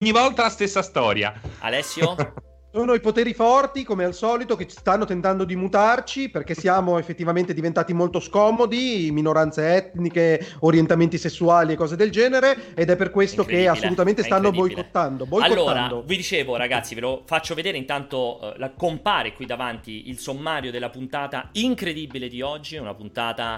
volta la stessa storia. Alessio? Sono i poteri forti, come al solito, che stanno tentando di mutarci perché siamo effettivamente diventati molto scomodi, minoranze etniche, orientamenti sessuali e cose del genere, ed è per questo che assolutamente stanno boicottando. Allora, vi dicevo, ragazzi, ve lo faccio vedere intanto, compare qui davanti il sommario della puntata incredibile di oggi, una puntata,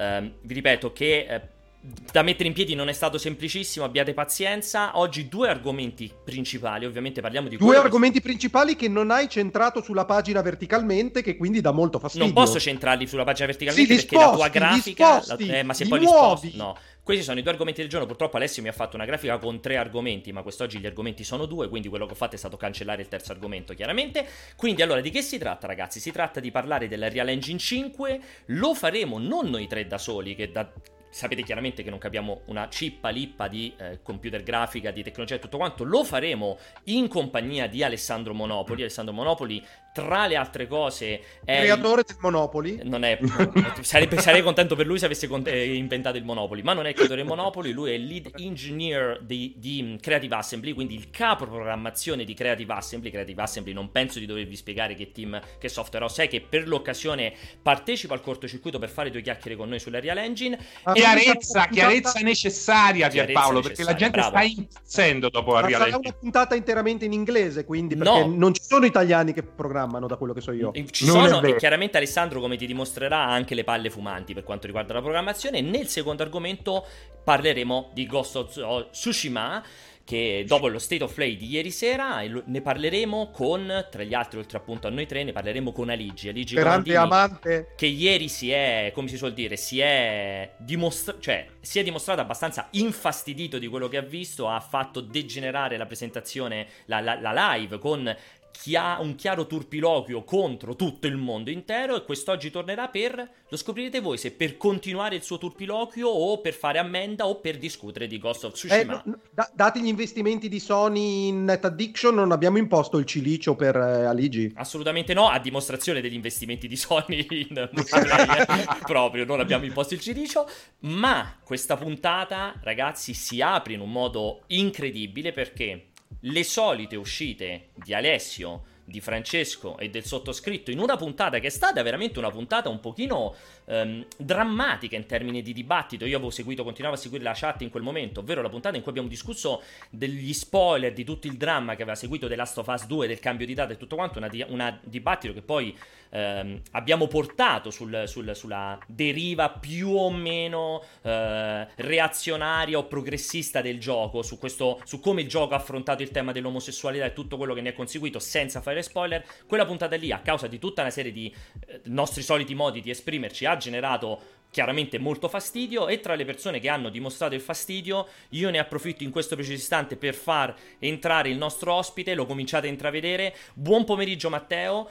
vi ripeto, che... da mettere in piedi non è stato semplicissimo, abbiate pazienza. Oggi due argomenti principali, ovviamente parliamo di due argomenti principali che non hai centrato sulla pagina verticalmente, che quindi dà molto fastidio. Non posso centrarli sulla pagina verticalmente perché la tua grafica ma se poi li sposti, no. Questi sono i due argomenti del giorno. Purtroppo Alessio mi ha fatto una grafica con 3 argomenti, ma quest'oggi gli argomenti sono 2, quindi quello che ho fatto è stato cancellare il terzo argomento, chiaramente. Quindi allora di che si tratta, ragazzi? Si tratta di parlare della Real Engine 5. Lo faremo non noi tre da soli, che sapete chiaramente che non capiamo una cippa lippa di computer grafica, di tecnologia e tutto quanto. Lo faremo in compagnia di Alessandro Monopoli. Alessandro Monopoli, tra le altre cose, è creatore del Monopoli. Non è sarei contento per lui se avesse inventato il Monopoli, ma non è il creatore del Monopoli. Lui è il lead engineer di Creative Assembly, quindi il capo programmazione di Creative Assembly. Creative Assembly, non penso di dovervi spiegare che team, che software house è, che per l'occasione partecipa al cortocircuito per fare 2 chiacchiere con noi sulla Real Engine. Chiarezza necessaria, Pierpaolo, perché la gente sta impazzendo dopo la Real Engine. Sarà una puntata interamente in inglese, quindi, perché non ci sono italiani che programmano, da quello che so io. Ci sono, e chiaramente Alessandro, come ti dimostrerà, ha anche le palle fumanti per quanto riguarda la programmazione. Nel secondo argomento parleremo di Ghost of Tsushima, che dopo lo State of Play di ieri sera ne parleremo con, tra gli altri, oltre appunto a noi tre, ne parleremo con Aligi amante, che ieri si è, come si suol dire, si è dimostrato abbastanza infastidito di quello che ha visto. Ha fatto degenerare la presentazione, la live, con un chiaro turpiloquio contro tutto il mondo intero, e quest'oggi tornerà lo scoprirete voi, se per continuare il suo turpiloquio o per fare ammenda o per discutere di Ghost of Tsushima. Dati gli investimenti di Sony in Net Addiction, non abbiamo imposto il cilicio per Aligi? Assolutamente no, a dimostrazione degli investimenti di Sony in multiplayer proprio non abbiamo imposto il cilicio. Ma questa puntata, ragazzi, si apre in un modo incredibile, perché le solite uscite di Alessio, di Francesco e del sottoscritto in una puntata che è stata veramente una puntata un pochino drammatica in termini di dibattito. Io continuavo a seguire la chat in quel momento, ovvero la puntata in cui abbiamo discusso degli spoiler, di tutto il dramma che aveva seguito The Last of Us 2, del cambio di data e tutto quanto, una dibattito che poi abbiamo portato sulla deriva più o meno reazionaria o progressista del gioco, su come il gioco ha affrontato il tema dell'omosessualità e tutto quello che ne è conseguito, senza fare spoiler. Quella puntata lì, a causa di tutta una serie di nostri soliti modi di esprimerci, ha generato chiaramente molto fastidio, e tra le persone che hanno dimostrato il fastidio io ne approfitto in questo preciso istante per far entrare il nostro ospite. Lo cominciate a intravedere. Buon pomeriggio Matteo,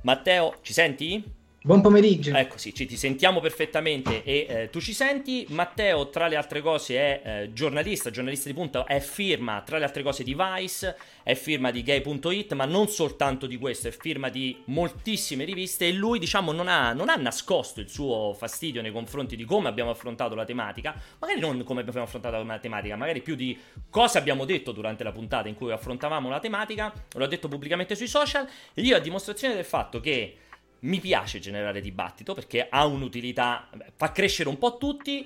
ci senti? Buon pomeriggio. Ecco, sì, ti sentiamo perfettamente e tu ci senti. Matteo, tra le altre cose, è giornalista di punta, è firma, tra le altre cose, di Vice, è firma di Gay.it, ma non soltanto di questo, è firma di moltissime riviste, e lui, diciamo, non ha nascosto il suo fastidio nei confronti di come abbiamo affrontato la tematica, magari non come abbiamo affrontato la tematica, magari più di cosa abbiamo detto durante la puntata in cui affrontavamo la tematica. L'ho detto pubblicamente sui social, e io, a dimostrazione del fatto che mi piace generare dibattito perché ha un'utilità, fa crescere un po' tutti.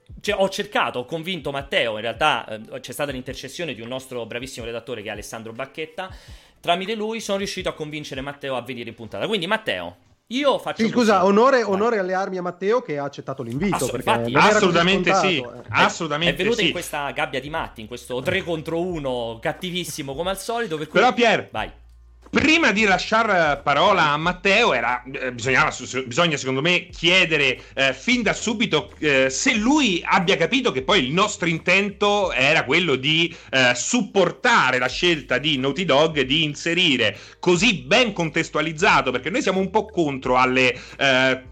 Ho convinto Matteo, in realtà c'è stata l'intercessione di un nostro bravissimo redattore che è Alessandro Bacchetta. Tramite lui sono riuscito a convincere Matteo a venire in puntata. Quindi Matteo, io faccio sì, scusa, onore alle armi a Matteo che ha accettato l'invito. Assolutamente sì. Assolutamente è venuto in questa gabbia di matti, in questo 3 contro 1 cattivissimo come al solito. Per cui... Però Pier, vai. Prima di lasciare parola a Matteo, bisogna secondo me chiedere fin da subito se lui abbia capito che poi il nostro intento era quello di supportare la scelta di Naughty Dog di inserire così ben contestualizzato, perché noi siamo un po' contro alle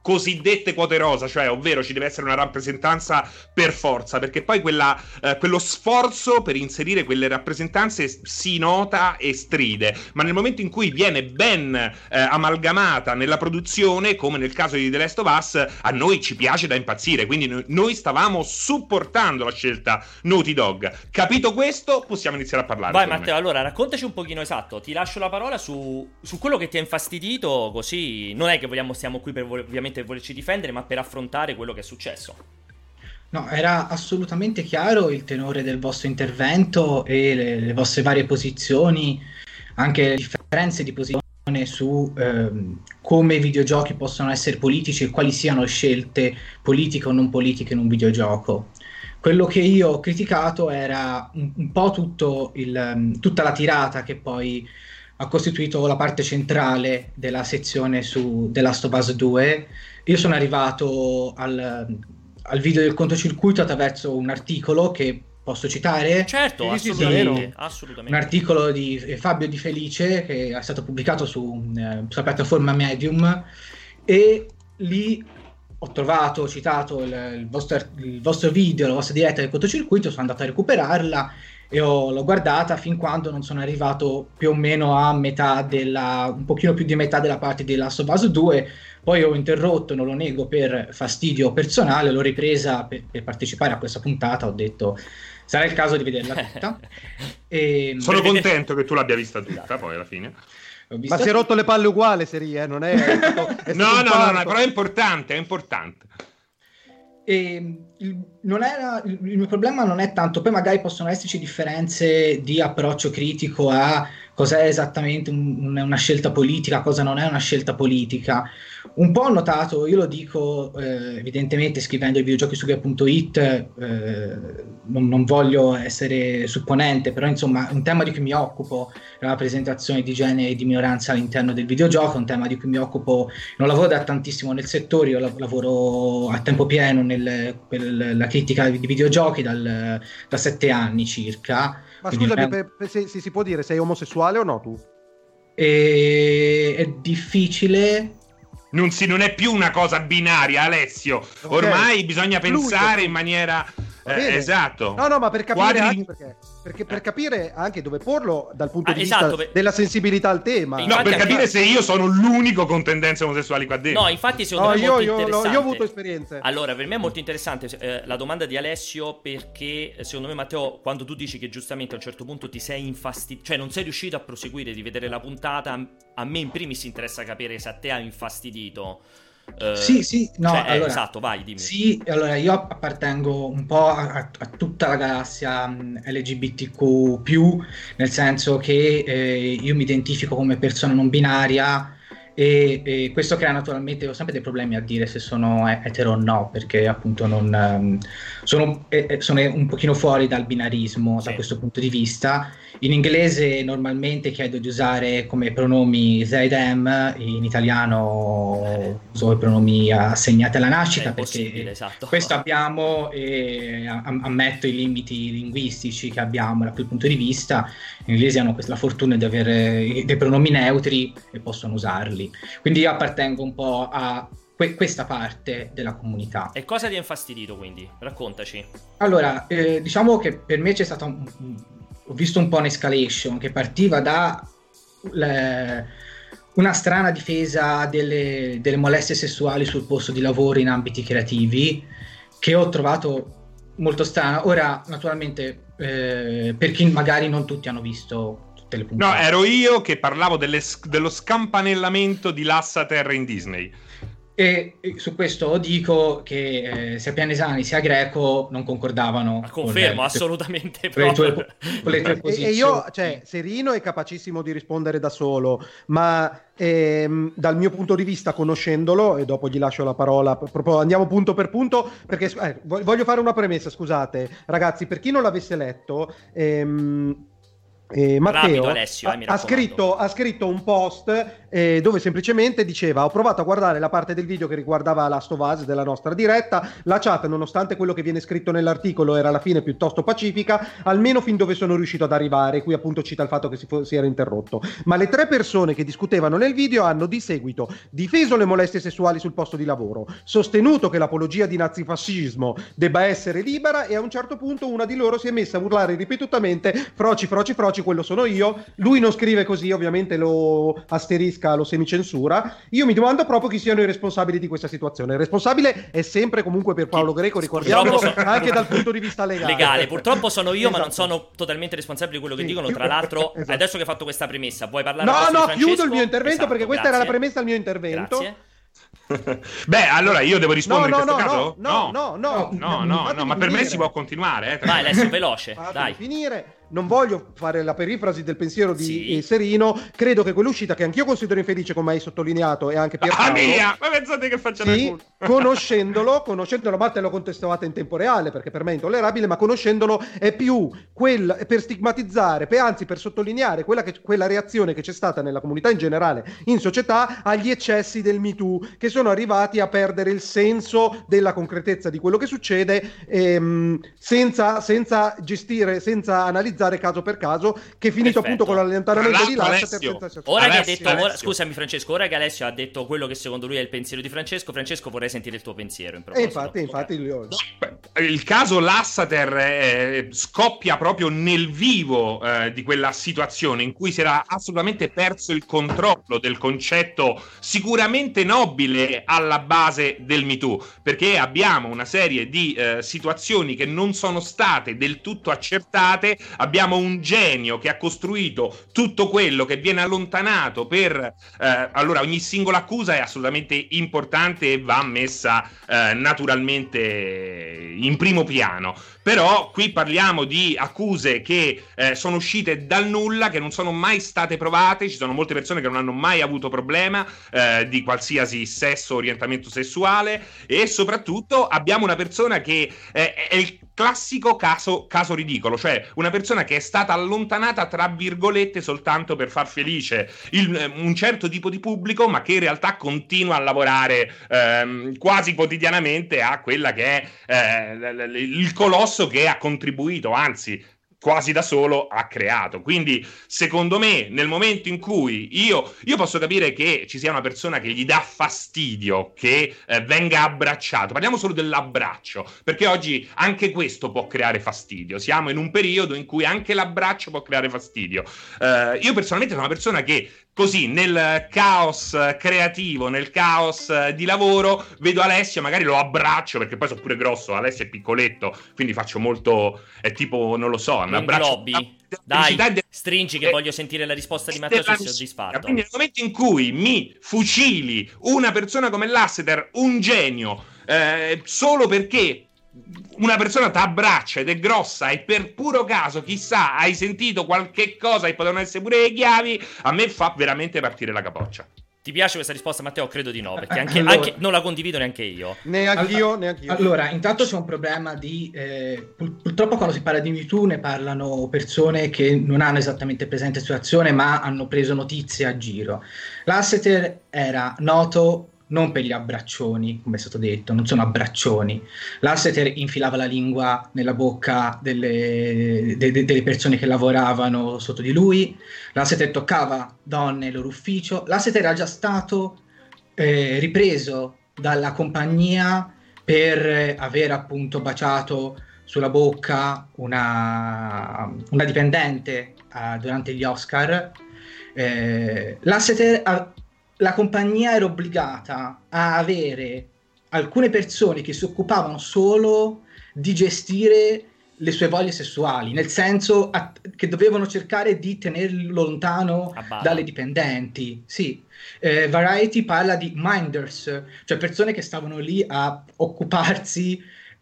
cosiddette quote rosa, cioè ovvero ci deve essere una rappresentanza per forza, perché poi quello sforzo per inserire quelle rappresentanze si nota e stride, ma nel momento in cui viene ben amalgamata nella produzione, come nel caso di The Last of Us, a noi ci piace da impazzire, quindi noi stavamo supportando la scelta Naughty Dog. Capito questo, possiamo iniziare a parlare. Vai Matteo, allora raccontaci un pochino, esatto, ti lascio la parola su quello che ti ha infastidito, così non è che stiamo qui per ovviamente volerci difendere, ma per affrontare quello che è successo. No, era assolutamente chiaro il tenore del vostro intervento e le vostre varie posizioni, anche le differenze di posizione su come i videogiochi possono essere politici e quali siano scelte politiche o non politiche in un videogioco. Quello che io ho criticato era un po' tutta la tirata che poi ha costituito la parte centrale della sezione su The Last of Us 2. Io sono arrivato al video del cortocircuito attraverso un articolo che posso citare. Certo, assolutamente. Un articolo di Fabio Di Felice che è stato pubblicato sulla piattaforma Medium, e lì ho citato il vostro video, la vostra diretta del cortocircuito, sono andato a recuperarla e l'ho guardata fin quando non sono arrivato più o meno a un pochino più di metà della parte di Last of Us 2. Poi ho interrotto, non lo nego, per fastidio personale, l'ho ripresa per partecipare a questa puntata, ho detto sarà il caso di vederla tutta. Sono contento che tu l'abbia vista tutta, poi alla fine. Ma si è rotto le palle uguale, Seri, non è stato no, però è importante. Il mio problema non è tanto, poi magari possono esserci differenze di approccio critico a cos'è esattamente una scelta politica, cosa non è una scelta politica. Un po' ho notato, io lo dico evidentemente scrivendo i videogiochi su Gaia.it, non voglio essere supponente, però insomma un tema di cui mi occupo, la rappresentazione di genere e di minoranza all'interno del videogioco, un tema di cui mi occupo, non lavoro da tantissimo nel settore, io lavoro a tempo pieno per la critica di videogiochi da 7 anni circa. Ma scusami, se si può dire, sei omosessuale o no tu? È difficile. Non è più una cosa binaria, Alessio. Okay. Ormai bisogna pensare in maniera esatto. No, ma per capire anche perché per capire anche dove porlo dal punto di vista della sensibilità al tema. No, per capire se io sono l'unico con tendenze omosessuali qua dentro. No, infatti secondo me è molto interessante. Io ho avuto esperienze. Allora, per me è molto interessante la domanda di Alessio, perché secondo me, Matteo, quando tu dici che giustamente a un certo punto ti sei infastidito, cioè non sei riuscito a proseguire di vedere la puntata, a me in primis interessa capire se a te ha infastidito. Sì, no, cioè, allora, esatto, vai, dimmi. Sì, allora io appartengo un po' a tutta la galassia LGBTQ+, nel senso che io mi identifico come persona non binaria e questo crea naturalmente, ho sempre dei problemi a dire se sono etero o no, perché appunto sono un pochino fuori dal binarismo, sì, da questo punto di vista. In inglese normalmente chiedo di usare come pronomi they, them, in italiano uso i pronomi assegnati alla nascita, perché esatto, questo abbiamo e ammetto i limiti linguistici che abbiamo da quel punto di vista. In inglese hanno la fortuna di avere dei pronomi neutri e possono usarli, quindi io appartengo un po' a questa parte della comunità. E cosa ti ha infastidito, quindi? Raccontaci. Allora, diciamo che per me c'è stata ho visto un po' un'escalation che partiva da una strana difesa delle molestie sessuali sul posto di lavoro in ambiti creativi, che ho trovato molto strana. Ora, naturalmente, per chi magari non tutti hanno visto tutte le puntate. No, ero io che parlavo dello scampanellamento di Lassater in Disney. E su questo dico che sia Pianesani sia Greco non concordavano. Confermo, assolutamente. Con le tue posizioni. E io, cioè, Serino è capacissimo di rispondere da solo, ma dal mio punto di vista, conoscendolo, e dopo gli lascio la parola, proprio andiamo punto per punto, perché voglio fare una premessa, scusate, ragazzi, per chi non l'avesse letto, Matteo Rapido, Alessio, mi raccomando. ha scritto un post dove semplicemente diceva: ho provato a guardare la parte del video che riguardava Last of Us della nostra diretta, la chat nonostante quello che viene scritto nell'articolo era alla fine piuttosto pacifica, almeno fin dove sono riuscito ad arrivare. Qui appunto cita il fatto che si era interrotto, ma le 3 persone che discutevano nel video hanno di seguito difeso le molestie sessuali sul posto di lavoro, sostenuto che l'apologia di nazifascismo debba essere libera, e a un certo punto una di loro si è messa a urlare ripetutamente: froci, froci, froci, quello sono io. Lui non scrive così, ovviamente lo asterisca, lo semicensura. Io mi domando proprio chi siano i responsabili di questa situazione. Il responsabile è sempre comunque per Paolo Greco, ricordiamolo, anche dal punto di vista legale. Purtroppo sono io, ma non Esatto. sono totalmente responsabile di quello che dicono. Tra l'altro, Esatto. adesso che hai fatto questa premessa, vuoi parlare No, di Francesco? chiudo il mio intervento, Esatto, perché questa grazie. era la premessa al mio intervento. Grazie. Beh, allora io devo rispondere in questo caso? No, ma per me si può continuare. Vai Alessio, veloce, dai. Finire. Non voglio fare la perifrasi del pensiero di Sì. Serino. Credo che quell'uscita, che anch'io considero infelice, come hai sottolineato, e anche Pierpaolo, mia! Ma pensate che facciano il sì, culo? conoscendolo, ma te l'ho contestavate in tempo reale perché per me è intollerabile, ma conoscendolo è più per stigmatizzare, anzi per sottolineare quella reazione che c'è stata nella comunità in generale, in società, agli eccessi del Me Too, che sono arrivati a perdere il senso della concretezza di quello che succede, senza gestire, senza analizzare caso per caso, che è finito Perfetto. appunto con l'allontanamento di Lasseter. Scusami Francesco, ora che Alessio ha detto quello che secondo lui è il pensiero di Francesco, vorrei sentire il tuo pensiero in proposito. Infatti il caso Lasseter scoppia proprio nel vivo di quella situazione in cui si era assolutamente perso il controllo del concetto sicuramente nobile alla base del Me Too, perché abbiamo una serie di situazioni che non sono state del tutto accertate. Abbiamo un genio che ha costruito tutto quello che viene allontanato allora ogni singola accusa è assolutamente importante e va messa naturalmente in primo piano, però qui parliamo di accuse che sono uscite dal nulla, che non sono mai state provate. Ci sono molte persone che non hanno mai avuto problema di qualsiasi sesso, orientamento sessuale, e soprattutto abbiamo una persona che è il classico caso ridicolo, cioè una persona che è stata allontanata tra virgolette soltanto per far felice un certo tipo di pubblico, ma che in realtà continua a lavorare quasi quotidianamente a quella che è il colosso che ha contribuito, anzi quasi da solo ha creato. Quindi secondo me nel momento in cui io posso capire che ci sia una persona che gli dà fastidio che venga abbracciato, parliamo solo dell'abbraccio, perché oggi anche questo può creare fastidio. Siamo in un periodo in cui anche l'abbraccio può creare fastidio. Io personalmente sono una persona che così nel caos creativo, nel caos di lavoro, vedo Alessio, magari lo abbraccio, perché poi sono pure grosso, Alessio è piccoletto, quindi faccio molto, è tipo, non lo so, un abbraccio. Dai, stringi che voglio sentire la risposta di Matteo sul soddisfatto. Quindi nel momento in cui mi fucili una persona come Lasseter, un genio, solo perché una persona ti abbraccia ed è grossa e per puro caso, chissà, hai sentito qualche cosa che potevano essere pure le chiavi, a me fa veramente partire la capoccia. Ti piace questa risposta, Matteo? Credo di no, perché anche non la condivido neanche io. Neanche io. Allora, intanto c'è un problema di... purtroppo quando si parla di Me Too ne parlano persone che non hanno esattamente presente la situazione, ma hanno preso notizie a giro. Lasseter era noto non per gli abbraccioni, come è stato detto, non sono abbraccioni. Lasseter infilava la lingua nella bocca delle persone che lavoravano sotto di lui. Lasseter toccava donne nel loro ufficio. Lasseter era già stato ripreso dalla compagnia per aver appunto baciato sulla bocca una dipendente durante gli Oscar. Lasseter la compagnia era obbligata a avere alcune persone che si occupavano solo di gestire le sue voglie sessuali, nel senso che dovevano cercare di tenerlo lontano dalle dipendenti. Sì. Variety parla di minders, cioè persone che stavano lì a occuparsi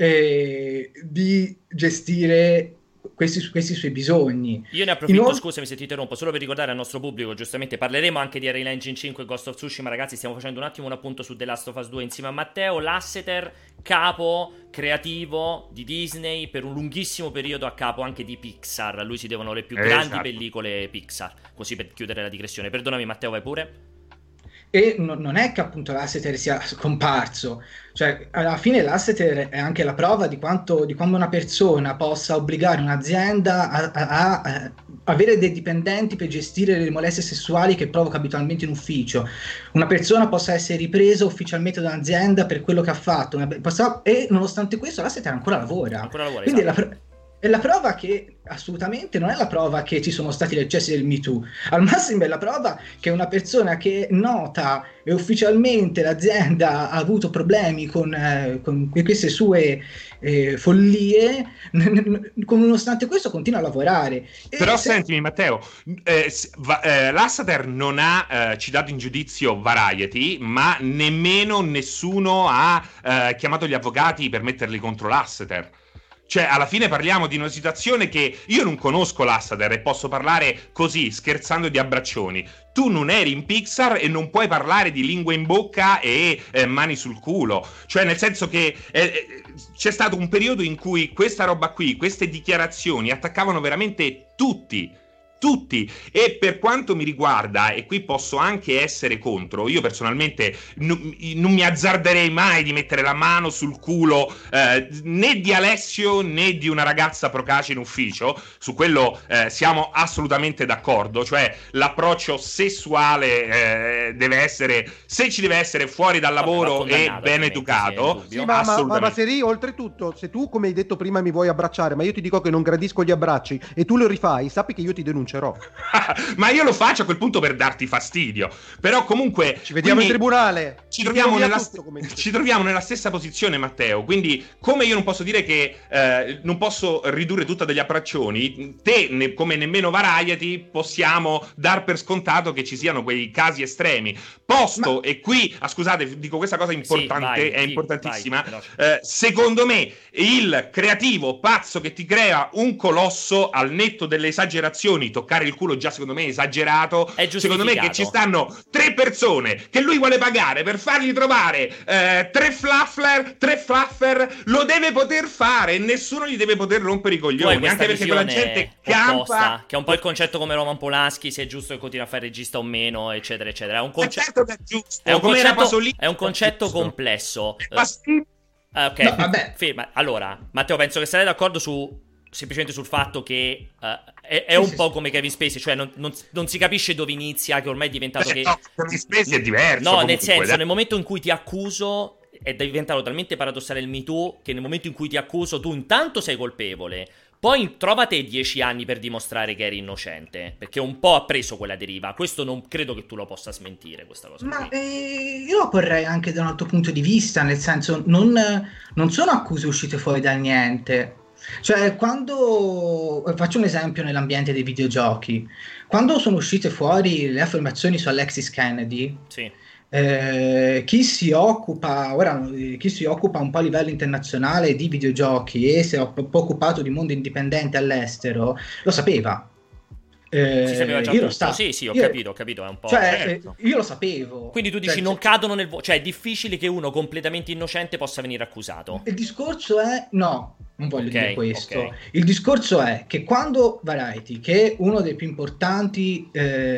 di gestire questi suoi bisogni. Io ne approfitto, scusami se ti interrompo, solo per ricordare al nostro pubblico, giustamente parleremo anche di Unreal Engine 5 e Ghost of Tsushima, ragazzi, stiamo facendo un attimo un appunto su The Last of Us 2 insieme a Matteo. Lasseter capo creativo di Disney per un lunghissimo periodo, a capo anche di Pixar. A lui si devono le più grandi pellicole Pixar. Così per chiudere la digressione. Perdonami Matteo, vai pure. E non è che appunto Lasseter sia scomparso, cioè alla fine Lasseter è anche la prova di quando una persona possa obbligare un'azienda a avere dei dipendenti per gestire le molestie sessuali che provoca abitualmente in ufficio. Una persona possa essere ripresa ufficialmente da un'azienda per quello che ha fatto, e nonostante questo Lasseter ancora lavora. Quindi esatto. È la prova che assolutamente non è la prova che ci sono stati gli eccessi del Me Too, al massimo è la prova che una persona che nota e ufficialmente l'azienda ha avuto problemi con queste sue follie, nonostante questo continua a lavorare. Però sentimi Matteo, Lasseter non ha citato in giudizio Variety, ma nemmeno nessuno ha chiamato gli avvocati per metterli contro Lasseter. Cioè, alla fine parliamo di una situazione che io non conosco Lasseter e posso parlare così, scherzando, di abbraccioni. Tu non eri in Pixar e non puoi parlare di lingua in bocca e mani sul culo. Cioè, nel senso che c'è stato un periodo in cui questa roba qui, queste dichiarazioni attaccavano veramente tutti. E per quanto mi riguarda, e qui posso anche essere contro, io personalmente non mi azzarderei mai di mettere la mano sul culo né di Alessio né di una ragazza procace in ufficio. Su quello siamo assolutamente d'accordo, cioè l'approccio sessuale deve essere, se ci deve essere fuori dal lavoro e ben educato. Sì, ma Seri, oltretutto, se tu, come hai detto prima, mi vuoi abbracciare, ma io ti dico che non gradisco gli abbracci e tu lo rifai, sappi che io ti denuncerò. Ma io lo faccio a quel punto per darti fastidio. Però comunque ci vediamo in tribunale. Ci troviamo nella stessa posizione, Matteo. Quindi, come io non posso dire che non posso ridurre tutta degli abbraccioni, te come nemmeno Variety possiamo dar per scontato che ci siano quei casi estremi. E qui, scusate, dico questa cosa importante, è importantissima. Secondo me il creativo pazzo che ti crea un colosso, al netto delle esagerazioni, toccare il culo già secondo me è esagerato, secondo me che ci stanno 3 persone che lui vuole pagare per fargli trovare 3 fluffer, lo deve poter fare e nessuno gli deve poter rompere i coglioni, anche perché quella gente campa, che è un po' il concetto come Roman Polanski, se è giusto che continua a fare regista o meno, eccetera eccetera. È un concetto che è giusto, è un concetto complesso. Ok, no, vabbè. Ferma. Allora, Matteo, penso che sarai d'accordo semplicemente sul fatto che è un po' come Kevin Spacey, cioè non si capisce dove inizia, che ormai è diventato che... No, Kevin Spacey è diverso. No, comunque, nel senso, nel momento in cui ti accuso, è diventato talmente paradossale il Me Too, che nel momento in cui ti accuso tu intanto sei colpevole, poi trova te 10 anni per dimostrare che eri innocente, perché un po' ha preso quella deriva. Questo non credo che tu lo possa smentire, questa cosa. Ma io lo porrei anche da un altro punto di vista, nel senso non sono accuse uscite fuori dal niente. Cioè, quando faccio un esempio nell'ambiente dei videogiochi, quando sono uscite fuori le affermazioni su Alexis Kennedy, sì. Chi si occupa un po' a livello internazionale di videogiochi e si è un po' occupato di mondo indipendente all'estero lo sapeva. Si sapeva già tutto. Sì, ho capito, è un po'. Cioè, io lo sapevo. Quindi tu dici non cadono nel cioè è difficile che uno completamente innocente possa venire accusato. Il discorso è no, non voglio dire questo. Okay. Il discorso è che quando Variety, che è uno dei più importanti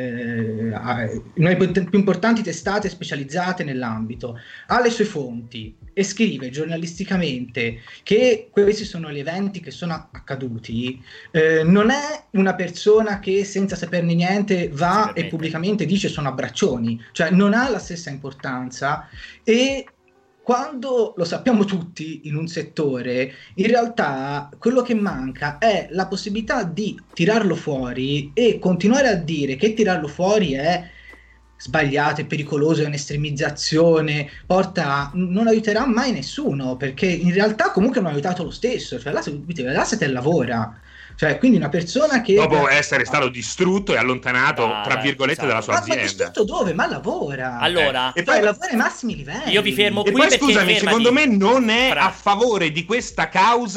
testate specializzate nell'ambito, ha le sue fonti e scrive giornalisticamente che questi sono gli eventi che sono accaduti, non è una persona che senza saperne niente va e pubblicamente dice sono abbraccioni, cioè non ha la stessa importanza. E quando lo sappiamo tutti in un settore, in realtà quello che manca è la possibilità di tirarlo fuori e continuare a dire che tirarlo fuori è sbagliato, è pericoloso, è un'estremizzazione, non aiuterà mai nessuno, perché in realtà comunque non ha aiutato lo stesso, cioè Lasseter lavora. Cioè, quindi una persona che dopo essere stato distrutto e allontanato tra virgolette dalla sua azienda. Ma distrutto dove? Ma lavora. Allora, e poi lavora ai massimi livelli. Io vi fermo qui e poi perché scusami, secondo me non è a favore di questa causa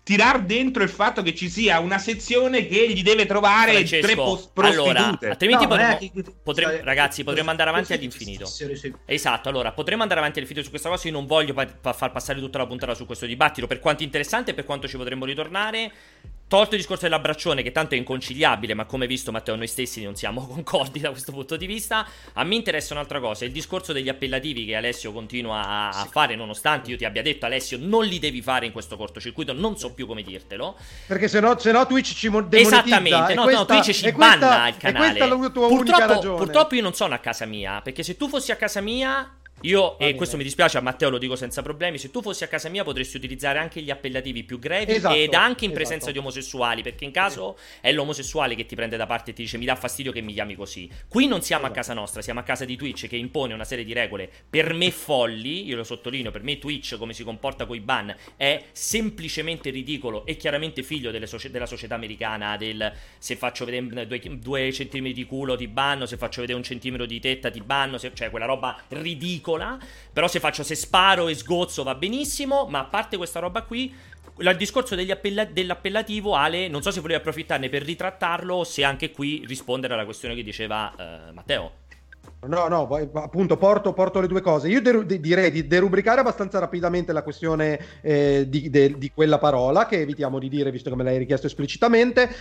tirar dentro il fatto che ci sia una sezione che gli deve trovare Francesco, 3 prostitute. allora, altrimenti No, ragazzi, potremmo andare avanti all'infinito. Esatto, allora, potremmo andare avanti all'infinito su questa cosa. Io non voglio far passare tutta la puntata su questo dibattito, per quanto interessante e per quanto ci potremmo ritornare. Tolto il discorso dell'abbraccione, che tanto è inconciliabile, ma come visto Matteo noi stessi non siamo concordi da questo punto di vista, a me interessa un'altra cosa, il discorso degli appellativi che Alessio continua a fare, nonostante io ti abbia detto, Alessio, non li devi fare in questo cortocircuito, non so più come dirtelo. Perché se no Twitch ci demonetizza. Esattamente, no, Twitch ci banna il canale. Questa è la tua unica ragione. Purtroppo io non sono a casa mia, perché se tu fossi a casa mia... E questo mi dispiace, a Matteo lo dico senza problemi, se tu fossi a casa mia potresti utilizzare anche gli appellativi più grevi, ed anche in presenza di omosessuali, perché in caso è l'omosessuale che ti prende da parte e ti dice mi dà fastidio che mi chiami così. Qui non siamo a casa nostra, siamo a casa di Twitch, che impone una serie di regole per me folli, io lo sottolineo, per me Twitch come si comporta coi ban è semplicemente ridicolo e chiaramente figlio della società americana, del se faccio vedere 2 centimetri di culo ti banno, se faccio vedere 1 centimetro di tetta ti banno, cioè quella roba ridicola. Però se sparo e sgozzo va benissimo. Ma a parte questa roba qui, il discorso dell'appellativo, Ale, non so se volevi approfittarne per ritrattarlo o se anche qui rispondere alla questione che diceva Matteo. No, appunto porto le due cose. Io direi di derubricare abbastanza rapidamente la questione di quella parola, che evitiamo di dire visto che me l'hai richiesto esplicitamente,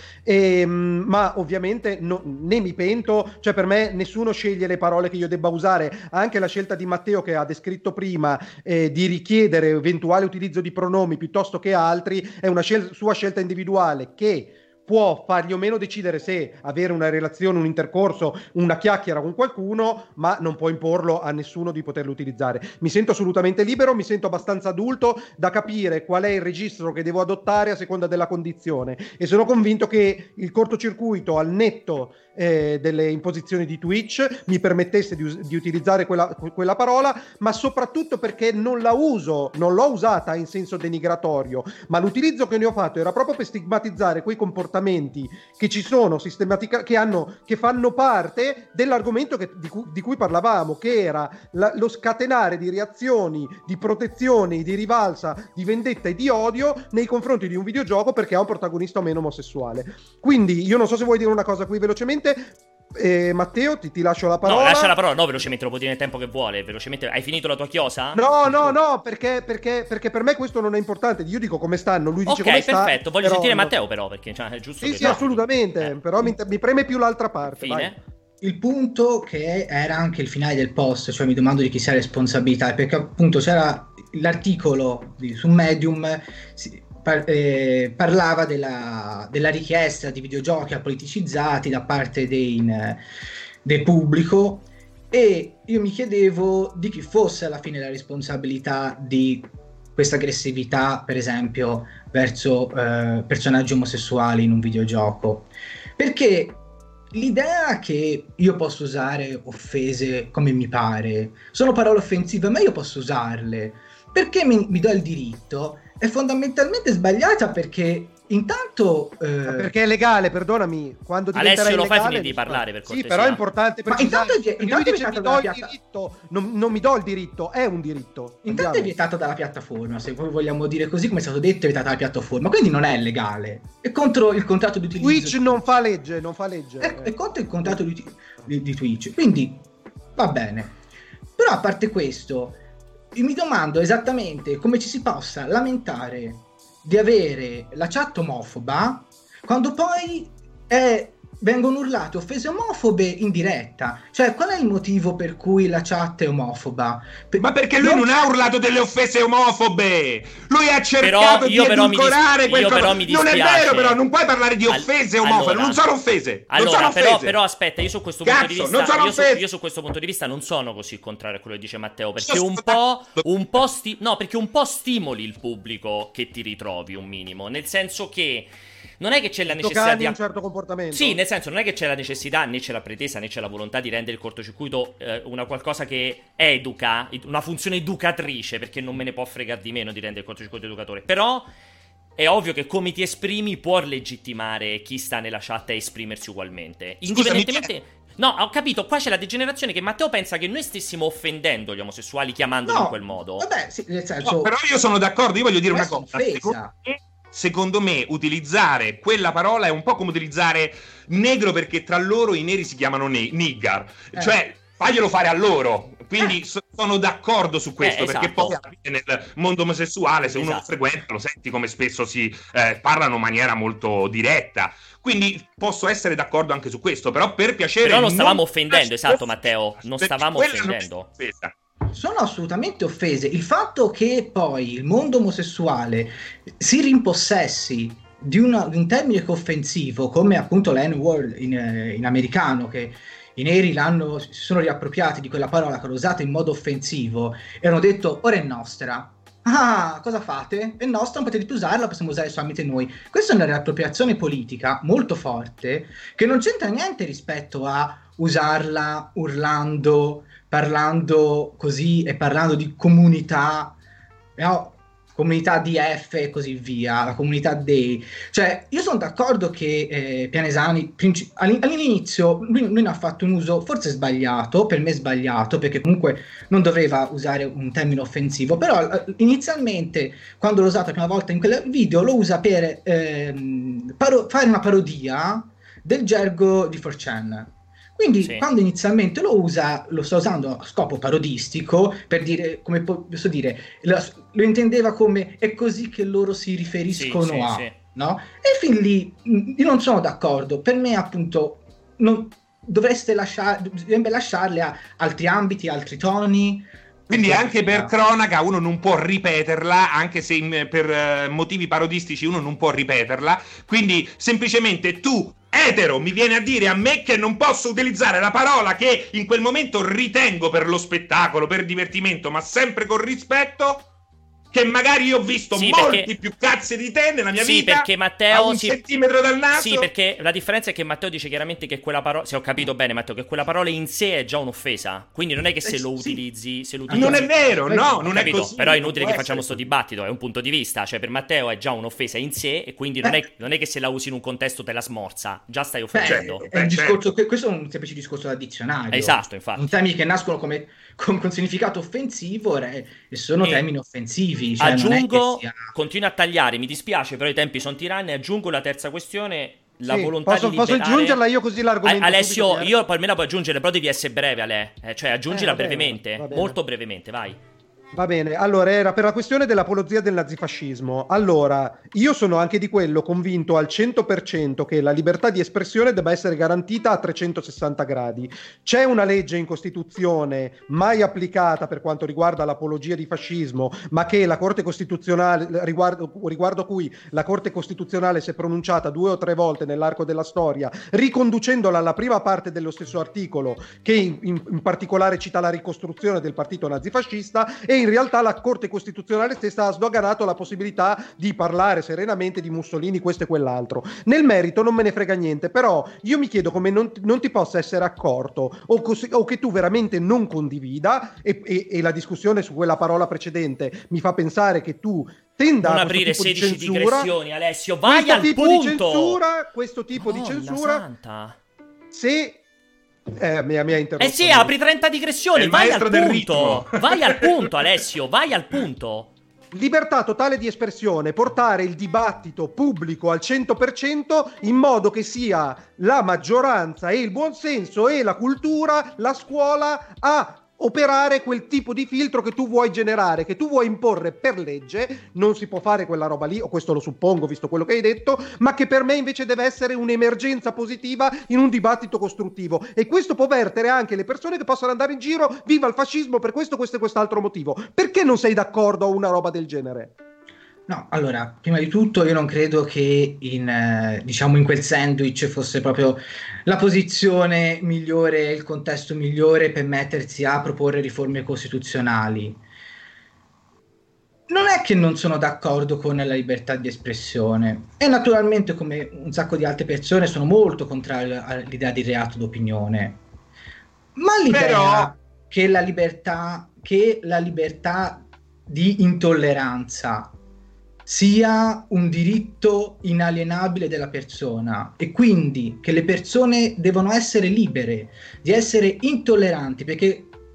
ma ovviamente né mi pento, cioè per me nessuno sceglie le parole che io debba usare. Anche la scelta di Matteo, che ha descritto prima, di richiedere eventuale utilizzo di pronomi piuttosto che altri, è una sua scelta individuale che può fargli o meno decidere se avere una relazione, un intercorso, una chiacchiera con qualcuno, ma non può imporlo a nessuno di poterlo utilizzare. Mi sento assolutamente libero, mi sento abbastanza adulto da capire qual è il registro che devo adottare a seconda della condizione, e sono convinto che il cortocircuito, al netto delle imposizioni di Twitch, mi permettesse di utilizzare quella parola, ma soprattutto perché non l'ho usata in senso denigratorio, ma l'utilizzo che ne ho fatto era proprio per stigmatizzare quei comportamenti che ci sono che fanno parte dell'argomento di cui parlavamo, che era lo scatenare di reazioni, di protezione, di rivalsa, di vendetta e di odio nei confronti di un videogioco perché ha un protagonista o meno omosessuale. Quindi io non so se vuoi dire una cosa qui velocemente. Matteo, ti lascio la parola. No, lascia la parola, no, velocemente, lo può dire nel tempo che vuole. Velocemente, hai finito la tua chiosa? No, perché per me questo non è importante. Io dico come stanno, lui dice come sta. Ok, perfetto, voglio sentire Matteo però, perché è giusto. Sì, assolutamente, però mi preme più l'altra parte. Fine. Vai. Il punto che era anche il finale del post, cioè mi domando di chi sia la responsabilità, perché appunto c'era l'articolo su Medium, parlava della richiesta di videogiochi apoliticizzati da parte del pubblico, e io mi chiedevo di chi fosse alla fine la responsabilità di questa aggressività, per esempio, verso personaggi omosessuali in un videogioco, perché l'idea che io posso usare offese come mi pare, sono parole offensive, ma io posso usarle perché mi do il diritto, è fondamentalmente sbagliata, perché intanto perché è legale, perdonami, quando diventerà Alessio, lo fai illegale, finire di parlare, per cortesia. sì, però è importante precisare. Intanto dice mi do il diritto, non mi do il diritto, è un diritto. Intanto è vietato dalla piattaforma, se poi vogliamo dire così, come è stato detto, è vietata dalla piattaforma, quindi non è legale, è contro il contratto di utilizzo. Twitch non fa legge. È contro il contratto di Twitch, quindi va bene. Però a parte questo, io mi domando esattamente come ci si possa lamentare di avere la chat omofoba quando poi vengono urlate offese omofobe in diretta. Cioè, qual è il motivo per cui la chat è omofoba? Ma perché lui non ha urlato delle offese omofobe, lui ha cercato di edulcorare quel cosa. Non è vero, però non puoi parlare di offese omofobe, non sono offese. Allora, però aspetta, io su questo punto di vista io su questo punto di vista non sono così contrario a quello che dice Matteo, perché un po' stimoli il pubblico che ti ritrovi un minimo, nel senso che non è che c'è la necessità di un certo comportamento. Sì, nel senso, non è che c'è la necessità, né c'è la pretesa, né c'è la volontà di rendere il cortocircuito una qualcosa che educa, una funzione educatrice, perché non me ne può fregare di meno di rendere il cortocircuito educatore. Però è ovvio che come ti esprimi può legittimare chi sta nella chat a esprimersi ugualmente. Indipendentemente... No, ho capito, qua c'è la degenerazione che Matteo pensa che noi stessimo offendendo gli omosessuali chiamandoli in quel modo. Vabbè, sì, nel senso... No, però io sono d'accordo, io voglio dire una cosa. secondo me utilizzare quella parola è un po' come utilizzare negro, perché tra loro i neri si chiamano nigger, cioè faglielo fare a loro. Quindi sono d'accordo su questo, perché poi nel mondo omosessuale, se uno lo frequenta, lo senti come spesso si parlano in maniera molto diretta. Quindi posso essere d'accordo anche su questo, però per piacere... Però non stavamo offendendo, esatto Matteo, non stavamo offendendo. Sono assolutamente offese. Il fatto che poi il mondo omosessuale si rimpossessi di un termine che è offensivo, come appunto la N-word in americano, che i neri si sono riappropriati di quella parola che l'hanno usata in modo offensivo e hanno detto ora è nostra. Ah, cosa fate? È nostra, non potete più usarla, possiamo usare solamente noi. Questa è una riappropriazione politica molto forte, che non c'entra niente rispetto a usarla urlando, parlando così e parlando di comunità, no? Comunità DF e così via, la comunità dei... Cioè, io sono d'accordo che Pianesani all'inizio lui ne ha fatto un uso forse sbagliato, per me sbagliato, perché comunque non doveva usare un termine offensivo, però inizialmente, quando l'ho usato la prima volta in quel video, lo usa per fare una parodia del gergo di 4chan. Quindi quando inizialmente lo usa, lo sta usando a scopo parodistico, per dire, come posso dire, lo intendeva come è così che loro si riferiscono no? E fin lì io non sono d'accordo. Per me appunto dovrebbe lasciarle a altri ambiti, altri toni. Quindi anche per cronaca uno non può ripeterla, anche se per motivi parodistici uno non può ripeterla. Quindi semplicemente tu, etero, mi viene a dire a me che non posso utilizzare la parola che in quel momento ritengo per lo spettacolo, per divertimento, ma sempre con rispetto, che magari io ho visto molti più cazzi di te nella mia vita, perché Matteo, a un centimetro dal naso. Sì, perché la differenza è che Matteo dice chiaramente che quella parola, se ho capito bene Matteo, che quella parola in sé è già un'offesa, quindi non è che se lo utilizzi, non è vero, no, non capito? È così. Però è inutile che facciamo sto dibattito, è un punto di vista, cioè per Matteo è già un'offesa in sé e quindi non è che se la usi in un contesto te la smorza, già stai offendendo. È un discorso, questo è un semplice discorso da dizionario. Esatto, infatti. Un termini che nascono con significato offensivo e sono termini offensivi. Cioè aggiungo, continua a tagliare, mi dispiace, però i tempi sono tiranni. Aggiungo la terza questione, la volontà di liberare. Posso aggiungerla io così l'argomento? Alessio, io poi me la puoi aggiungere, però devi essere breve, Ale. Cioè aggiungila brevemente, molto brevemente, vai. Va bene, allora era per la questione dell'apologia del nazifascismo. Allora, io sono anche di quello convinto al 100% che la libertà di espressione debba essere garantita a 360 gradi. C'è una legge in Costituzione mai applicata per quanto riguarda l'apologia di fascismo, ma che la Corte Costituzionale, riguardo cui la Corte Costituzionale si è pronunciata 2 o 3 volte nell'arco della storia, riconducendola alla prima parte dello stesso articolo, che in particolare cita la ricostruzione del partito nazifascista, e in realtà la Corte Costituzionale stessa ha sdoganato la possibilità di parlare serenamente di Mussolini, questo e quell'altro. Nel merito non me ne frega niente, però io mi chiedo come non ti possa essere accorto o che tu veramente non condivida, e la discussione su quella parola precedente mi fa pensare che tu tenda non a aprire questo tipo 16 di censura, digressioni, Alessio, vai al punto. Questo tipo di censura, santa. Se mi ha interrotto. Sì, apri 30 digressioni, vai al punto. Vai al punto, Alessio, vai al punto. Libertà totale di espressione, portare il dibattito pubblico al 100% in modo che sia la maggioranza e il buonsenso e la cultura, la scuola a operare quel tipo di filtro che tu vuoi generare, che tu vuoi imporre per legge. Non si può fare quella roba lì, o questo lo suppongo visto quello che hai detto, ma che per me invece deve essere un'emergenza positiva in un dibattito costruttivo, e questo può vertere anche le persone che possono andare in giro viva il fascismo per questo e quest'altro motivo. Perché non sei d'accordo a una roba del genere? No, allora, prima di tutto io non credo che in quel sandwich fosse proprio la posizione migliore, il contesto migliore per mettersi a proporre riforme costituzionali. Non è che non sono d'accordo con la libertà di espressione, e naturalmente, come un sacco di altre persone, sono molto contrario all'idea di reato d'opinione. Ma l'idea che la libertà di intolleranza sia un diritto inalienabile della persona, e quindi che le persone devono essere libere di essere intolleranti, perché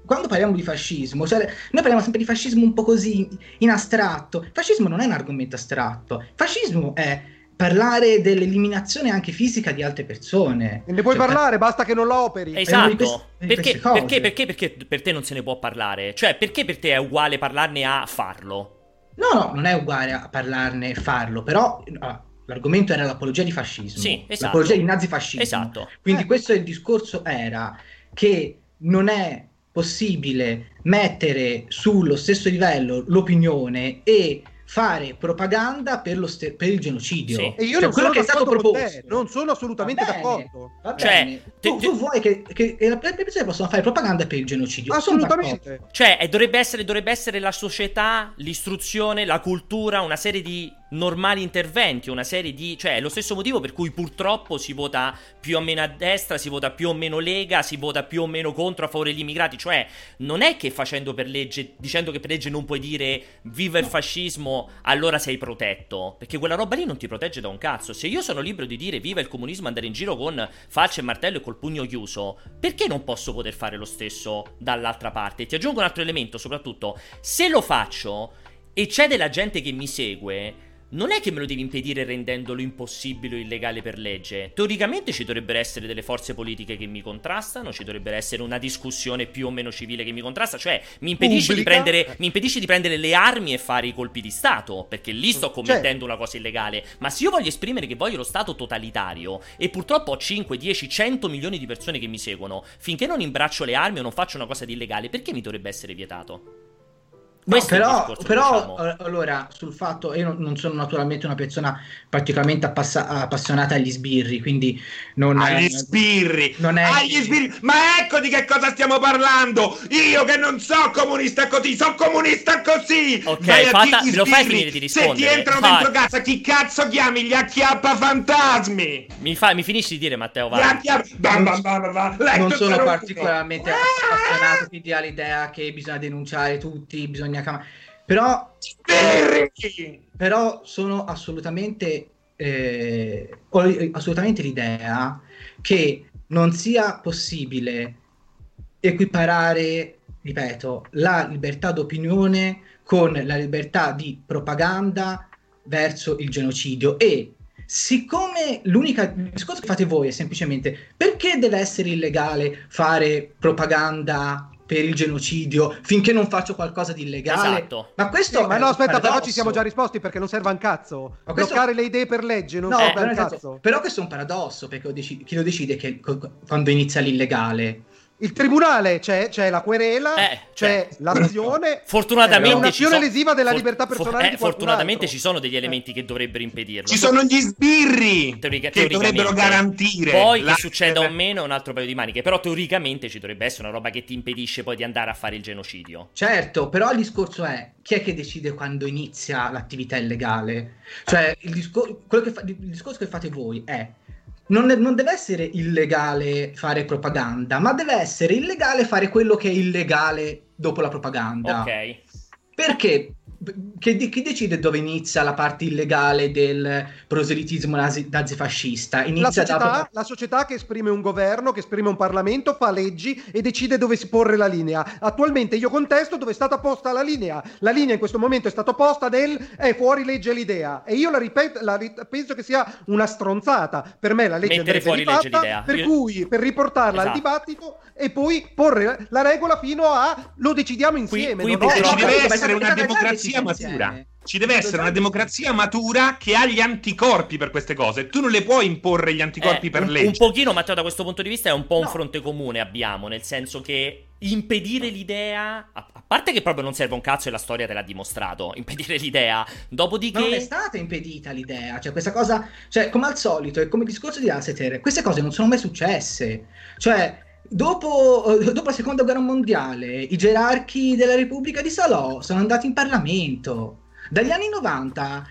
quando parliamo di fascismo, cioè noi parliamo sempre di fascismo un po' così in astratto. Fascismo non è un argomento astratto. Fascismo è parlare dell'eliminazione anche fisica di altre persone. E ne puoi parlare, basta che non lo operi. Esatto. Perché per te non se ne può parlare? Cioè, perché per te è uguale parlarne a farlo? No, non è uguale a parlarne e farlo, però l'argomento era l'apologia di fascismo. Sì, esatto. L'apologia di nazifascismo. Esatto. Quindi questo è il discorso, era che non è possibile mettere sullo stesso livello l'opinione e fare propaganda per il genocidio. Sì. E io non quello sono che è stato d'accordo con proposto. te, non sono assolutamente Va bene, d'accordo. va Cioè, bene. Tu vuoi che le persone possano fare propaganda per il genocidio? Sono Assolutamente. Cioè, dovrebbe essere la società, l'istruzione, la cultura, una serie di normali interventi, una serie di... Cioè, è lo stesso motivo per cui purtroppo si vota più o meno a destra, si vota più o meno Lega, si vota più o meno contro, a favore degli immigrati. Cioè, non è che facendo per legge, dicendo che per legge non puoi dire viva il fascismo, allora sei protetto. Perché quella roba lì non ti protegge da un cazzo. Se io sono libero di dire viva il comunismo, andare in giro con falce e martello e col pugno chiuso, perché non posso poter fare lo stesso dall'altra parte? Ti aggiungo un altro elemento, soprattutto, se lo faccio e c'è della gente che mi segue, non è che me lo devi impedire rendendolo impossibile o illegale per legge. Teoricamente ci dovrebbero essere delle forze politiche che mi contrastano, ci dovrebbe essere una discussione più o meno civile che mi contrasta, cioè mi impedisce di prendere le armi e fare i colpi di Stato, perché lì sto commettendo una cosa illegale. Ma se io voglio esprimere che voglio lo Stato totalitario e purtroppo ho 5, 10, 100 milioni di persone che mi seguono, finché non imbraccio le armi o non faccio una cosa di illegale, perché mi dovrebbe essere vietato? No, però allora, sul fatto, io non sono naturalmente una persona particolarmente appassionata agli sbirri, quindi agli sbirri, ma ecco di che cosa stiamo parlando. Io che non so comunista così, so comunista così. Ok, me lo fai finire di rispondere? Se ti entrano dentro casa, chi cazzo chiami? Gli acchiappafantasmi. Mi finisci di dire, Matteo, vai. Non sono particolarmente appassionato, quindi all'idea che bisogna denunciare tutti, però sono assolutamente ho assolutamente l'idea che non sia possibile equiparare, ripeto, la libertà d'opinione con la libertà di propaganda verso il genocidio. E siccome il discorso che fate voi è semplicemente perché deve essere illegale fare propaganda per il genocidio finché non faccio qualcosa di illegale. Esatto. Ma questo ma no, aspetta, però ci siamo già risposti, perché non serve un cazzo. Bloccare le idee per legge non serve un cazzo. Però questo è un paradosso, perché chi lo decide che quando inizia l'illegale? Il tribunale, c'è la querela, c'è l'azione. Fortunatamente è un'azione lesiva della libertà personale di fortunatamente ci sono degli elementi che dovrebbero impedirlo. Ci sono gli sbirri che dovrebbero garantire. Poi che succeda o meno è un altro paio di maniche. Però teoricamente ci dovrebbe essere una roba che ti impedisce poi di andare a fare il genocidio. Certo, però il discorso è chi è che decide quando inizia l'attività illegale? Cioè il discorso che fate voi è non deve essere illegale fare propaganda, ma deve essere illegale fare quello che è illegale dopo la propaganda. Ok. Perché? Chi decide dove inizia la parte illegale del proselitismo nazifascista? La società che esprime un governo, che esprime un Parlamento, fa leggi e decide dove si porre la linea. Attualmente io contesto dove è stata posta la linea. La linea in questo momento è stata posta è fuori legge l'idea. E io penso che sia una stronzata. Per me la legge mettere fuori legge l'idea. Per cui, per riportarla al dibattito e poi porre la regola fino a lo decidiamo insieme. Ci deve essere una democrazia matura. Ci deve essere una democrazia matura che ha gli anticorpi per queste cose. Tu non le puoi imporre gli anticorpi per legge. Un pochino, Matteo, da questo punto di vista è un po' un fronte comune abbiamo, nel senso che impedire l'idea, a parte che proprio non serve un cazzo e la storia te l'ha dimostrato, impedire l'idea, dopodiché... Ma non è stata impedita l'idea, cioè questa cosa, cioè come al solito, è come il discorso di Lasseter, queste cose non sono mai successe, cioè... Dopo la seconda guerra mondiale i gerarchi della Repubblica di Salò sono andati in Parlamento. Dagli anni 90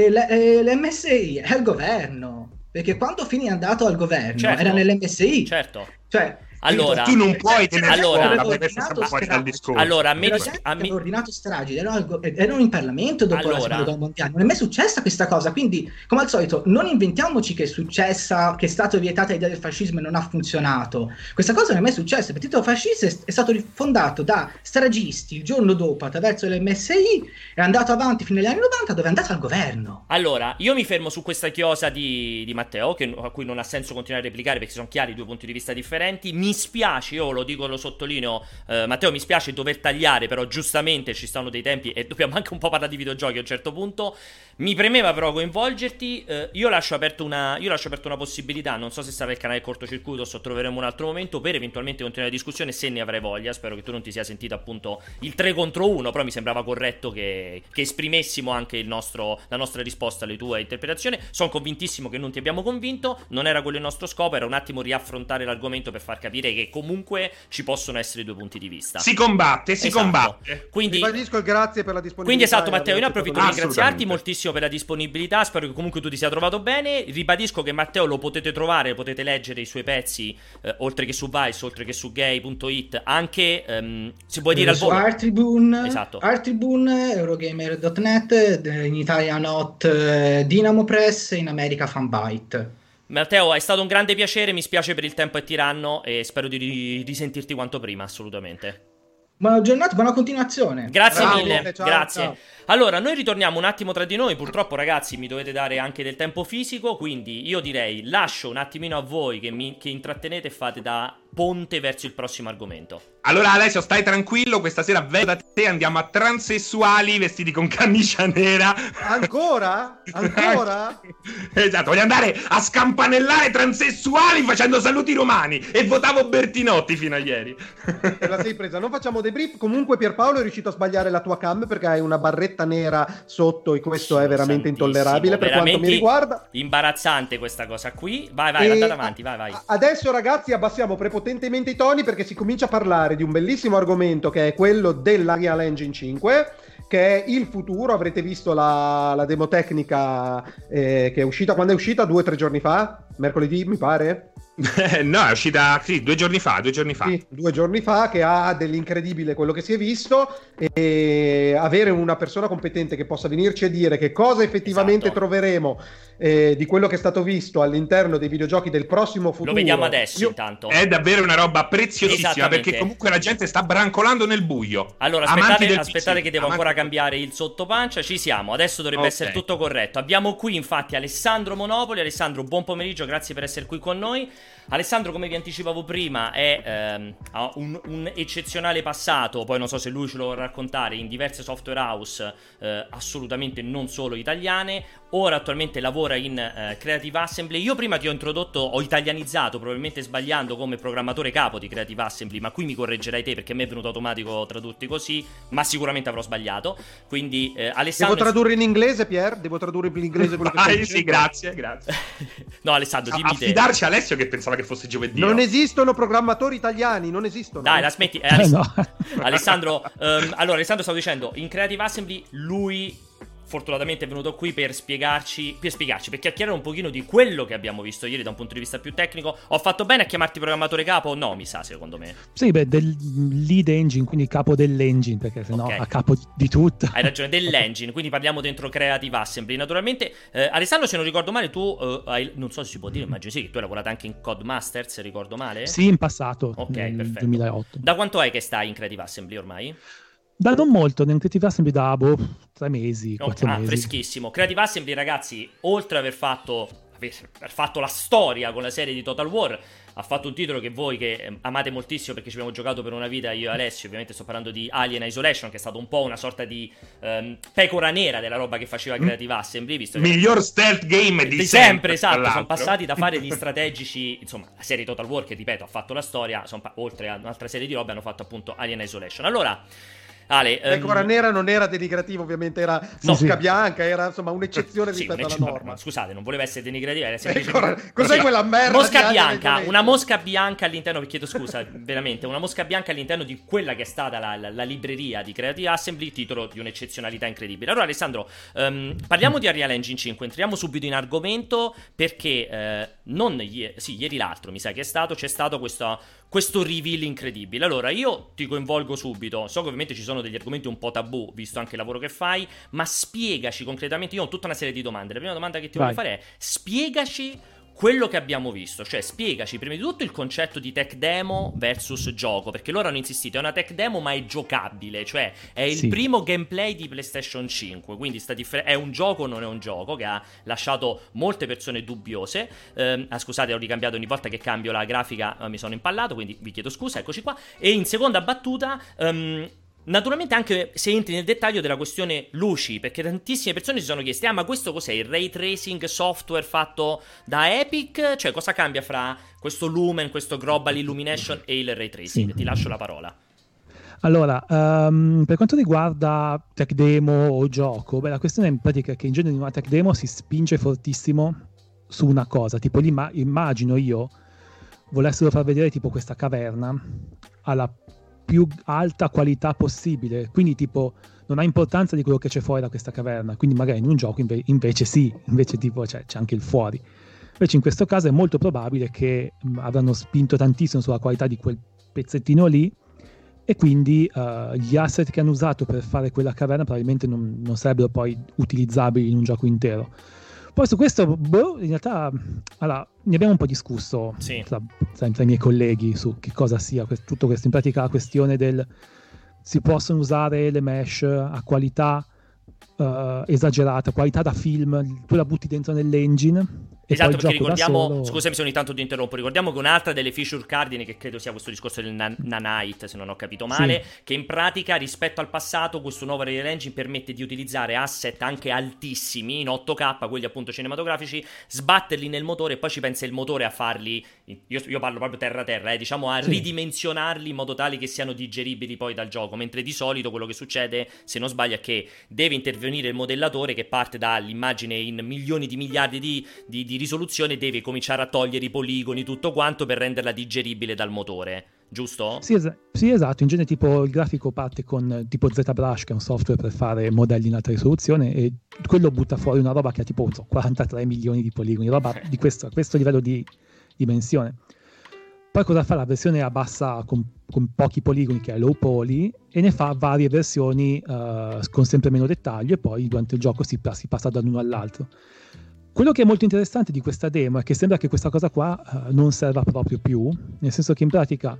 l'MSI è al governo, perché quando Fini è andato al governo era nell'MSI. Certo. Cioè Allora, tu non puoi tenere allora, fuori dal discorso. Allora, hanno ordinato stragi, erano in Parlamento dopo la seconda guerra mondiale. Non è mai successa questa cosa, quindi come al solito non inventiamoci che è successa, che è stata vietata l'idea del fascismo e non ha funzionato. Questa cosa non è mai successa. Il partito fascista è stato fondato da stragisti il giorno dopo attraverso l'MSI, è andato avanti fino agli anni 90 dove è andato al governo. Allora, io mi fermo su questa chiosa di Matteo, a cui non ha senso continuare a replicare perché sono chiari due punti di vista differenti. Mi spiace, io lo dico, lo sottolineo, Matteo, mi spiace dover tagliare, però giustamente ci stanno dei tempi e dobbiamo anche un po' parlare di videogiochi a un certo punto. Mi premeva però coinvolgerti. Io lascio aperto una possibilità, non so se sarà il canale cortocircuito, o troveremo un altro momento per eventualmente continuare la discussione, se ne avrai voglia. Spero che tu non ti sia sentito appunto il 3 contro 1, però mi sembrava corretto che esprimessimo anche la nostra risposta alle tue interpretazioni. Sono convintissimo che non ti abbiamo convinto, non era quello il nostro scopo, era un attimo riaffrontare l'argomento per far capire che comunque ci possono essere due punti di vista. Si combatte. Quindi ribadisco il grazie per la disponibilità. Quindi esatto, Matteo, io ne approfitto per ringraziarti moltissimo per la disponibilità, spero che comunque tu ti sia trovato bene. Ribadisco che Matteo lo potete trovare, potete leggere i suoi pezzi oltre che su Vice, oltre che su gay.it, anche si può dire al volo Art Tribune, esatto. Art Tribune, Eurogamer.net, in Italia Not, Dynamo Press, in America Fanbyte. Matteo, è stato un grande piacere, mi spiace per il tempo è tiranno e spero di risentirti quanto prima, assolutamente. Buona giornata, buona continuazione. Grazie mille, ciao, grazie. ciao. Allora, noi ritorniamo un attimo tra di noi, purtroppo ragazzi mi dovete dare anche del tempo fisico, quindi io direi lascio un attimino a voi che intrattenete e fate da ponte verso il prossimo argomento. Allora Alessio, stai tranquillo, questa sera vengo da te, andiamo a transessuali vestiti con camicia nera. Ancora? Esatto, voglio andare a scampanellare transessuali facendo saluti romani e votavo Bertinotti fino a ieri. Te la sei presa, non facciamo debrief. Comunque Pierpaolo è riuscito a sbagliare la tua cam perché hai una barretta nera sotto e questo è veramente intollerabile per quanto mi riguarda. Imbarazzante questa cosa qui. Vai, andate avanti, vai. Adesso ragazzi abbassiamo prepotentemente i toni perché si comincia a parlare di un bellissimo argomento che è quello dell'Unreal Engine 5, che è il futuro. Avrete visto la demo tecnica che è uscita, quando è uscita? 2 o 3 giorni fa? Mercoledì mi pare? No, è uscita 2 giorni fa. Sì, 2 giorni fa, che ha dell'incredibile quello che si è visto, e avere una persona competente che possa venirci a dire che cosa effettivamente troveremo di quello che è stato visto all'interno dei videogiochi del prossimo futuro. Lo vediamo adesso intanto. È davvero una roba preziosissima perché comunque la gente sta brancolando nel buio. Allora aspettate che devo ancora cambiare il sottopancia. Ci siamo, adesso dovrebbe essere tutto corretto. Abbiamo qui infatti Alessandro Monopoli. Alessandro, buon pomeriggio, grazie per essere qui con noi. Alessandro, come vi anticipavo prima, ha un eccezionale passato, poi non so se lui ce lo vorrà raccontare, in diverse software house, assolutamente non solo italiane. Ora attualmente lavora in Creative Assembly. Io prima ti ho introdotto, ho italianizzato, probabilmente sbagliando, come programmatore capo di Creative Assembly, ma qui mi correggerai te perché a me è venuto automatico tradurti così, ma sicuramente avrò sbagliato. Quindi Alessandro... Devo tradurre in inglese, Pier? Devo tradurre in inglese quello che stai sì, grazie. No, Alessandro, dimmi te. Affidarci a Alessio che pensava che fosse giovedì. Non esistono programmatori italiani, non esistono. Dai, la smetti. Alessandro, allora Alessandro stavo dicendo, in Creative Assembly lui fortunatamente è venuto qui per spiegarci, per chiacchierare un pochino di quello che abbiamo visto ieri da un punto di vista più tecnico. Ho fatto bene a chiamarti programmatore capo o no, mi sa, secondo me? Sì, del lead engine, quindi capo dell'engine, perché sennò a capo di tutto. Hai ragione, dell'engine, quindi parliamo dentro Creative Assembly. Naturalmente, Alessandro, se non ricordo male, tu non so se si può dire, immagino sì, che tu hai lavorato anche in Codemasters, ricordo male? Sì, in passato, nel perfetto. 2008. Da quanto è che stai in Creative Assembly ormai? Da non molto, nel Creative Assembly da 3 mesi, 4 mesi. Freschissimo. Creative Assembly, ragazzi, oltre ad aver fatto la storia con la serie di Total War, ha fatto un titolo che voi che amate moltissimo perché ci abbiamo giocato per una vita io e Alessio. Ovviamente sto parlando di Alien Isolation, che è stato un po' una sorta di pecora nera della roba che faceva Creative Assembly, visto che miglior stealth game di sempre, esatto. Sono passati da fare gli strategici, insomma, la serie Total War che, ripeto, ha fatto la storia, oltre a un'altra serie di robe hanno fatto appunto Alien Isolation. Allora, Ale, Pecora nera non era denigrativo, ovviamente era mosca bianca, era insomma un'eccezione rispetto alla norma. Scusate, non voleva essere denigrativo, era semplicemente... Cos'è quella merda? Mosca bianca, una mosca bianca all'interno, vi chiedo scusa, veramente, una mosca bianca all'interno di quella che è stata la libreria di Creative Assembly, titolo di un'eccezionalità incredibile. Allora Alessandro, parliamo di Unreal Engine 5, entriamo subito in argomento perché ieri l'altro mi sa che c'è stato questo reveal incredibile. Allora io ti coinvolgo subito, so che ovviamente ci sono degli argomenti un po' tabù visto anche il lavoro che fai, ma spiegaci concretamente. Io ho tutta una serie di domande. La prima domanda che ti voglio fare è: spiegaci quello che abbiamo visto, cioè spiegaci prima di tutto il concetto di tech demo versus gioco, perché loro hanno insistito, è una tech demo ma è giocabile, cioè è il primo gameplay di PlayStation 5, quindi è un gioco o non è un gioco, che ha lasciato molte persone dubbiose. Scusate, ho ricambiato, ogni volta che cambio la grafica mi sono impallato, quindi vi chiedo scusa, eccoci qua. E in seconda battuta... naturalmente anche se entri nel dettaglio della questione luci, perché tantissime persone si sono chieste: ma questo cos'è? Il ray tracing software fatto da Epic? Cioè cosa cambia fra questo Lumen, questo Global Illumination e il ray tracing? Ti lascio la parola. Allora, per quanto riguarda tech demo o gioco, la questione in pratica è che in genere in una tech demo si spinge fortissimo su una cosa, tipo immagino io volessero far vedere tipo questa caverna alla più alta qualità possibile, quindi tipo non ha importanza di quello che c'è fuori da questa caverna, quindi magari in un gioco invece tipo c'è anche il fuori. Invece in questo caso è molto probabile che avranno spinto tantissimo sulla qualità di quel pezzettino lì, e quindi gli asset che hanno usato per fare quella caverna probabilmente non sarebbero poi utilizzabili in un gioco intero. Poi su questo, in realtà, allora, ne abbiamo un po' discusso tra i miei colleghi su che cosa sia tutto questo. In pratica la questione si possono usare le mesh a qualità esagerata, qualità da film, tu la butti dentro nell'engine. Esatto, perché ricordiamo, scusami se ogni tanto ti interrompo, ricordiamo che un'altra delle feature cardine, che credo sia questo discorso del nanite, se non ho capito male, che in pratica rispetto al passato questo nuovo Unreal Engine permette di utilizzare asset anche altissimi in 8K, quelli appunto cinematografici, sbatterli nel motore e poi ci pensa il motore a farli, io parlo proprio terra, diciamo a ridimensionarli in modo tale che siano digeribili poi dal gioco, mentre di solito quello che succede, se non sbaglio, è che deve intervenire il modellatore che parte dall'immagine in milioni di miliardi di risoluzione, deve cominciare a togliere i poligoni, tutto quanto, per renderla digeribile dal motore, giusto? Sì, esatto. In genere tipo il grafico parte con tipo ZBrush, che è un software per fare modelli in alta risoluzione, e quello butta fuori una roba che ha tipo 43 milioni di poligoni, roba di questo livello di dimensione. Poi cosa fa? La versione a bassa con pochi poligoni, che è low poly, e ne fa varie versioni con sempre meno dettaglio, e poi durante il gioco si passa dall'uno all'altro. Quello che è molto interessante di questa demo è che sembra che questa cosa qua non serva proprio più, nel senso che in pratica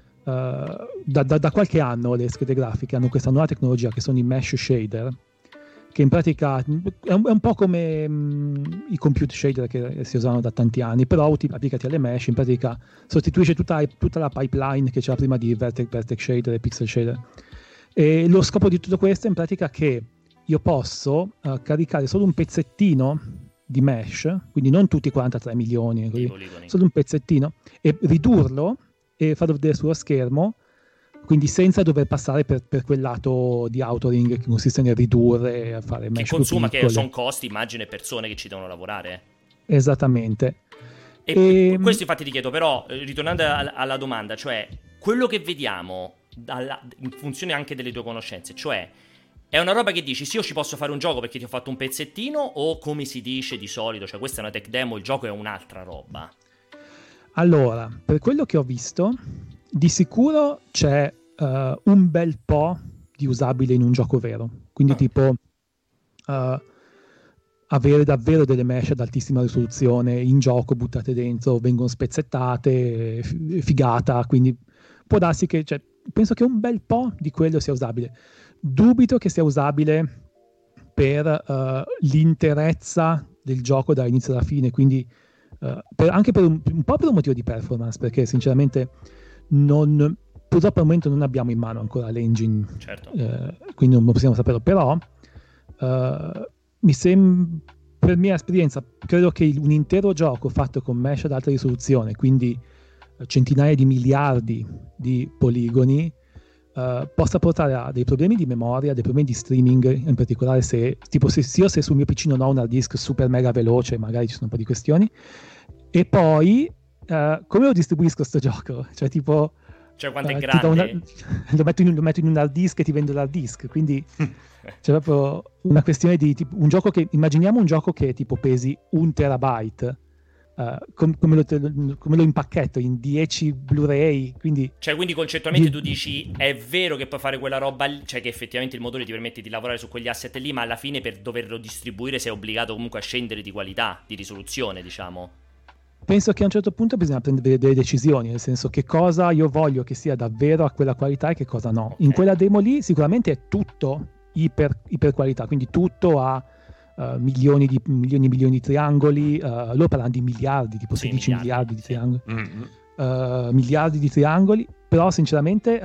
da qualche anno le schede grafiche hanno questa nuova tecnologia che sono i mesh shader, che in pratica è un po' come i compute shader che si usano da tanti anni, però applicati alle mesh. In pratica sostituisce tutta la pipeline che c'era prima di vertex shader e pixel shader, e lo scopo di tutto questo è in pratica che io posso caricare solo un pezzettino di mesh, quindi non tutti i 43 milioni, solo un pezzettino, e ridurlo e farlo vedere sullo schermo, quindi senza dover passare per quel lato di authoring che consiste nel ridurre e fare mesh che consuma, che sono costi, immagine, persone che ci devono lavorare. Esattamente. E questo infatti ti chiedo, però, ritornando alla domanda, cioè quello che vediamo in funzione anche delle tue conoscenze, cioè è una roba che dici sì, io ci posso fare un gioco perché ti ho fatto un pezzettino, o come si dice di solito, cioè questa è una tech demo, il gioco è un'altra roba? Allora, per quello che ho visto, di sicuro c'è un bel po' di usabile in un gioco vero, quindi tipo avere davvero delle mesh ad altissima risoluzione in gioco, buttate dentro, vengono spezzettate, figata, quindi può darsi che, cioè, penso che un bel po' di quello sia usabile. Dubito che sia usabile per l'interezza del gioco dall'inizio alla fine, quindi anche per un po' per un motivo di performance, perché sinceramente purtroppo al momento non abbiamo in mano ancora l'engine, certo. Quindi non possiamo saperlo, però per mia esperienza credo che un intero gioco fatto con mesh ad alta risoluzione, quindi centinaia di miliardi di poligoni, possa portare a dei problemi di memoria, dei problemi di streaming, in particolare se sul mio PC non ho un hard disk super mega veloce, magari ci sono un po' di questioni. E poi come lo distribuisco sto gioco? Cioè tipo quanto è grande? Lo metto in un hard disk e ti vendo l'hard disk, quindi c'è proprio una questione di tipo, immaginiamo un gioco che tipo pesi 1 terabyte. Come lo impacchetto in 10 Blu-ray, quindi concettualmente tu dici è vero che puoi fare quella roba lì, cioè che effettivamente il motore ti permette di lavorare su quegli asset lì, ma alla fine per doverlo distribuire sei obbligato comunque a scendere di qualità, di risoluzione, diciamo. Penso che a un certo punto bisogna prendere delle decisioni, nel senso che cosa io voglio che sia davvero a quella qualità e che cosa no. Okay. In quella demo lì sicuramente è tutto iper qualità, quindi tutto a milioni di triangoli, loro parlano di miliardi, tipo 16 miliardi di triangoli, miliardi di triangoli, però sinceramente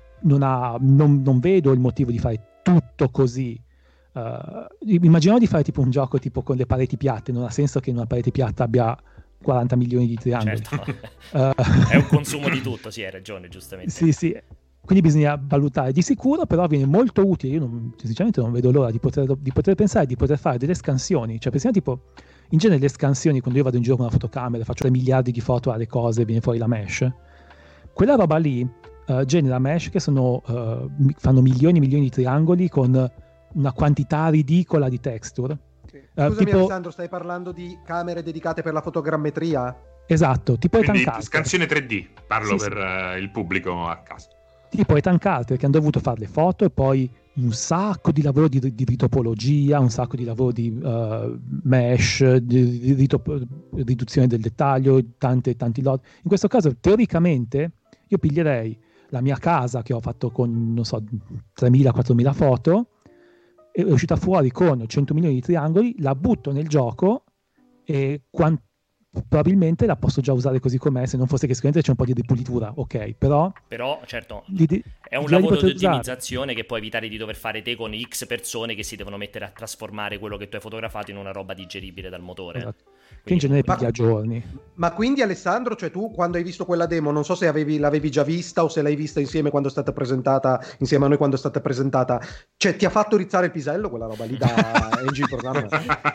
non vedo il motivo di fare tutto così. Immaginiamo di fare tipo un gioco tipo con le pareti piatte, non ha senso che in una parete piatta abbia 40 milioni di triangoli. Certo. È un consumo di tutto, sì, hai ragione, giustamente. Sì. Quindi bisogna valutare. Di sicuro però viene molto utile, io sinceramente non vedo l'ora di poter pensare di poter fare delle scansioni, cioè pensiamo tipo, in genere le scansioni, quando io vado in giro con una fotocamera, faccio 3 miliardi di foto alle cose, viene fuori la mesh, quella roba lì genera mesh che fanno milioni di triangoli con una quantità ridicola di texture. Scusami tipo... Alessandro, stai parlando di camere dedicate per la fotogrammetria? Esatto, tipo quindi scansione 3D, parlo per il pubblico a casa. Tipo Ethan Carter, che hanno dovuto fare le foto e poi un sacco di lavoro di ritopologia, un sacco di lavoro di mesh, di riduzione del dettaglio, tanti lot. In questo caso, teoricamente, io piglierei la mia casa che ho fatto con, non so, 3.000-4.000 foto, è uscita fuori con 100 milioni di triangoli, la butto nel gioco e probabilmente la posso già usare così com'è, se non fosse che sicuramente c'è un po' di ripulitura, ok, però certo è un lavoro di ottimizzazione che può evitare di dover fare te con X persone che si devono mettere a trasformare quello che tu hai fotografato in una roba digeribile dal motore. Esatto. Che in genere piglia giorni. Ma quindi Alessandro, cioè tu quando hai visto quella demo, non so se l'avevi già vista o se l'hai vista insieme quando è stata presentata, insieme a noi quando è stata presentata, cioè ti ha fatto rizzare il pisello quella roba lì da Engine Programmer?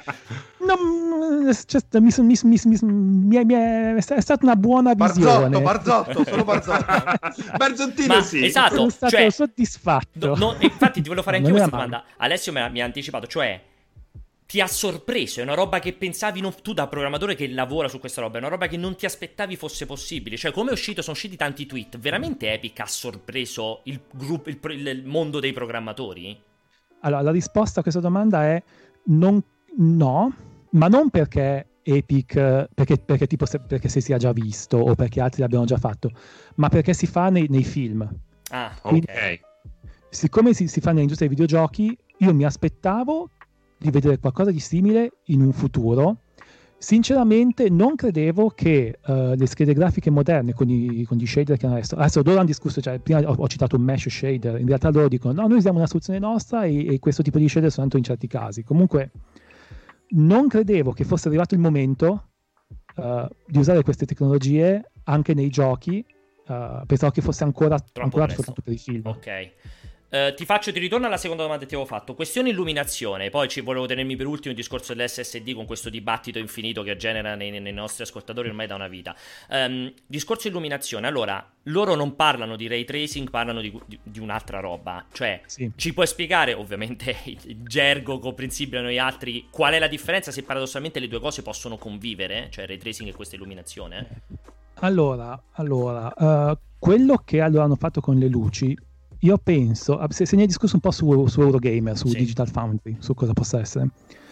È stata una buona visione. Barzotto, sono Barzotto. Barzottino, sì. Esatto, sono stato soddisfatto. Infatti ti volevo fare anche questa domanda. Alessio mi ha anticipato, cioè ti ha sorpreso, è una roba che pensavi tu da programmatore che lavora su questa roba, è una roba che non ti aspettavi fosse possibile, cioè come sono usciti tanti tweet, veramente Epic ha sorpreso il mondo dei programmatori? Allora, la risposta a questa domanda è no, ma non perché Epic, perché si sia già visto o perché altri l'abbiano già fatto, ma perché si fa nei film. Ah, quindi, ok. Siccome si fa nell'industria dei videogiochi, io mi aspettavo di vedere qualcosa di simile in un futuro. Sinceramente non credevo che le schede grafiche moderne con gli shader che hanno adesso loro hanno discusso, cioè prima ho citato un mesh shader, in realtà loro dicono no, noi usiamo una soluzione nostra e questo tipo di shader soltanto in certi casi. Comunque non credevo che fosse arrivato il momento di usare queste tecnologie anche nei giochi, pensavo che fosse ancora soltanto per i film. Ok. Ti ritorno alla seconda domanda che ti avevo fatto. Questione illuminazione. Poi ci volevo tenermi per ultimo il discorso dell'SSD con questo dibattito infinito che genera nei nostri ascoltatori ormai da una vita. Discorso illuminazione. Allora, loro non parlano di ray tracing, parlano di un'altra roba. Cioè, sì. Ci puoi spiegare, ovviamente, il gergo comprensibile a noi altri, qual è la differenza se paradossalmente le due cose possono convivere? Cioè, ray tracing e questa illuminazione? Allora, quello che hanno fatto con le luci, io penso, se ne è discusso un po' su Eurogamer, su Digital Foundry, su cosa possa essere,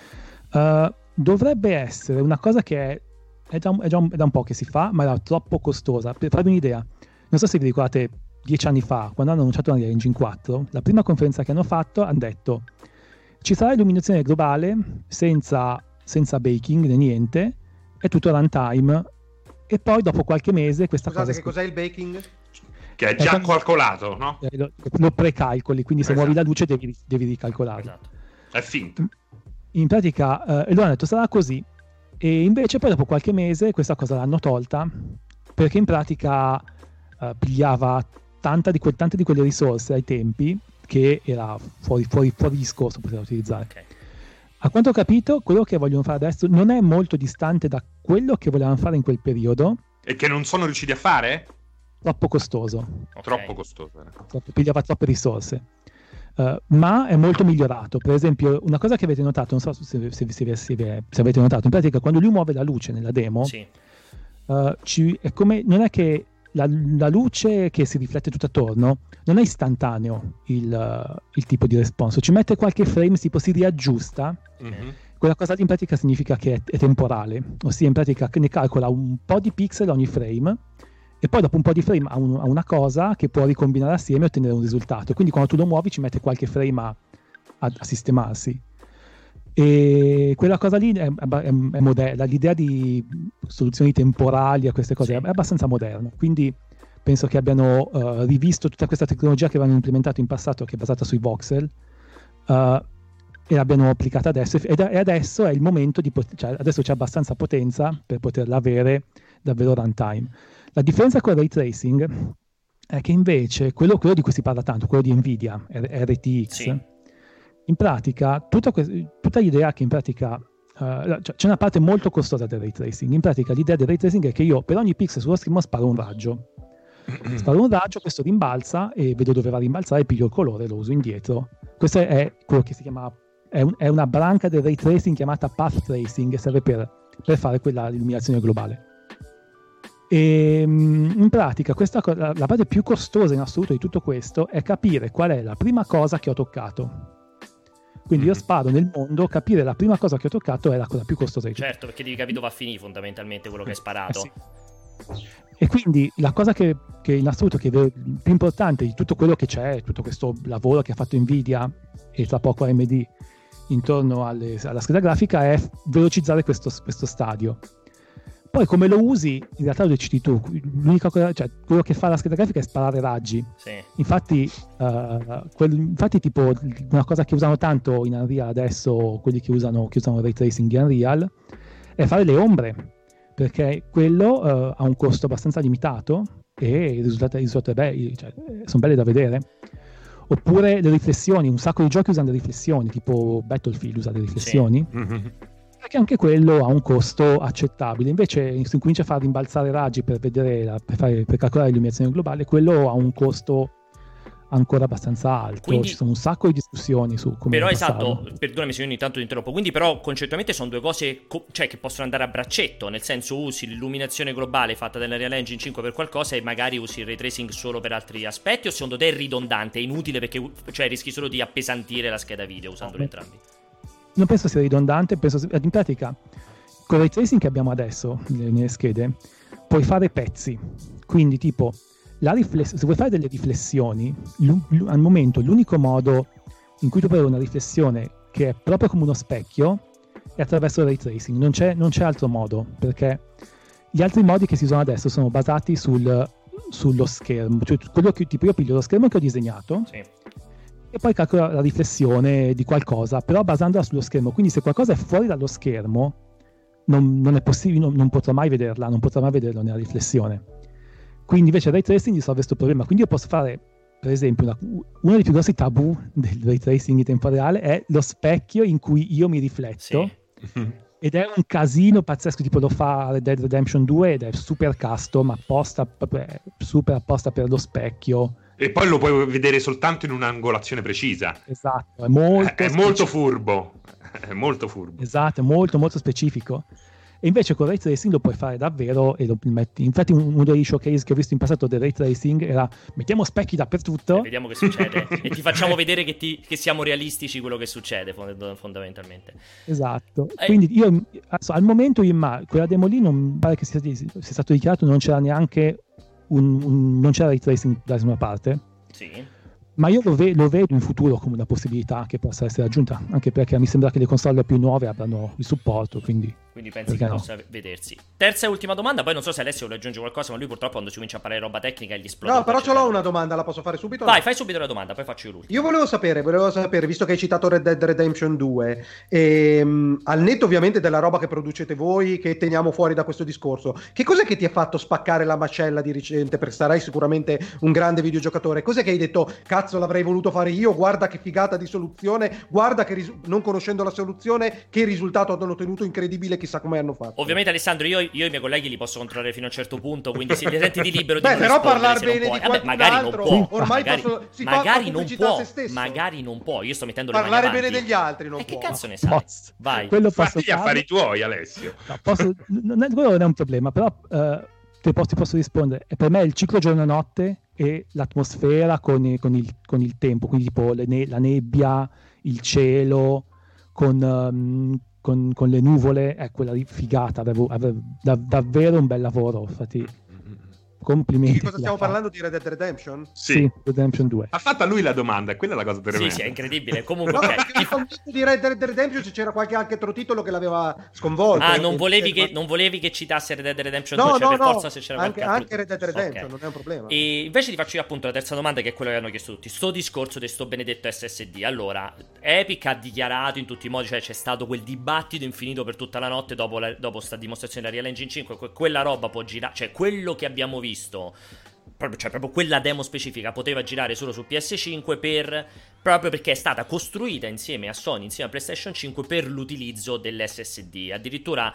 dovrebbe essere una cosa che è da un po' che si fa, ma era troppo costosa. Per farvi un'idea, non so se vi ricordate 10 anni fa, quando hanno annunciato la Engine 4, la prima conferenza che hanno fatto hanno detto ci sarà illuminazione globale senza baking né niente, è tutto runtime, e poi dopo qualche mese questa cosa... che cos'è il baking? Che è già calcolato, no? Lo precalcoli, quindi se muovi la luce devi ricalcolarlo. Esatto. È finto. In pratica, e loro hanno detto sarà così, e invece poi dopo qualche mese questa cosa l'hanno tolta, perché in pratica pigliava tante di quelle risorse ai tempi che era fuori discorso poter utilizzare. Okay. A quanto ho capito, quello che vogliono fare adesso non è molto distante da quello che volevano fare in quel periodo. E che non sono riusciti a fare? Troppo costoso. Okay. Troppo costoso. Pigliava troppe risorse. Ma è molto migliorato. Per esempio, una cosa che avete notato, non so se avete notato, in pratica quando lui muove la luce nella demo, Sì. è come, non è che la luce che si riflette tutto attorno non è istantaneo il tipo di responso, ci mette qualche frame, tipo si riaggiusta. Mm-hmm. Quella cosa lì in pratica significa che è temporale, ossia in pratica ne calcola un po' di pixel ogni frame e poi dopo un po' di frame ha una cosa che può ricombinare assieme e ottenere un risultato. Quindi quando tu lo muovi ci mette qualche frame a sistemarsi. E quella cosa lì è moderna. L'idea di soluzioni temporali a queste cose è abbastanza moderna. Quindi penso che abbiano rivisto tutta questa tecnologia che avevano implementato in passato, che è basata sui voxel, e l'abbiamo applicata adesso. E adesso è il momento adesso c'è abbastanza potenza per poterla avere davvero runtime. La differenza con il ray tracing è che invece quello di cui si parla tanto, quello di Nvidia, RTX, Sì. in pratica tutta l'idea che in pratica c'è una parte molto costosa del ray tracing. In pratica l'idea del ray tracing è che io per ogni pixel sullo schermo sparo un raggio, questo rimbalza e vedo dove va a rimbalzare, piglio il colore e lo uso indietro. Questo è quello che si chiama, è una branca del ray tracing chiamata path tracing, che serve per fare quella illuminazione globale. E in pratica la parte più costosa in assoluto di tutto questo è capire qual è la prima cosa che ho toccato. Quindi io sparo nel mondo, capire la prima cosa che ho toccato è la cosa più costosa di tutto. Certo, perché devi capire dove va a finire fondamentalmente quello che hai sparato. Sì. E quindi la cosa che in assoluto che è più importante di tutto quello che c'è, tutto questo lavoro che ha fatto Nvidia e tra poco AMD intorno alla scheda grafica, è velocizzare questo stadio. Poi come lo usi, in realtà lo decidi tu. L'unica cosa, quello che fa la scheda grafica è sparare raggi. Sì. Infatti tipo una cosa che usano tanto in Unreal adesso, quelli che usano ray tracing di Unreal, è fare le ombre, perché quello ha un costo abbastanza limitato e i risultati sono belli da vedere. Oppure le riflessioni, un sacco di giochi usano le riflessioni, tipo Battlefield usa le riflessioni. Sì. Mm-hmm. Perché anche quello ha un costo accettabile. Invece se comincia a far rimbalzare raggi per calcolare l'illuminazione globale, quello ha un costo ancora abbastanza alto. Quindi, ci sono un sacco di discussioni su come però passarlo. esatto, perdonami se io ogni tanto ti interrompo, quindi però concettualmente sono due cose che possono andare a braccetto, nel senso usi l'illuminazione globale fatta dalla Unreal Engine 5 per qualcosa e magari usi il ray tracing solo per altri aspetti, o secondo te è ridondante, è inutile perché rischi solo di appesantire la scheda video usandolo entrambi? Non penso sia ridondante, in pratica con il ray tracing che abbiamo adesso nelle schede puoi fare pezzi, quindi tipo se vuoi fare delle riflessioni al momento l'unico modo in cui tu puoi avere una riflessione che è proprio come uno specchio è attraverso il ray tracing, non c'è altro modo, perché gli altri modi che si usano adesso sono basati sullo schermo, cioè quello che tipo io piglio lo schermo che ho disegnato, sì, e poi calcolo la riflessione di qualcosa, però basandola sullo schermo. Quindi se qualcosa è fuori dallo schermo non è possibile, non potrò mai vederla, non potrò mai vederlo nella riflessione. Quindi invece il ray tracing risolve questo problema. Quindi io posso fare, per esempio, uno dei più grossi tabù del ray tracing in tempo reale è lo specchio in cui io mi rifletto, sì. Ed è un casino pazzesco, tipo lo fa Red Dead Redemption 2 ed è super custom, super apposta per lo specchio. E poi lo puoi vedere soltanto in un'angolazione precisa. Esatto, è molto furbo. È molto furbo. Esatto, è molto molto specifico. E invece con ray tracing lo puoi fare davvero e lo metti. Infatti uno dei showcase che ho visto in passato del ray tracing era mettiamo specchi dappertutto. Vediamo che succede e ti facciamo vedere che siamo realistici quello che succede fondamentalmente. Esatto. Quindi io al momento quella demo lì non pare che sia stato dichiarato, non c'era neanche non c'era ray tracing da nessuna parte. Sì. Ma io lo vedo in futuro come una possibilità che possa essere aggiunta, anche perché mi sembra che le console più nuove abbiano il supporto, quindi quindi pensi che possa vedersi. Terza e ultima domanda, poi non so se Alessio vuole aggiungere qualcosa, ma lui purtroppo quando si comincia a parlare roba tecnica gli esplode. No, però ce l'ho una domanda, la posso fare subito? Vai, fai subito la domanda, poi faccio io l'ultima. Io volevo sapere, visto che hai citato Red Dead Redemption 2, al netto ovviamente della roba che producete voi, che teniamo fuori da questo discorso, che cos'è che ti ha fatto spaccare la mascella di recente? Perché sarai sicuramente un grande videogiocatore. Cos'è che hai detto, cazzo l'avrei voluto fare io, guarda che figata di soluzione, guarda che non conoscendo la soluzione, che risultato hanno ottenuto incredibile, chissà come hanno fatto. Ovviamente Alessandro, io i miei colleghi li posso controllare fino a un certo punto, quindi se sentiti libero di Beh, non però rispondere parlare bene di qualcun magari altro, non può, ormai magari non può, se stesso. magari non può, io sto mettendo le mani parlare avanti. bene degli altri non e può. Che cazzo ne sai? Vai. Quello fatti gli affari tuoi, Alessio. No, quello non è un problema, però ti posso rispondere. E per me il ciclo giorno-notte e l'atmosfera con il tempo, quindi tipo la nebbia, il cielo, con le nuvole, è quella di figata. Avevo davvero un bel lavoro, infatti complimenti. Di cosa stiamo parlando? Di Red Dead Redemption? Sì, Redemption 2. Ha fatto a lui la domanda, quella è la cosa tremenda. Sì, è incredibile. Comunque, no, di Red Dead Redemption c'era qualche altro titolo che l'aveva sconvolto. Non volevi che citasse Red Dead Redemption 2, cioè per forza se c'era anche Red Dead Redemption, non è un problema. E invece ti faccio io appunto la terza domanda, che è quello che hanno chiesto tutti. Sto discorso di sto benedetto SSD. Allora, Epic ha dichiarato in tutti i modi, cioè c'è stato quel dibattito infinito per tutta la notte dopo sta dimostrazione della Real Engine 5, quella roba può girare, cioè quello che abbiamo visto, proprio quella demo specifica poteva girare solo su PS5 proprio perché è stata costruita insieme a Sony, insieme a PlayStation 5 per l'utilizzo dell'SSD. Addirittura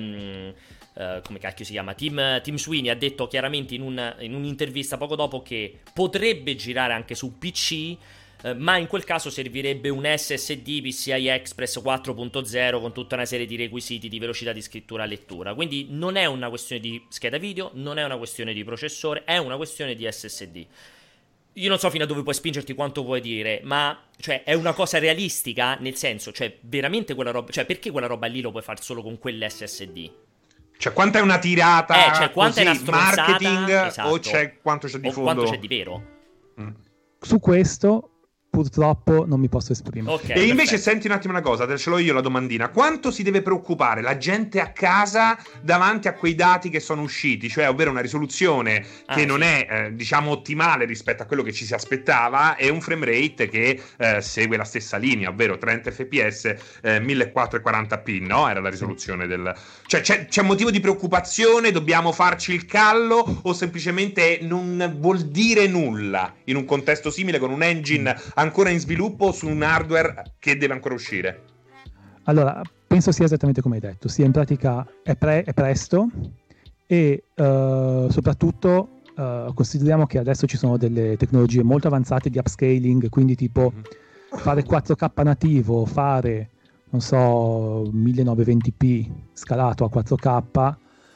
come cacchio si chiama? Tim Sweeney ha detto chiaramente in un'intervista poco dopo che potrebbe girare anche su PC, ma in quel caso servirebbe un SSD PCI Express 4.0 con tutta una serie di requisiti di velocità di scrittura e lettura. Quindi non è una questione di scheda video, non è una questione di processore, è una questione di SSD. Io non so fino a dove puoi spingerti, quanto puoi dire, ma cioè è una cosa realistica, nel senso, cioè veramente quella roba, cioè perché quella roba lì lo puoi fare solo con quell'SSD? Cioè quanta è una tirata, cioè quanta così, è una stronzata, marketing, esatto, o c'è quanto c'è di fondo? Quanto c'è di vero? Su questo purtroppo non mi posso esprimere. Okay, e invece senti un attimo una cosa, ce l'ho io la domandina: quanto si deve preoccupare la gente a casa davanti a quei dati che sono usciti, cioè ovvero una risoluzione che non è diciamo ottimale rispetto a quello che ci si aspettava e un frame rate che segue la stessa linea, ovvero 30 fps 1440p, no? Era la risoluzione del... Cioè c'è motivo di preoccupazione? Dobbiamo farci il callo o semplicemente non vuol dire nulla in un contesto simile con un engine ancora in sviluppo su un hardware che deve ancora uscire? Allora, penso sia esattamente come hai detto, sia in pratica è presto e soprattutto consideriamo che adesso ci sono delle tecnologie molto avanzate di upscaling, quindi tipo fare 4K nativo, fare non so 1920p scalato a 4K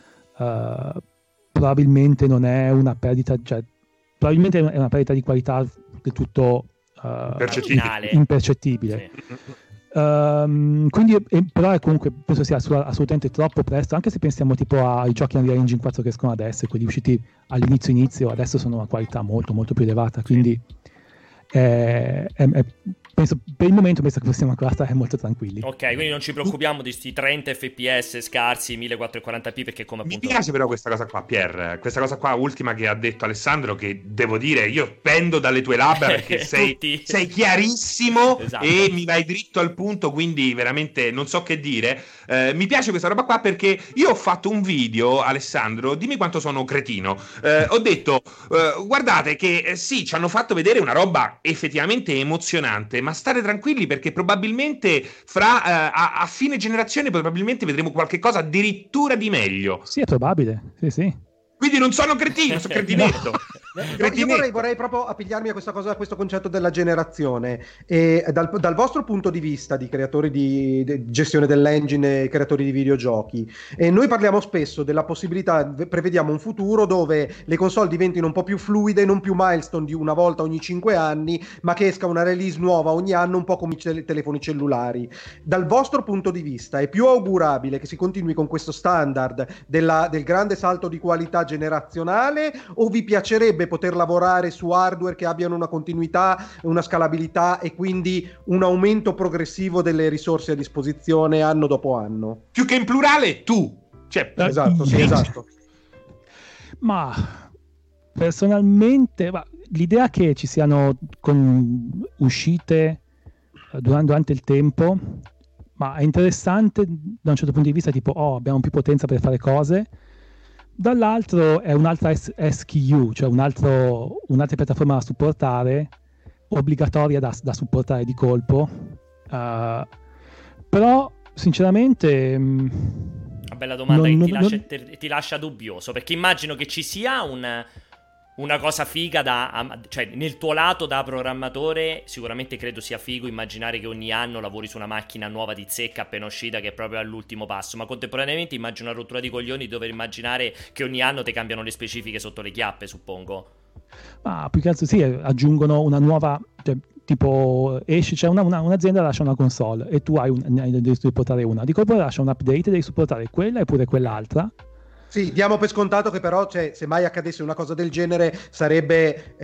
probabilmente non è una perdita, cioè probabilmente è una perdita di qualità del tutto impercettibile. Sì. Quindi però è comunque penso sia assolutamente troppo presto, anche se pensiamo tipo ai giochi Unreal Engine 4 che escono adesso e quelli usciti all'inizio adesso sono una qualità molto molto più elevata, quindi penso per il momento penso che possiamo ancora stare molto tranquilli. Ok, quindi non ci preoccupiamo di sti 30 fps scarsi 1440p, perché come appunto... Mi piace però questa cosa qua, Pier, questa cosa qua ultima che ha detto Alessandro, che devo dire io pendo dalle tue labbra perché sei chiarissimo, esatto, e mi vai dritto al punto, quindi veramente non so che dire. Mi piace questa roba qua perché io ho fatto un video, Alessandro, dimmi quanto sono cretino, ho detto guardate che sì, ci hanno fatto vedere una roba effettivamente emozionante, ma state tranquilli perché probabilmente a fine generazione probabilmente vedremo qualche cosa addirittura di meglio. Sì, è probabile, sì. Quindi non sono cretino, sono cretinetto. No, io vorrei proprio appigliarmi a questa cosa, a questo concetto della generazione, e dal vostro punto di vista di creatori di gestione dell'engine e creatori di videogiochi, e noi parliamo spesso della possibilità, prevediamo un futuro dove le console diventino un po' più fluide, non più milestone di una volta ogni 5 anni, ma che esca una release nuova ogni anno, un po' come i telefoni cellulari. Dal vostro punto di vista è più augurabile che si continui con questo standard del grande salto di qualità generazionale, o vi piacerebbe sarebbe poter lavorare su hardware che abbiano una continuità, una scalabilità e quindi un aumento progressivo delle risorse a disposizione anno dopo anno. Più che in plurale, tu. Cioè, esatto, sì, esatto. Ma personalmente, l'idea che ci siano uscite durante il tempo, ma è interessante da un certo punto di vista, tipo, abbiamo più potenza per fare cose. Dall'altro è un'altra SKU, cioè un'altra piattaforma da supportare, obbligatoria da supportare di colpo. Però, sinceramente... Una bella domanda che ti lascia dubbioso, perché immagino che ci sia una cosa figa cioè nel tuo lato da programmatore sicuramente credo sia figo immaginare che ogni anno lavori su una macchina nuova di zecca appena uscita che è proprio all'ultimo passo, ma contemporaneamente immagino una rottura di coglioni di dover immaginare che ogni anno ti cambiano le specifiche sotto le chiappe, suppongo. Ma più che altro sì, aggiungono una nuova, cioè, tipo esce, c'è un'azienda lascia una console e tu devi supportare una, di colpo lascia un update, devi supportare quella e pure quell'altra. Sì, diamo per scontato che però, cioè, se mai accadesse una cosa del genere, sarebbe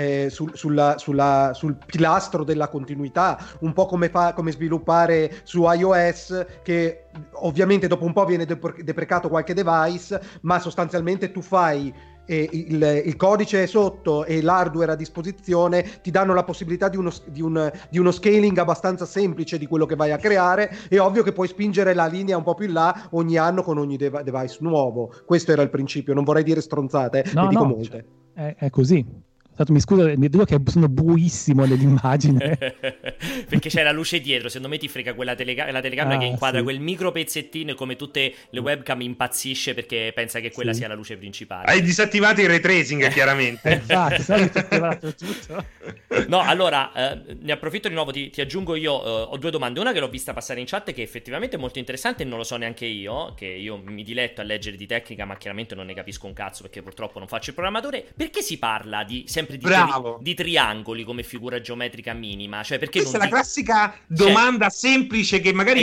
sul pilastro della continuità, un po' come sviluppare su iOS, che ovviamente dopo un po' viene deprecato qualche device, ma sostanzialmente tu fai il codice sotto e l'hardware a disposizione, ti danno la possibilità di uno scaling abbastanza semplice di quello che vai a creare. È ovvio che puoi spingere la linea un po' più in là ogni anno con ogni device nuovo. Questo era il principio, non vorrei dire stronzate, ne dico molte. È così. Mi scuso, mi dico che sono buissimo nell'immagine. Perché c'è la luce dietro, secondo me ti frega la telecamera che inquadra quel micro pezzettino e come tutte le webcam impazzisce perché pensa che quella sia la luce principale. Hai disattivato il ray tracing, chiaramente. Esatto, sono disattivato tutto. No, allora, ne approfitto di nuovo, ti aggiungo io, ho due domande. Una che l'ho vista passare in chat che è effettivamente molto interessante e non lo so neanche io, che io mi diletto a leggere di tecnica ma chiaramente non ne capisco un cazzo perché purtroppo non faccio il programmatore. Perché si parla sempre di triangoli come figura geometrica minima? Cioè, perché questa è la classica domanda semplice che magari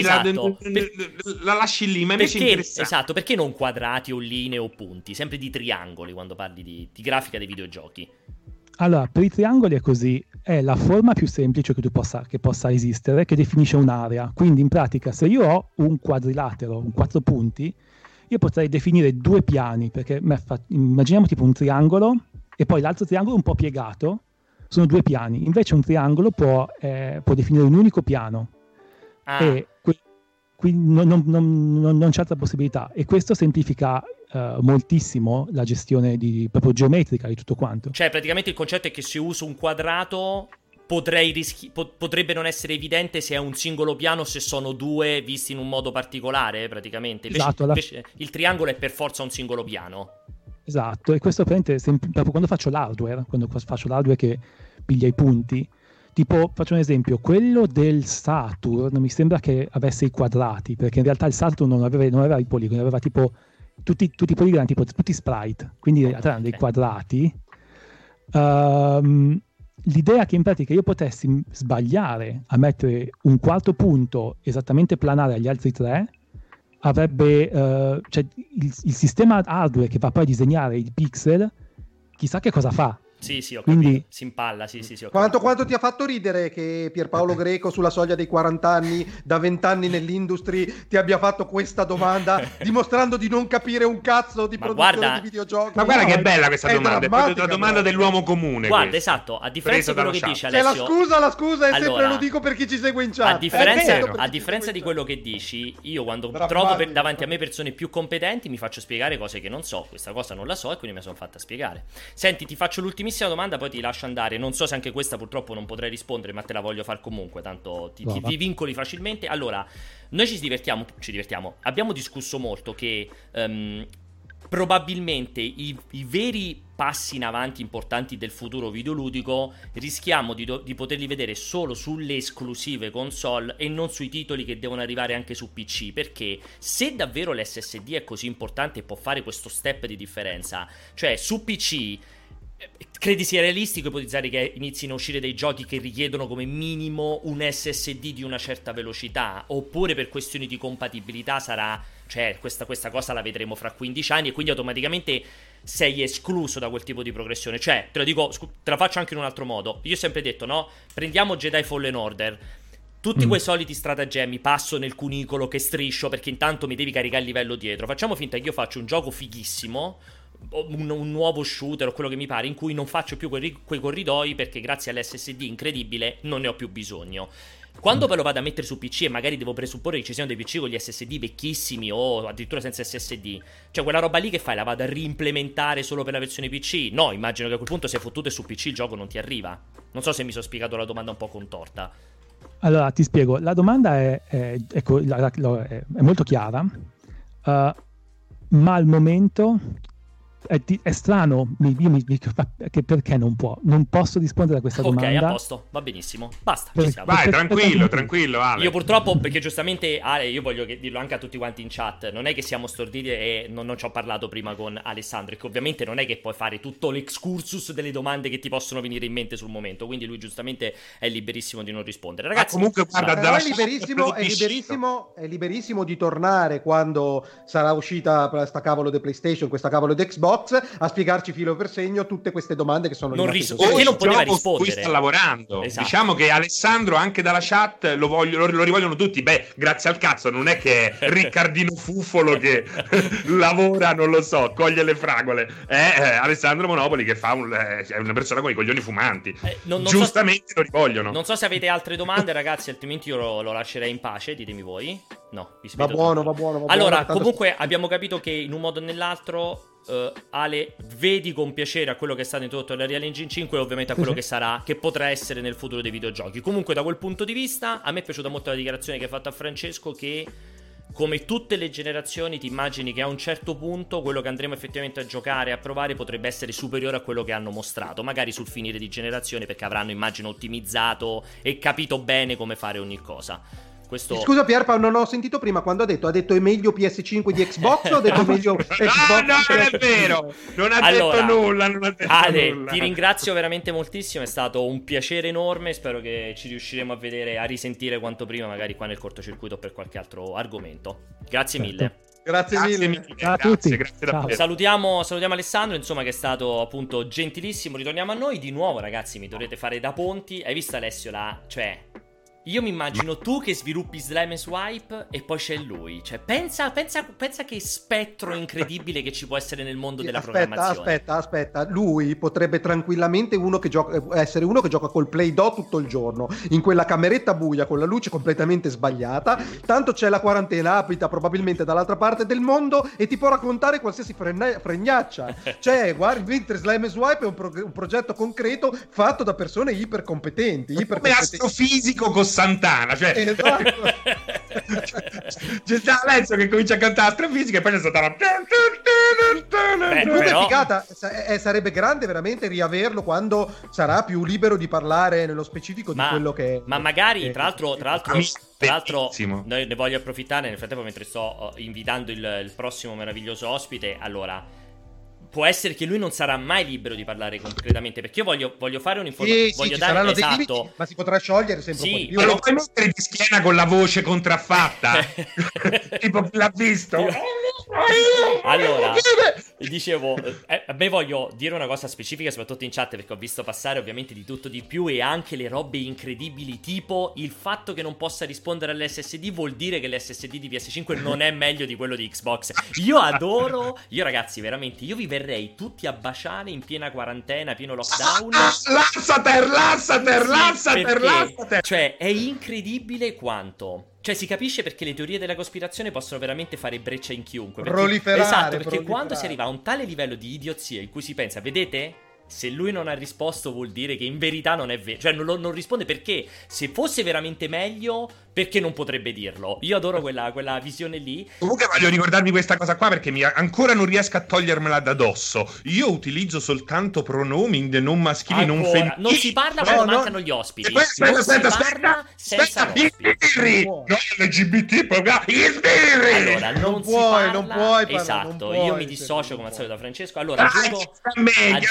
la lasci lì, ma invece è interessante. Esatto, perché non quadrati o linee o punti? Sempre di triangoli quando parli di grafica dei videogiochi. Allora, per i triangoli è così, è la forma più semplice che possa esistere, che definisce un'area. Quindi in pratica se io ho un quadrilatero, un 4 punti, io potrei definire 2 piani, perché immaginiamo tipo un triangolo e poi l'altro triangolo un po' piegato, sono 2 piani. Invece un triangolo può definire un unico piano. E quindi non c'è altra possibilità. E questo semplifica moltissimo la gestione proprio geometrica di tutto quanto. Cioè praticamente il concetto è che se uso un quadrato potrebbe non essere evidente se è un singolo piano, se sono 2 visti in un modo particolare praticamente. Invece il triangolo è per forza un singolo piano. Esatto, e questo proprio quando faccio l'hardware che piglia i punti, tipo faccio un esempio, quello del Saturn mi sembra che avesse i quadrati, perché in realtà il Saturn non aveva i poligoni, aveva tipo tutti i poligoni, tipo tutti sprite, quindi in realtà erano dei quadrati. L'idea è che in pratica io potessi sbagliare a mettere un quarto punto esattamente planare agli altri 3, avrebbe cioè il sistema hardware che va poi a disegnare i pixel, chissà che cosa fa. Sì, ho capito. Si impalla, sì, ho capito. Quanto ti ha fatto ridere che Pierpaolo Greco sulla soglia dei 40 anni, da 20 anni nell'industry, ti abbia fatto questa domanda dimostrando di non capire un cazzo di produzione di videogiochi. Ma guarda che bella questa domanda, è proprio la domanda dell'uomo comune. Guarda, questa. Esatto, a differenza di quello che dice Alessio. La scusa, e sempre lo dico per chi ci segue in chat. A differenza di quello che dici, io quando trovo davanti a me persone più competenti mi faccio spiegare cose che non so, questa cosa non la so e quindi mi sono fatta spiegare. Senti, ti faccio l'ultimissima domanda, poi ti lascio andare. Non so se anche questa purtroppo non potrei rispondere, ma te la voglio far comunque, tanto ti vincoli facilmente. Allora, noi ci divertiamo. Abbiamo discusso molto che probabilmente i veri passi in avanti importanti del futuro videoludico rischiamo di poterli vedere solo sulle esclusive console e non sui titoli che devono arrivare anche su PC, perché se davvero l'SSD è così importante e può fare questo step di differenza, cioè su PC credi sia realistico ipotizzare che inizino a uscire dei giochi che richiedono come minimo un SSD di una certa velocità, oppure per questioni di compatibilità sarà cioè questa cosa la vedremo fra 15 anni e quindi automaticamente sei escluso da quel tipo di progressione. Cioè, te lo dico, te la faccio anche in un altro modo. Io ho sempre detto, no? Prendiamo Jedi Fallen Order. Tutti quei soliti stratagemmi, passo nel cunicolo che striscio perché intanto mi devi caricare il livello dietro. Facciamo finta che io faccio un gioco fighissimo, un nuovo shooter o quello che mi pare, in cui non faccio più quei corridoi perché grazie all'SSD incredibile non ne ho più bisogno. Quando ve lo vado a mettere su PC e magari devo presupporre che ci siano dei PC con gli SSD vecchissimi o addirittura senza SSD, cioè quella roba lì che fai? La vado a reimplementare solo per la versione PC? No, immagino che a quel punto se fottuto e su PC il gioco non ti arriva. Non so se mi sono spiegato la domanda un po' contorta. Allora, ti spiego. La domanda è molto chiara, ma al momento è strano, che perché non posso rispondere a questa domanda. Ok, a posto, va benissimo, basta, ci siamo. Vai, tranquillo Ale. Io purtroppo, perché giustamente Ale, io voglio dirlo anche a tutti quanti in chat, non è che siamo storditi e non ci ho parlato prima con Alessandro, che ovviamente non è che puoi fare tutto l'excursus delle domande che ti possono venire in mente sul momento, quindi lui giustamente è liberissimo di non rispondere. Ragazzi, comunque guarda, è liberissimo di tornare quando sarà uscita questa cavolo di PlayStation, questa cavolo di Xbox, a spiegarci filo per segno tutte queste domande che sono perché non poteva rispondere. Qui sta lavorando. Esatto. Diciamo che Alessandro anche dalla chat lo rivogliono tutti. Beh, grazie al cazzo, non è che è Riccardino Fuffolo che lavora, non lo so, coglie le fragole. È Alessandro Monopoli che è una persona con i coglioni fumanti. Giustamente lo rivogliono. Non so se avete altre domande, ragazzi, altrimenti io lo lascerei in pace, ditemi voi. No, va buono. Allora, comunque abbiamo capito che in un modo o nell'altro Ale, vedi con piacere a quello che è stato introdotto nella Real Engine 5 e ovviamente a quello che sarà, che potrà essere nel futuro dei videogiochi. Comunque da quel punto di vista a me è piaciuta molto la dichiarazione che hai fatto a Francesco, che come tutte le generazioni ti immagini che a un certo punto quello che andremo effettivamente a giocare, a provare, potrebbe essere superiore a quello che hanno mostrato, magari sul finire di generazione, perché avranno, immagino, ottimizzato e capito bene come fare ogni cosa. Scusa Pierpa, non ho sentito prima quando ha detto è meglio PS5 di Xbox o ha detto meglio Xbox? No, non è vero, non ha detto nulla. Ale, ti ringrazio veramente moltissimo, è stato un piacere enorme, spero che ci riusciremo a vedere, a risentire quanto prima, magari qua nel cortocircuito per qualche altro argomento. Grazie mille. Grazie mille. Ciao a tutti. Ciao. Salutiamo Alessandro, insomma, che è stato appunto gentilissimo. Ritorniamo a noi di nuovo, ragazzi, mi dovrete fare da ponti. Hai visto Alessio là? Cioè, io mi immagino tu che sviluppi Slime and Swipe e poi c'è lui. Cioè, pensa che spettro incredibile che ci può essere nel mondo della programmazione. Aspetta. Lui potrebbe tranquillamente essere uno che gioca col Play-Doh tutto il giorno, in quella cameretta buia con la luce completamente sbagliata. Tanto c'è la quarantena, abita probabilmente dall'altra parte del mondo e ti può raccontare qualsiasi fregnaccia. Cioè, guardi, mentre Slime and Swipe è un progetto concreto fatto da persone ipercompetenti. Come astrofisico con Santana, cioè esatto. C'è Alessio che comincia a cantare astrofisica e poi c'è Santana. È figata, sarebbe grande veramente riaverlo quando sarà più libero di parlare nello specifico di quello che ma magari tra l'altro ne voglio approfittare nel frattempo mentre sto invitando il prossimo meraviglioso ospite. Allora, può essere che lui non sarà mai libero di parlare concretamente, perché io voglio fare un'informazione, voglio dare esatto, ma si potrà sciogliere sempre un po' di più. Ma lo puoi mettere di schiena con la voce contraffatta? Tipo chi l'ha visto? Allora, dicevo, a me voglio dire una cosa specifica, soprattutto in chat, perché ho visto passare ovviamente di tutto di più e anche le robe incredibili, tipo il fatto che non possa rispondere all'SSD vuol dire che l'SSD di PS5 non è meglio di quello di Xbox. Io adoro, ragazzi, veramente, io vi verrei tutti a baciare in piena quarantena, pieno lockdown. Lassater. Cioè, è incredibile quanto... Cioè, si capisce perché le teorie della cospirazione possono veramente fare breccia in chiunque. Esatto, perché quando si arriva a un tale livello di idiozia in cui si pensa, vedete? Se lui non ha risposto vuol dire che in verità non è vero. Cioè non risponde, perché se fosse veramente meglio, perché non potrebbe dirlo? Io adoro quella visione lì. Comunque voglio ricordarvi questa cosa qua, perché ancora non riesco a togliermela da dosso. Io utilizzo soltanto pronomi non maschili, non femminili. Non si parla quando mancano gli ospiti. Aspetta, gli sbirri, non LGBT, gli sbirri. Allora, non puoi. Esatto, io mi dissocio come al solito da Francesco. Allora, aggiungo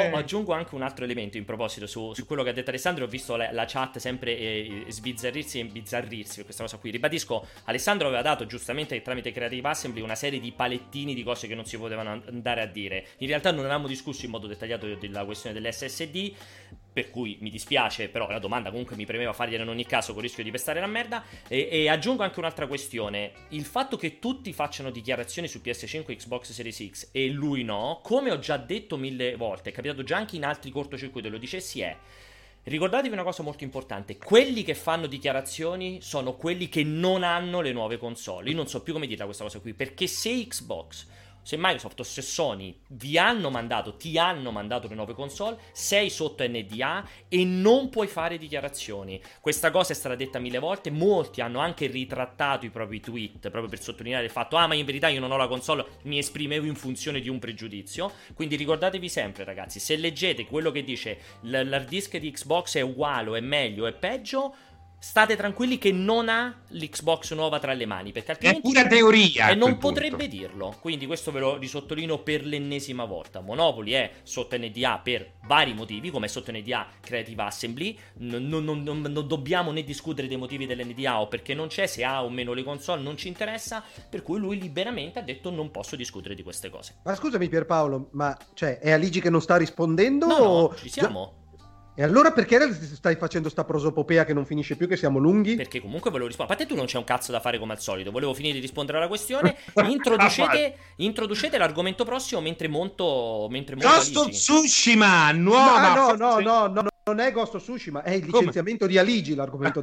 aggiungo anche un altro elemento in proposito su quello che ha detto Alessandro. Ho visto la chat sempre sbizzarrirsi e imbizzarrirsi per questa cosa qui. Ribadisco, Alessandro aveva dato giustamente tramite Creative Assembly una serie di palettini di cose che non si potevano andare a dire. In realtà non avevamo discusso in modo dettagliato della questione dell'SSD, per cui mi dispiace, però la domanda comunque mi premeva fargliela in ogni caso con il rischio di pestare la merda. E aggiungo anche un'altra questione: il fatto che tutti facciano dichiarazioni su PS5 Xbox Series X e lui no, come ho già detto 1000 volte, è capitato già anche in altri cortocircuiti, lo dicessi, ricordatevi una cosa molto importante: quelli che fanno dichiarazioni sono quelli che non hanno le nuove console. Io non so più come dirla questa cosa qui, perché se Xbox, se Microsoft o se Sony ti hanno mandato le nuove console, sei sotto NDA e non puoi fare dichiarazioni. Questa cosa è stata detta 1000 volte, molti hanno anche ritrattato i propri tweet proprio per sottolineare il fatto: ma in verità io non ho la console, mi esprimevo in funzione di un pregiudizio. Quindi ricordatevi sempre, ragazzi, se leggete quello che dice l'hard disk di Xbox è uguale o è meglio o è peggio, state tranquilli che non ha l'Xbox nuova tra le mani, perché altrimenti è pura teoria e non potrebbe dirlo. Quindi questo ve lo risottolineo per l'ennesima volta. Monopoly è sotto NDA per vari motivi, come è sotto NDA Creative Assembly. Non dobbiamo né discutere dei motivi dell'NDA o perché non c'è, se ha o meno le console non ci interessa, per cui lui liberamente ha detto non posso discutere di queste cose. Ma scusami Pierpaolo, ma cioè è Aligi che non sta rispondendo? No, ci siamo. E allora perché stai facendo sta prosopopea che non finisce più, che siamo lunghi? Perché comunque volevo rispondere. A parte tu non c'è un cazzo da fare come al solito. Volevo finire di rispondere alla questione. Introducete l'argomento prossimo mentre monto Ghost of Tsushima, nuova. No, non è Ghost of Tsushima, è il licenziamento di Aligi l'argomento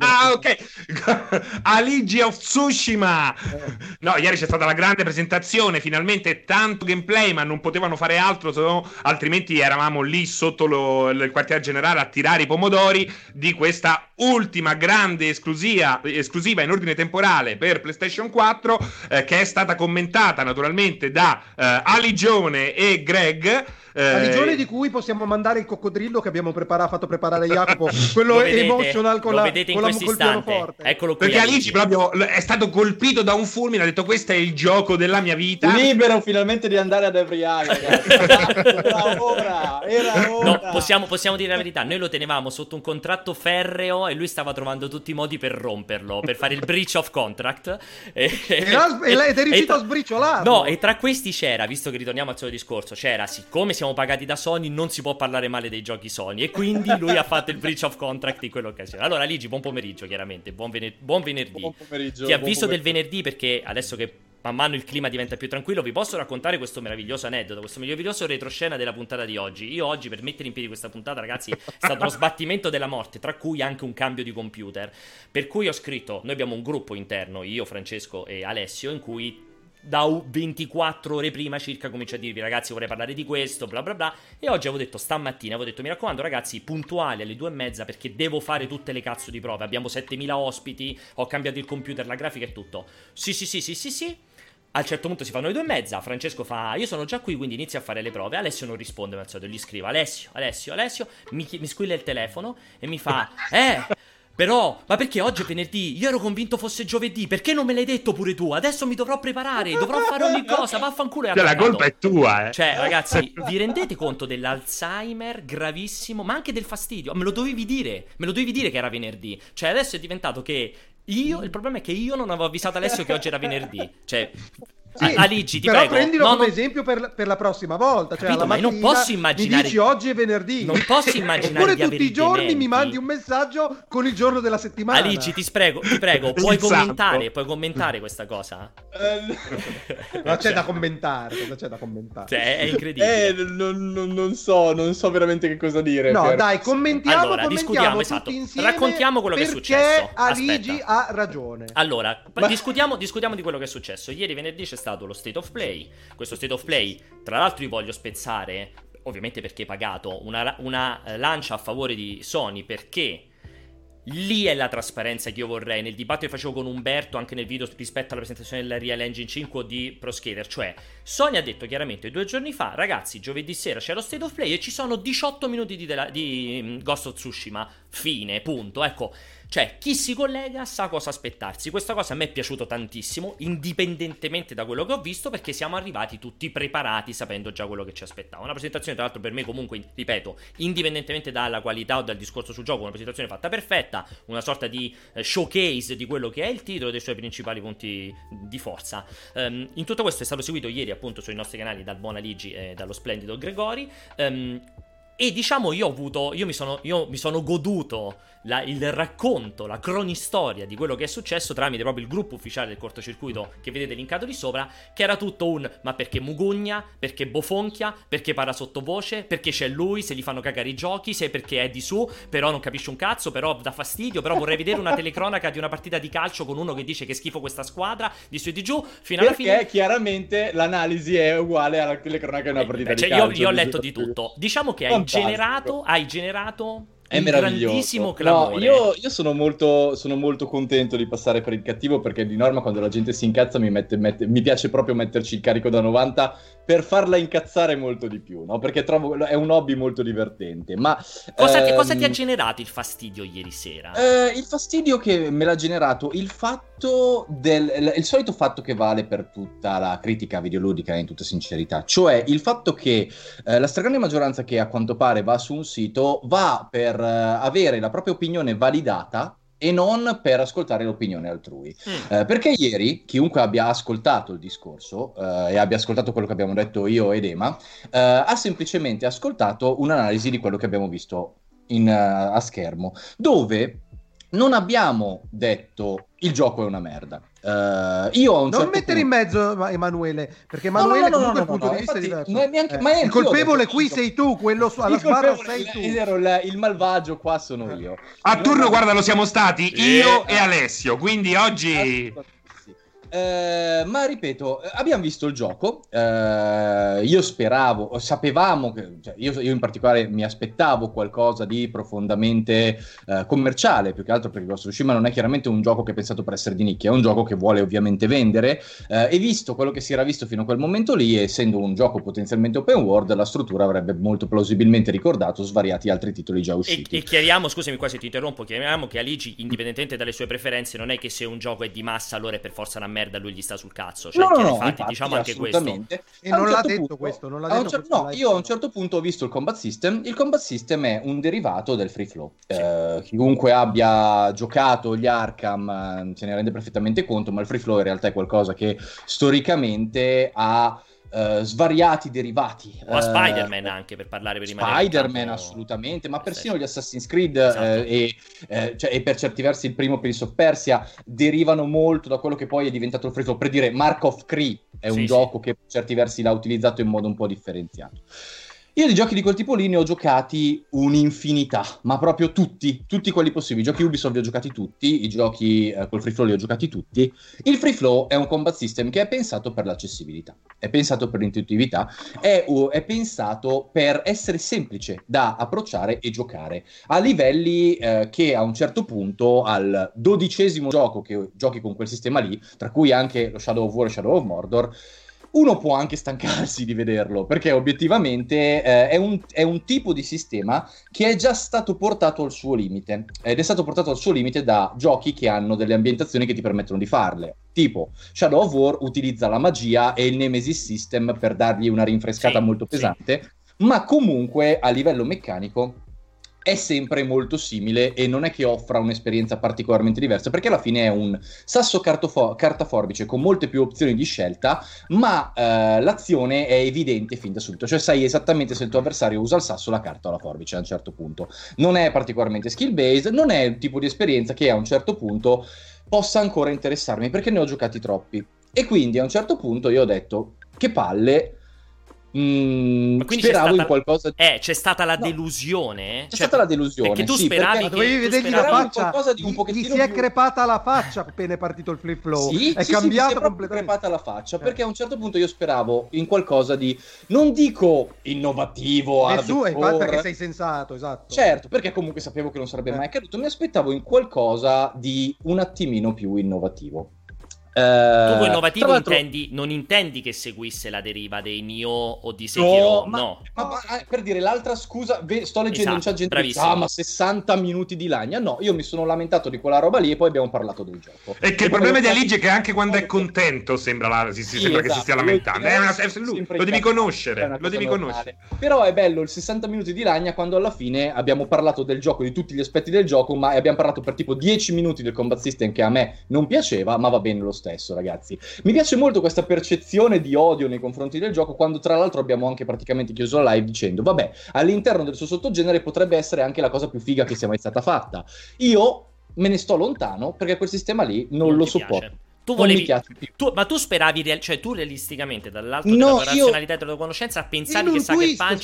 ok. Aligi of Tsushima. No, ieri c'è stata la grande presentazione, finalmente tanto gameplay, ma non potevano fare altro, altrimenti eravamo lì sotto il quartier generale a tirare i pomodori di questa ultima grande esclusiva in ordine temporale per PlayStation 4, che è stata commentata naturalmente da Aligione e Greg. Aligione di cui possiamo mandare il coccodrillo che abbiamo fatto preparare Jacopo, quello emotional con lo vedete in questo istante. Eccolo qui. Perché Aligi proprio è stato colpito da un fulmine, ha detto questo è il gioco della mia vita. Libero finalmente di andare ad Everyeye. Era ora. No, possiamo dire la verità, noi lo tenevamo sotto un contratto ferreo e lui stava trovando tutti i modi per romperlo, per fare il breach of contract ed è riuscito a sbriciolarlo. No, e tra questi c'era, visto che ritorniamo al solito discorso, c'era, siccome siamo pagati da Sony non si può parlare male dei giochi Sony, e quindi lui ha fatto il breach of contract in quell'occasione. Allora Ligi, buon pomeriggio, chiaramente, buon venerdì. Buon pomeriggio. Ti avviso del venerdì, perché adesso che man mano il clima diventa più tranquillo, vi posso raccontare questo meraviglioso aneddoto, questo meraviglioso retroscena della puntata di oggi. Io oggi, per mettere in piedi questa puntata, ragazzi, è stato uno sbattimento della morte, tra cui anche un cambio di computer, per cui ho scritto, noi abbiamo un gruppo interno, io, Francesco e Alessio, in cui da 24 ore prima circa comincio a dirvi: ragazzi, vorrei parlare di questo, bla bla bla. E oggi stamattina avevo detto: mi raccomando ragazzi, puntuali alle 2:30, perché devo fare tutte le cazzo di prove, abbiamo 7000 ospiti, ho cambiato il computer, la grafica e tutto. Sì. A un certo punto si fanno le 2:30, Francesco fa: io sono già qui, quindi inizia a fare le prove. Alessio non risponde, ma al solito gli scrivo: Alessio, mi squilla il telefono e mi fa: però, ma perché oggi è venerdì? Io ero convinto fosse giovedì, perché non me l'hai detto pure tu? Adesso mi dovrò preparare, dovrò fare ogni cosa, vaffanculo. La colpa è tua, Cioè, ragazzi, vi rendete conto dell'Alzheimer gravissimo, ma anche del fastidio? Me lo dovevi dire che era venerdì. Cioè, adesso è diventato che il problema è che io non avevo avvisato Alessio che oggi era venerdì. Cioè, sì, Aligi, ti però prego, prendilo come esempio per la prossima volta. Cioè, capito, ma non posso immaginare. Mi dici oggi è venerdì. Non posso immaginare. Oppure di tutti i giorni mi mandi un messaggio con il giorno della settimana. Aligi, ti prego, puoi commentare questa cosa? Non c'è da commentare. Cioè, è incredibile. Non so veramente che cosa dire. No, dai, commentiamo discutiamo, tutti insieme. Raccontiamo quello che è successo. Aligi ha ragione. Allora, discutiamo di quello che è successo. Ieri venerdì c'è stato lo State of Play. Questo State of Play, tra l'altro, io voglio spezzare, ovviamente perché pagato, una lancia a favore di Sony, perché lì è la trasparenza che io vorrei. Nel dibattito che facevo con Umberto anche nel video rispetto alla presentazione della Real Engine 5 o di Pro Skater, cioè Sony ha detto chiaramente 2 giorni fa: ragazzi, giovedì sera c'è lo State of Play e ci sono 18 minuti di Ghost of Tsushima, fine, punto. Ecco, Cioè, chi si collega sa cosa aspettarsi. Questa cosa a me è piaciuto tantissimo, indipendentemente da quello che ho visto, perché siamo arrivati tutti preparati, sapendo già quello che ci aspettava. Una presentazione, tra l'altro, per me comunque, ripeto, indipendentemente dalla qualità o dal discorso sul gioco, una presentazione fatta perfetta, una sorta di showcase di quello che è il titolo e dei suoi principali punti di forza. In tutto questo è stato seguito ieri appunto sui nostri canali dal buon Aligi e dallo splendido Gregori. E diciamo io mi sono goduto il racconto, la cronistoria di quello che è successo tramite proprio il gruppo ufficiale del cortocircuito che vedete linkato di sopra, che era tutto un ma perché mugugna, perché bofonchia, perché parla sottovoce, perché c'è lui, se gli fanno cagare i giochi, se perché è di su, però non capisce un cazzo, però dà fastidio, però vorrei vedere una telecronaca di una partita di calcio con uno che dice che schifo questa squadra, di su e di giù, fino alla fine. Perché chiaramente l'analisi è uguale alla telecronaca di una partita di calcio. Io ho letto di tutto. Diciamo che hai generato è un grandissimo clamore. No, io sono molto contento di passare per il cattivo, perché di norma quando la gente si incazza mi piace proprio metterci il carico da 90 per farla incazzare molto di più, no? Perché trovo è un hobby molto divertente. Ma cosa ti ha generato il fastidio ieri sera? Il fastidio che me l'ha generato il fatto il solito fatto che vale per tutta la critica videoludica, in tutta sincerità, cioè il fatto che la stragrande maggioranza che a quanto pare va su un sito va per avere la propria opinione validata e non per ascoltare l'opinione altrui. Perché ieri chiunque abbia ascoltato il discorso e abbia ascoltato quello che abbiamo detto io ed Ema, ha semplicemente ascoltato un'analisi di quello che abbiamo visto a schermo, dove non abbiamo detto il gioco è una merda. Io a un non mettere in mezzo Emanuele, perché Emanuele comunque il punto di vista è diverso. Il colpevole qui sei tu, quello alla sbarra sei tu. Il malvagio qua sono io. A turno, guarda, lo siamo stati io e Alessio, quindi oggi... Ma ripeto, abbiamo visto il gioco, sapevamo che, cioè, io in particolare mi aspettavo qualcosa di profondamente commerciale, più che altro perché Ghost of Tsushima non è chiaramente un gioco che è pensato per essere di nicchia, è un gioco che vuole ovviamente vendere, e visto quello che si era visto fino a quel momento lì, essendo un gioco potenzialmente open world, la struttura avrebbe molto plausibilmente ricordato svariati altri titoli già usciti. E chiariamo, scusami qua se ti interrompo, chiariamo che Aligi, indipendentemente dalle sue preferenze, non è che se un gioco è di massa allora è per forza una merda, lui gli sta sul cazzo, cioè, infatti diciamo anche questo. E non l'ha detto questo, non l'ha detto. Io a un certo punto ho visto il combat system. Il combat system è un derivato del free flow. Chiunque abbia giocato gli Arkham se ne rende perfettamente conto, ma il free flow in realtà è qualcosa che storicamente ha svariati derivati, o a Spider-Man anche, per parlare, per rimanere Spider-Man assolutamente, ma persino gli Assassin's Creed, esatto. E per certi versi il primo Prince of Persia derivano molto da quello che poi è diventato il free flow. Per dire, Mark of Cree è un gioco che per certi versi l'ha utilizzato in modo un po' differenziato. Io di giochi di quel tipo lì ne ho giocati un'infinità, ma proprio tutti quelli possibili. I giochi Ubisoft li ho giocati tutti, i giochi col free flow li ho giocati tutti. Il free flow è un combat system che è pensato per l'accessibilità, è pensato per l'intuitività, è pensato per essere semplice da approcciare e giocare a livelli che a un certo punto, al 12° gioco che giochi con quel sistema lì, tra cui anche lo Shadow of War e Shadow of Mordor, uno può anche stancarsi di vederlo, perché obiettivamente è un tipo di sistema che è già stato portato al suo limite, ed è stato portato al suo limite da giochi che hanno delle ambientazioni che ti permettono di farle. Tipo Shadow of War utilizza la magia e il Nemesis System per dargli una rinfrescata molto pesante, ma comunque a livello meccanico è sempre molto simile e non è che offra un'esperienza particolarmente diversa, perché alla fine è un sasso carta forbice con molte più opzioni di scelta, ma l'azione è evidente fin da subito, cioè sai esattamente se il tuo avversario usa il sasso, la carta o la forbice a un certo punto. Non è particolarmente skill based, non è il tipo di esperienza che a un certo punto possa ancora interessarmi, perché ne ho giocati troppi, e quindi a un certo punto io ho detto che palle. Speravo in qualcosa di... c'è stata la delusione. C'è stata la delusione. Perché tu speravi dovevi vedergli la faccia. Gli si è crepata la faccia appena è partito il flip flow. È cambiata completamente. Crepata la faccia, perché a un certo punto io speravo in qualcosa di, non dico innovativo, perché sei sensato, esatto. Certo, perché comunque sapevo che non sarebbe mai accaduto. Mi aspettavo in qualcosa di un attimino più innovativo. Tu con innovativo non intendi che seguisse la deriva dei Nioh o di Sekiro? Ma per dire l'altra scusa, sto leggendo in chat gente che dice, ma 60 minuti di lagna. No, io mi sono lamentato di quella roba lì e poi abbiamo parlato del gioco. E che il problema di Aligi è che anche quando è contento sembra che si stia lamentando. Lo devi conoscere, Però è bello il 60 minuti di lagna quando alla fine abbiamo parlato del gioco, di tutti gli aspetti del gioco, ma abbiamo parlato per tipo 10 minuti del combat system che a me non piaceva, ma va bene lo stesso, ragazzi. Mi piace molto questa percezione di odio nei confronti del gioco, quando tra l'altro abbiamo anche praticamente chiuso la live dicendo vabbè, all'interno del suo sottogenere potrebbe essere anche la cosa più figa che sia mai stata fatta. Io me ne sto lontano perché quel sistema lì non lo sopporto. Ma tu speravi, cioè tu realisticamente dall'alto della tua razionalità e della tua conoscenza pensavi che Sucker Punch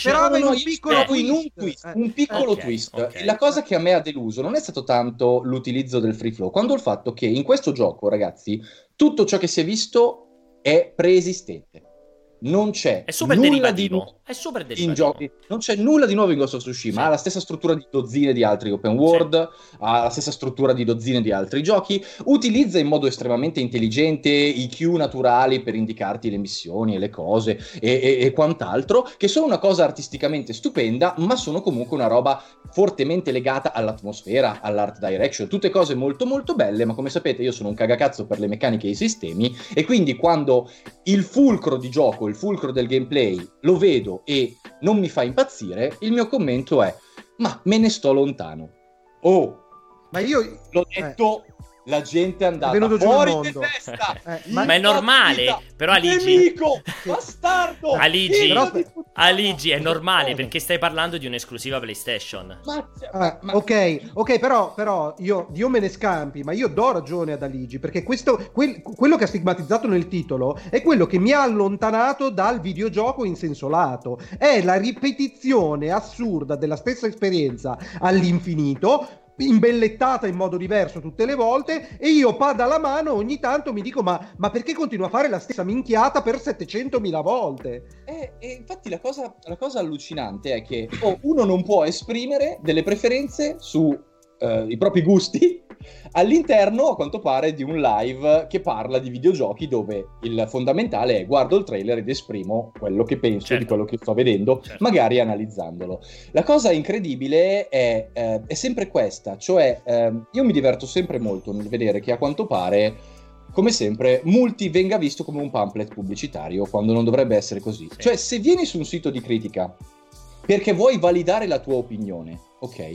un piccolo twist. Okay. La cosa che a me ha deluso non è stato tanto l'utilizzo del free flow, quanto il fatto che in questo gioco, ragazzi, tutto ciò che si è visto è preesistente. Non c'è nulla di nuovo in giochi, non c'è nulla di nuovo in Ghost of Tsushima. Ha la stessa struttura di dozzine di altri open world, ha la stessa struttura di dozzine di altri giochi, utilizza in modo estremamente intelligente i cue naturali per indicarti le missioni e le cose e quant'altro, che sono una cosa artisticamente stupenda, ma sono comunque una roba fortemente legata all'atmosfera, all'art direction, tutte cose molto molto belle, ma come sapete io sono un cagacazzo per le meccaniche e i sistemi, e quindi quando il fulcro di gioco, il fulcro del gameplay lo vedo e non mi fa impazzire, il mio commento è ma me ne sto lontano. Ma io l'ho detto, la gente è andata fuori di testa. Ma è normale, però Aligi, bastardo, Aligi è normale perché stai parlando di un'esclusiva PlayStation. Ok, però io me ne scampi, ma io do ragione ad Aligi, perché quello che ha stigmatizzato nel titolo è quello che mi ha allontanato dal videogioco in senso lato. È la ripetizione assurda della stessa esperienza all'infinito, imbellettata in modo diverso tutte le volte, e io pada alla mano ogni tanto mi dico ma perché continuo a fare la stessa minchiata per 700.000 volte? E infatti la cosa allucinante è che uno non può esprimere delle preferenze su i propri gusti all'interno, a quanto pare, di un live che parla di videogiochi, dove il fondamentale è guardo il trailer ed esprimo quello che penso di quello che sto vedendo, magari analizzandolo. La cosa incredibile è sempre questa, cioè io mi diverto sempre molto nel vedere che a quanto pare, come sempre, Multi venga visto come un pamphlet pubblicitario quando non dovrebbe essere così. Cioè, se vieni su un sito di critica perché vuoi validare la tua opinione, ok?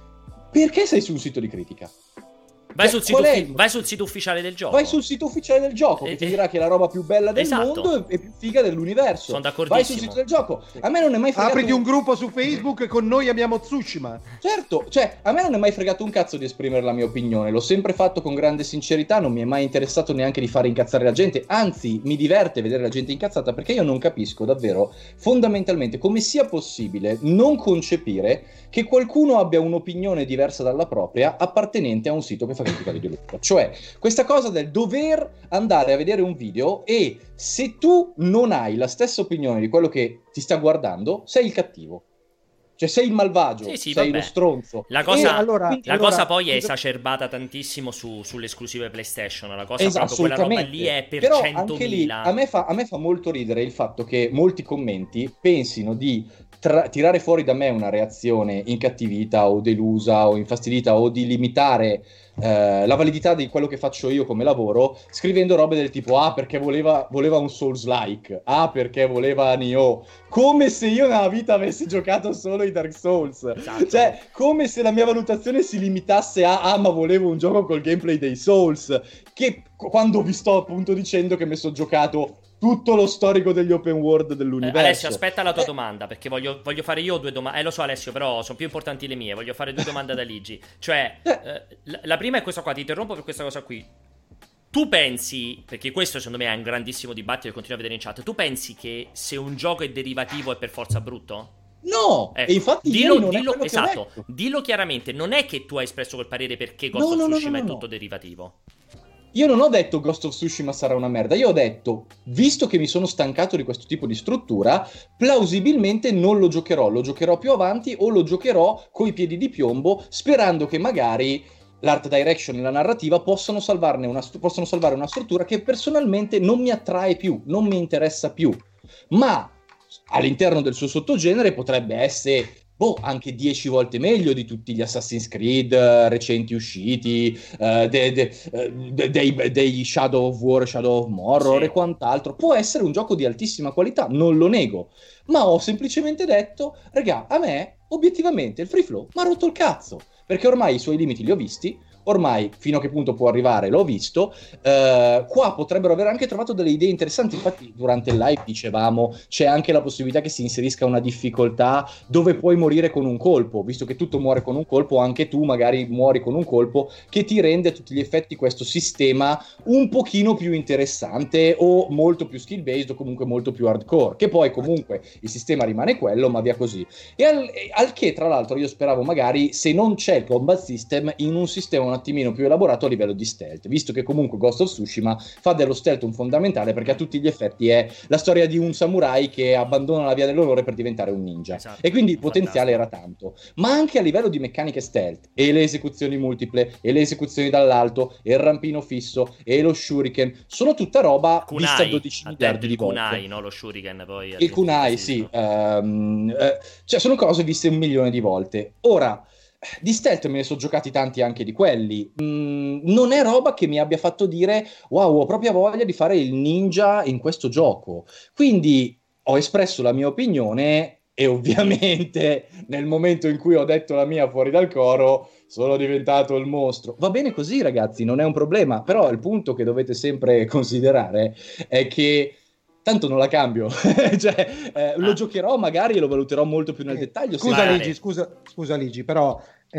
Perché sei su un sito di critica? Vai sul sito ufficiale del gioco. Vai sul sito ufficiale del gioco, che ti dirà che è la roba più bella del mondo e più figa dell'universo. Sono d'accordissimo. Vai sul sito del gioco. A me non è mai fregato... Apriti un gruppo su Facebook con Noi Amiamo Tsushima. Certo, cioè, a me non è mai fregato un cazzo di esprimere la mia opinione. L'ho sempre fatto con grande sincerità, non mi è mai interessato neanche di fare incazzare la gente. Anzi, mi diverte vedere la gente incazzata, perché io non capisco davvero, fondamentalmente, come sia possibile non concepire che qualcuno abbia un'opinione diversa dalla propria appartenente a un sito che fa critica videoludica. Cioè, questa cosa del dover andare a vedere un video e se tu non hai la stessa opinione di quello che ti sta guardando, sei il cattivo. Cioè sei il malvagio, sei lo stronzo. La cosa poi è esacerbata tantissimo sulle esclusive PlayStation. La cosa proprio, quella roba lì è per 100.000. Anche lì, a me fa molto ridere il fatto che molti commenti pensino di tirare fuori da me una reazione incattivita o delusa o infastidita o di limitare la validità di quello che faccio io come lavoro, scrivendo robe del tipo perché voleva un Souls-like, perché voleva Nioh, come se io nella vita avessi giocato solo i Dark Souls. Esatto. Cioè, come se la mia valutazione si limitasse ma volevo un gioco col gameplay dei Souls, che quando vi sto appunto dicendo che mi sono giocato tutto lo storico degli open world dell'universo. Alessio, aspetta la tua domanda, perché voglio fare io 2 domande. Lo so, Alessio, però sono più importanti le mie. Voglio fare 2 domande ad Aligi. Cioè, la prima è questa qua, ti interrompo per questa cosa qui. Tu pensi, perché questo secondo me è un grandissimo dibattito che continuo a vedere in chat, tu pensi che se un gioco è derivativo è per forza brutto? No, e infatti dillo esatto, dillo chiaramente, non è che tu hai espresso quel parere perché Ghost of Tsushima è tutto derivativo. Io non ho detto Ghost of Tsushima sarà una merda, io ho detto, visto che mi sono stancato di questo tipo di struttura, plausibilmente non lo giocherò più avanti o lo giocherò coi piedi di piombo, sperando che magari l'art direction e la narrativa possono salvare una struttura che personalmente non mi attrae più, non mi interessa più, ma all'interno del suo sottogenere potrebbe essere anche 10 volte meglio di tutti gli Assassin's Creed recenti usciti, dei Shadow of War, Shadow of Mordor e quant'altro. Può essere un gioco di altissima qualità, non lo nego, ma ho semplicemente detto, regà, a me obiettivamente il free flow mi ha rotto il cazzo, perché ormai i suoi limiti li ho visti, ormai fino a che punto può arrivare l'ho visto. Qua potrebbero aver anche trovato delle idee interessanti, infatti durante il live dicevamo c'è anche la possibilità che si inserisca una difficoltà dove puoi morire con un colpo, visto che tutto muore con un colpo, anche tu magari muori con un colpo, che ti rende a tutti gli effetti questo sistema un pochino più interessante o molto più skill based o comunque molto più hardcore, che poi comunque il sistema rimane quello, ma via così. E al che tra l'altro io speravo magari, se non c'è il combat system, in un sistema un attimino più elaborato a livello di stealth, visto che comunque Ghost of Tsushima fa dello stealth un fondamentale, perché a tutti gli effetti è la storia di un samurai che abbandona la via dell'onore per diventare un ninja, e quindi il potenziale era tanto, ma anche a livello di meccaniche stealth e le esecuzioni multiple e le esecuzioni dall'alto e il rampino fisso e lo shuriken sono tutta roba kunai, vista 12 miliardi di volte. kunai, no? Lo shuriken poi Il kunai, sì, cioè sono cose viste 1 milione di volte. Ora, di stealth me ne sono giocati tanti anche di quelli. Non è roba che mi abbia fatto dire wow, ho proprio voglia di fare il ninja in questo gioco. Quindi ho espresso la mia opinione e ovviamente nel momento in cui ho detto la mia fuori dal coro sono diventato il mostro. Va bene così, ragazzi, non è un problema, però il punto che dovete sempre considerare è che tanto non la cambio, cioè lo giocherò magari e lo valuterò molto più nel dettaglio. Scusa Ligi, però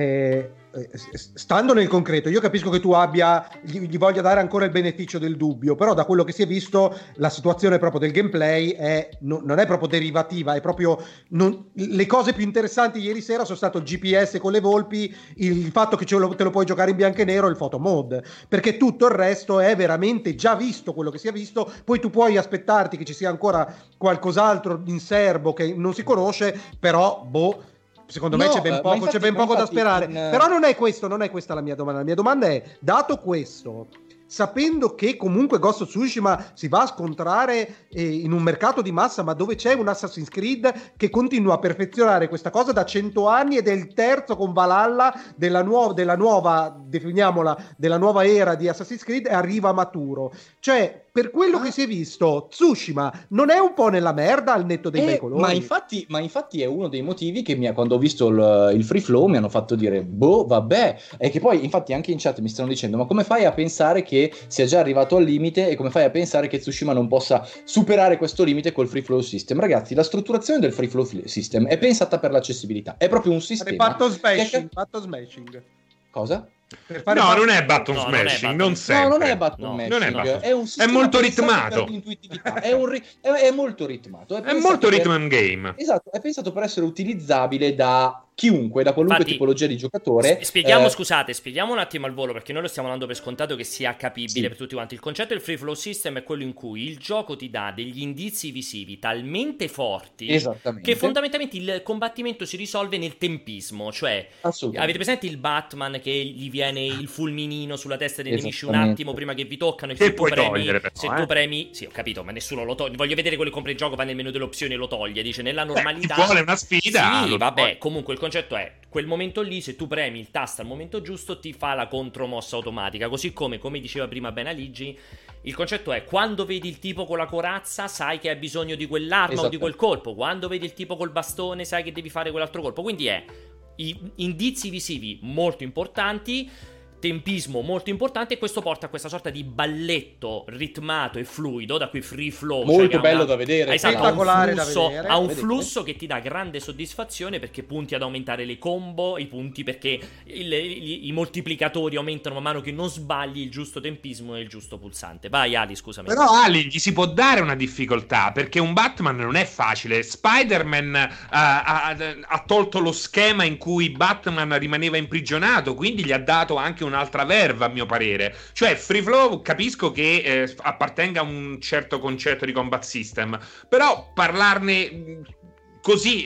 stando nel concreto, io capisco che tu gli voglia dare ancora il beneficio del dubbio, però da quello che si è visto la situazione proprio del gameplay non è proprio derivativa, è proprio le cose più interessanti ieri sera sono stato il GPS con le volpi, il fatto che te lo puoi giocare in bianco e nero, il photo mode, perché tutto il resto è veramente già visto quello che si è visto. Poi tu puoi aspettarti che ci sia ancora qualcos'altro in serbo che non si conosce, però secondo me c'è ben poco da sperare. Però non è questa la mia domanda. La mia domanda è, dato questo, sapendo che comunque Ghost of Tsushima si va a scontrare in un mercato di massa, ma dove c'è un Assassin's Creed che continua a perfezionare questa cosa da 100 anni ed è il terzo con Valhalla della nuova, definiamola, della nuova era di Assassin's Creed, e arriva maturo. Cioè, per quello che si è visto, Tsushima non è un po' nella merda al netto dei bei colori? Ma infatti è uno dei motivi che quando ho visto il free flow mi hanno fatto dire vabbè, e che poi infatti anche in chat mi stanno dicendo ma come fai a pensare che sia già arrivato al limite e come fai a pensare che Tsushima non possa superare questo limite col free flow system? Ragazzi, la strutturazione del free flow system è pensata per l'accessibilità, è proprio un sistema button smashing. Cosa? Non è button smashing, non sempre. No, non è button smashing, è un sistema molto ritmato. È molto ritmato. È molto rhythm and game. Esatto, è pensato per essere utilizzabile da chiunque, da qualunque tipologia di giocatore. Spieghiamo un attimo al volo, perché noi lo stiamo dando per scontato che sia capibile per tutti quanti. Il concetto del free flow system è quello in cui il gioco ti dà degli indizi visivi talmente forti che fondamentalmente il combattimento si risolve nel tempismo. Cioè, avete presente il Batman che gli viene il fulminino sulla testa dei nemici un attimo prima che vi toccano, e se tu premi, sì, ho capito, ma nessuno lo toglie. Voglio vedere quello che compra il gioco, va nel menu delle opzioni e lo toglie, dice nella normalità. Ti vuole una sfida. Sì, vabbè, comunque il concetto è quel momento lì, se tu premi il tasto al momento giusto ti fa la contromossa automatica, così come diceva prima Ben Aligi, il concetto è quando vedi il tipo con la corazza sai che hai bisogno di quell'arma o di quel colpo, quando vedi il tipo col bastone sai che devi fare quell'altro colpo, quindi è indizi visivi molto importanti, tempismo molto importante, e questo porta a questa sorta di balletto ritmato e fluido, da cui free flow, molto bello da vedere, ha un flusso che ti dà grande soddisfazione, perché punti ad aumentare le combo, i punti perché i moltiplicatori aumentano man mano che non sbagli il giusto tempismo e il giusto pulsante. Vai Ali, scusami. Però Ali, gli si può dare una difficoltà, perché un Batman non è facile. Spider-Man ha tolto lo schema in cui Batman rimaneva imprigionato, quindi gli ha dato anche un'altra verva, a mio parere. Cioè, free flow capisco che appartenga a un certo concetto di combat system, però parlarne così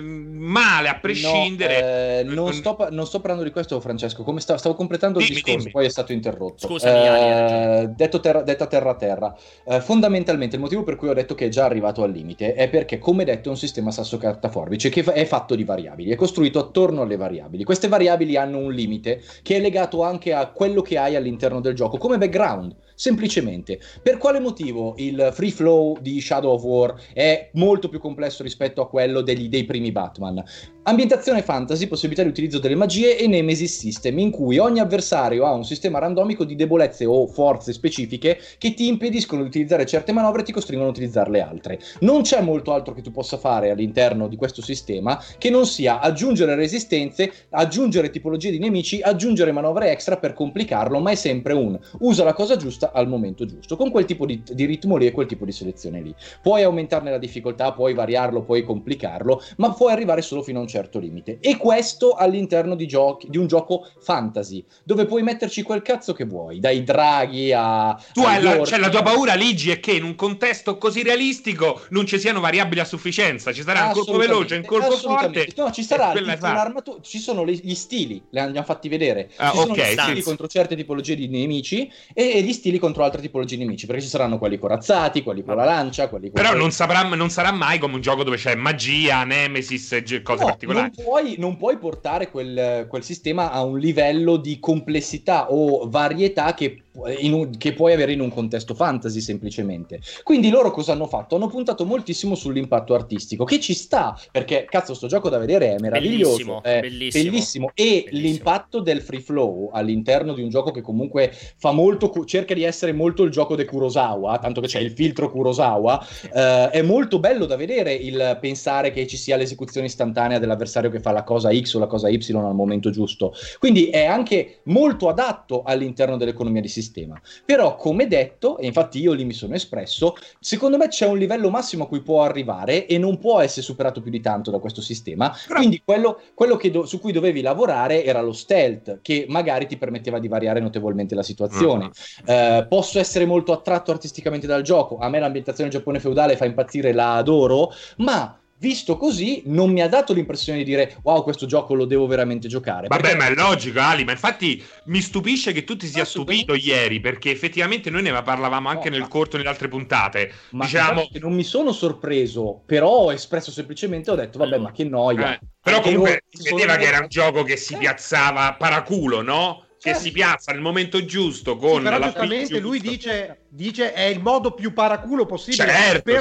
male a prescindere. Non sto parlando di questo, Francesco. Come stavo completando il discorso, dimmi. poi è stato interrotto. Scusami, detta terra. Fondamentalmente il motivo per cui ho detto che è già arrivato al limite è perché, come detto, è un sistema sasso carta forbice che è fatto di variabili, è costruito attorno alle variabili. Queste variabili hanno un limite che è legato anche a quello che hai all'interno del gioco come background. Semplicemente, per quale motivo il free flow di Shadow of War è molto più complesso rispetto a quello dei primi Batman? Ambientazione fantasy, possibilità di utilizzo delle magie e Nemesis System, in cui ogni avversario ha un sistema randomico di debolezze o forze specifiche che ti impediscono di utilizzare certe manovre e ti costringono ad utilizzarle altre. Non c'è molto altro che tu possa fare all'interno di questo sistema che non sia aggiungere resistenze, aggiungere tipologie di nemici, aggiungere manovre extra per complicarlo, ma è sempre usa la cosa giusta al momento giusto, con quel tipo di ritmo lì e quel tipo di selezione lì. Puoi aumentarne la difficoltà, puoi variarlo, puoi complicarlo, ma puoi arrivare solo fino a un certo limite. E questo all'interno di un gioco fantasy, dove puoi metterci quel cazzo che vuoi, dai draghi a... la tua paura, Ligi, è che in un contesto così realistico non ci siano variabili a sufficienza, ci sarà un colpo veloce, un colpo forte. No, ci sarà un'armatura, ci sono gli stili, li abbiamo fatti vedere. Ci sono gli stili contro certe tipologie di nemici e gli stili contro altre tipologie di nemici, perché ci saranno quelli corazzati, quelli con la lancia, quelli con... Però non sarà mai come un gioco dove c'è magia, nemesis, cose particolari. Non puoi portare quel sistema a un livello di complessità o varietà che puoi avere in un contesto fantasy, semplicemente. Quindi loro cosa hanno fatto? Hanno puntato moltissimo sull'impatto artistico, che ci sta, perché cazzo, sto gioco da vedere è meraviglioso, bellissimo. E l'impatto del free flow all'interno di un gioco che comunque fa molto, cerca di essere molto il gioco di Kurosawa, tanto che c'è il filtro Kurosawa, è molto bello da vedere il pensare che ci sia l'esecuzione istantanea dell'avversario che fa la cosa X o la cosa Y al momento giusto. Quindi è anche molto adatto all'interno dell'economia di sistema. Però, come detto, e infatti io lì mi sono espresso, secondo me c'è un livello massimo a cui può arrivare e non può essere superato più di tanto da questo sistema. Quindi quello su cui dovevi lavorare era lo stealth, che magari ti permetteva di variare notevolmente la situazione. Posso essere molto attratto artisticamente dal gioco, a me l'ambientazione Giappone feudale fa impazzire, la adoro, ma visto così non mi ha dato l'impressione di dire wow, questo gioco lo devo veramente giocare. Vabbè, ma è logico, Ali, ma infatti mi stupisce che tu ti sia stupito ieri, perché effettivamente noi ne parlavamo anche nel corto nelle altre puntate. Ma diciamo che non mi sono sorpreso, però ho espresso semplicemente, ho detto vabbè, ma che noia. Però anche comunque si vedeva che era un gioco che si piazzava paraculo, no? Che si piazza nel momento giusto con però la giustamente lui dice è il modo più paraculo possibile.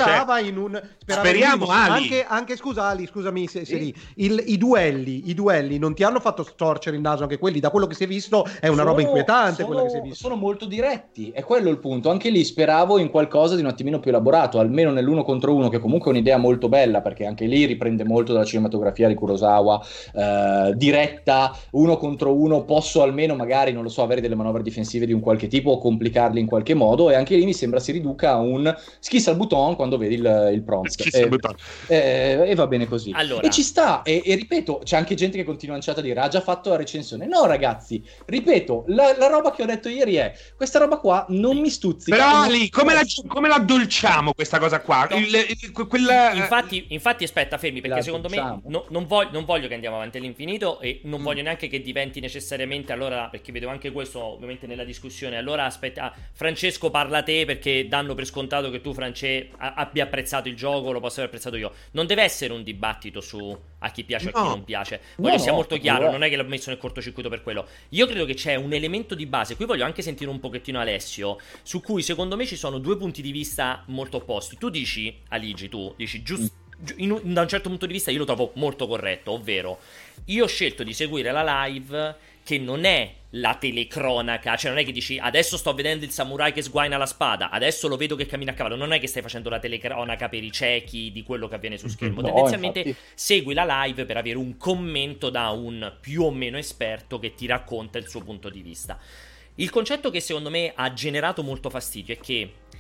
Speriamo, Ali. Anche scusa Ali, scusami se lì i duelli non ti hanno fatto storcere il naso, anche quelli, da quello che si è visto è una roba inquietante quella che si è visto. Sono molto diretti, è quello il punto. Anche lì speravo in qualcosa di un attimino più elaborato, almeno nell'uno contro uno, che comunque è un'idea molto bella, perché anche lì riprende molto dalla cinematografia di Kurosawa, diretta, uno contro uno, posso almeno magari, non lo so, avere delle manovre difensive di un qualche tipo o complicarle in qualche modo, e anche lì mi sembra si riduca a un schissa al bouton quando vedi il prompt, e va bene così. Allora. E ci sta, e ripeto, c'è anche gente che continua in chat a dire ha già fatto la recensione. No ragazzi, ripeto, la roba che ho detto ieri è questa roba qua non mi stuzzica. Però Ali, come la addolciamo questa cosa qua? Infatti aspetta, fermi, perché secondo me non voglio che andiamo avanti all'infinito, e non voglio neanche che diventi necessariamente, allora, perché vedo anche questo ovviamente nella discussione, allora aspetta, Francesco parla te, perché danno per scontato che tu, France, abbia apprezzato il gioco, lo posso aver apprezzato io. Non deve essere un dibattito su a chi piace o a chi non piace. Voglio sia molto chiaro, non è che l'ho messo nel cortocircuito per quello. Io credo che c'è un elemento di base, qui voglio anche sentire un pochettino Alessio, su cui secondo me ci sono due punti di vista molto opposti. Tu dici, Aligi, giusto, da un certo punto di vista io lo trovo molto corretto, ovvero io ho scelto di seguire la live che non è la telecronaca, cioè non è che dici adesso sto vedendo il samurai che sguaina la spada, adesso lo vedo che cammina a cavallo, non è che stai facendo la telecronaca per i ciechi di quello che avviene su schermo. Tendenzialmente infatti segui la live per avere un commento da un più o meno esperto che ti racconta il suo punto di vista. Il concetto che secondo me ha generato molto fastidio è che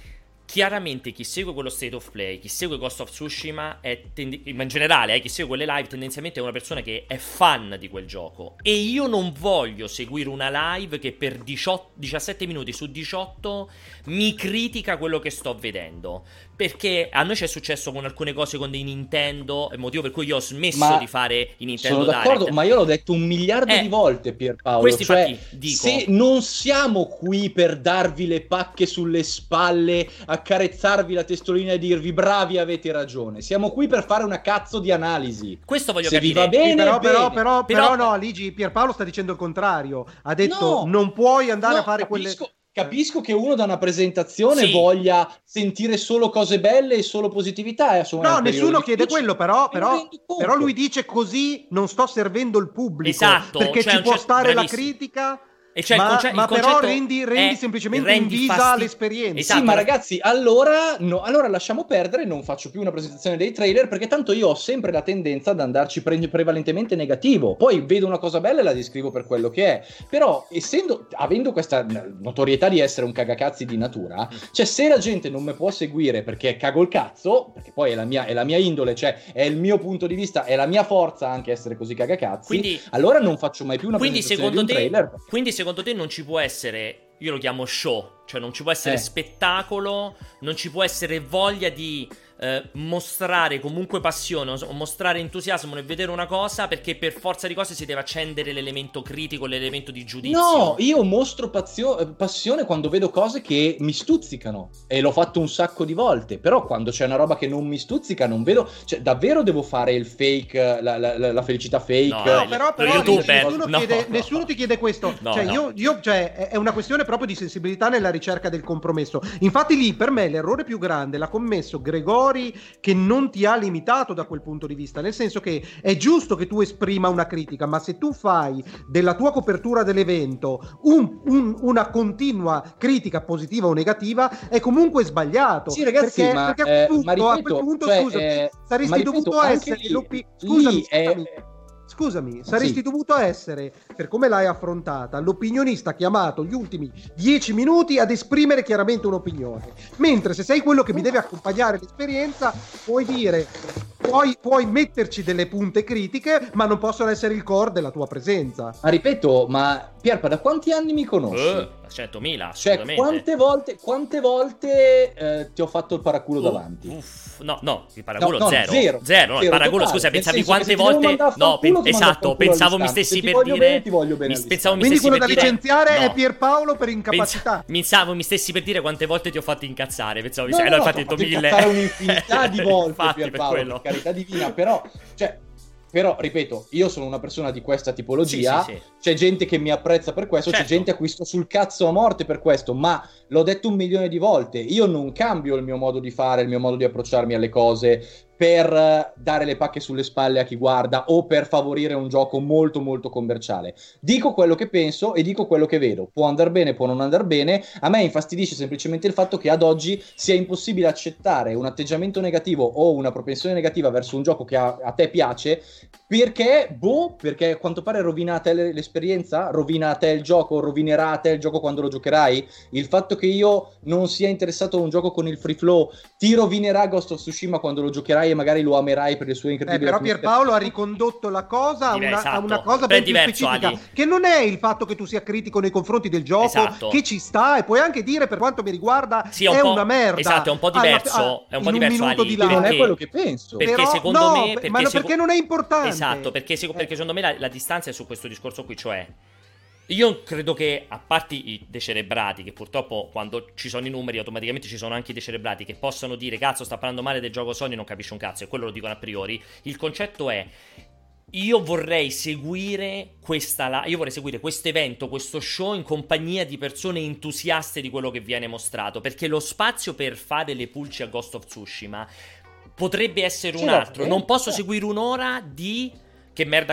chiaramente chi segue quello State of Play, chi segue Ghost of Tsushima, ma in generale chi segue quelle live tendenzialmente è una persona che è fan di quel gioco, e io non voglio seguire una live che per 17 minuti su 18 mi critica quello che sto vedendo, perché a noi c'è successo con alcune cose con dei Nintendo, è il motivo per cui io ho smesso di fare i Nintendo Direct. Sono d'accordo, Direct. Ma io l'ho detto 1 miliardo di volte, Pierpaolo, Questi cioè infatti, dico, se non siamo qui per darvi le pacche sulle spalle, accarezzarvi la testolina e dirvi bravi, avete ragione, siamo qui per fare una cazzo di analisi. questo voglio se capire. vi va bene, però no, Ligi, Pierpaolo sta dicendo il contrario, ha detto non puoi andare a fare quelle... Capisco che uno da una presentazione voglia sentire solo cose belle e solo positività. No, nessuno chiede quello, però lui dice così non sto servendo il pubblico. Esatto, perché cioè, ci può stare bravissimo. la critica... E cioè ma però rendi semplicemente invisa l'esperienza. Esatto. Sì, ma ragazzi, allora lasciamo perdere, non faccio più una presentazione dei trailer, perché tanto io ho sempre la tendenza ad andarci prevalentemente negativo. Poi vedo una cosa bella e la descrivo per quello che è. Però, avendo questa notorietà di essere un cagacazzi di natura, cioè se la gente non mi può seguire perché cago il cazzo, perché poi è la mia indole, cioè è il mio punto di vista, è la mia forza anche essere così cagacazzi, quindi, allora non faccio mai più una presentazione di un trailer. Quindi secondo te non ci può essere, io lo chiamo show, cioè non ci può essere spettacolo, non ci può essere voglia di mostrare comunque passione o mostrare entusiasmo nel vedere una cosa, perché per forza di cose si deve accendere l'elemento critico, l'elemento di giudizio. No, io mostro passione quando vedo cose che mi stuzzicano, e l'ho fatto un sacco di volte, però quando c'è una roba che non mi stuzzica non vedo, cioè davvero devo fare il fake, la felicità fake. No, però nessuno ti chiede questo. Cioè, è una questione proprio di sensibilità nella ricerca del compromesso. Infatti lì per me l'errore più grande l'ha commesso Gregori, che non ti ha limitato da quel punto di vista, nel senso che è giusto che tu esprima una critica, ma se tu fai della tua copertura dell'evento una continua critica positiva o negativa, è comunque sbagliato. Sì, ragazzi, perché a quel punto saresti dovuto essere Scusami, saresti dovuto essere, per come l'hai affrontata, l'opinionista chiamato gli ultimi 10 minuti ad esprimere chiaramente un'opinione. Mentre se sei quello che mi deve accompagnare l'esperienza, puoi dire, puoi metterci delle punte critiche, ma non possono essere il core della tua presenza. Ma ripeto, ma Pierpa, da quanti anni mi conosci? 100.000, Cioè, assolutamente. quante volte ti ho fatto il paraculo davanti? No, il paraculo zero. No, il paraculo, scusa, pensavi quante volte... Esatto, pensavo mi stessi per dire... Quindi quello da licenziare è Pierpaolo per incapacità. Pensavo mi stessi per dire quante volte ti ho fatto incazzare. Pensavo infatti detto 1000. Un'infinità di volte, Pierpaolo, per carità divina, però... Però, ripeto, io sono una persona di questa tipologia, sì. C'è gente che mi apprezza per questo, certo. C'è gente a cui sto sul cazzo a morte per questo, ma l'ho detto 1 milione di volte, io non cambio il mio modo di fare, il mio modo di approcciarmi alle cose per dare le pacche sulle spalle a chi guarda o per favorire un gioco molto molto commerciale. Dico quello che penso e dico quello che vedo. Può andare bene, può non andare bene. A me infastidisce semplicemente il fatto che ad oggi sia impossibile accettare un atteggiamento negativo o una propensione negativa verso un gioco che a te piace, perché a quanto pare rovina a te l'esperienza, rovina a te il gioco, rovinerà a te il gioco quando lo giocherai. Il fatto che io non sia interessato a un gioco con il free flow ti rovinerà Ghost of Tsushima quando lo giocherai e magari lo amerai per le sue incredibili però Pierpaolo ha ricondotto la cosa a una cosa ben più specifica, che non è il fatto che tu sia critico nei confronti del gioco, che ci sta, e puoi anche dire per quanto mi riguarda è una merda. Esatto, è un po' diverso, Ali, non è quello che penso. Perché secondo me perché non è importante. Esatto, perché secondo me la distanza è su questo discorso qui, cioè io credo che, a parte i decerebrati, che purtroppo quando ci sono i numeri automaticamente ci sono anche i decerebrati che possano dire cazzo sta parlando male del gioco Sony, non capisce un cazzo, e quello lo dicono a priori. Il concetto è: io vorrei seguire questo evento, questo show in compagnia di persone entusiaste di quello che viene mostrato, perché lo spazio per fare le pulci a Ghost of Tsushima potrebbe essere un altro. Non posso seguire un'ora di che merda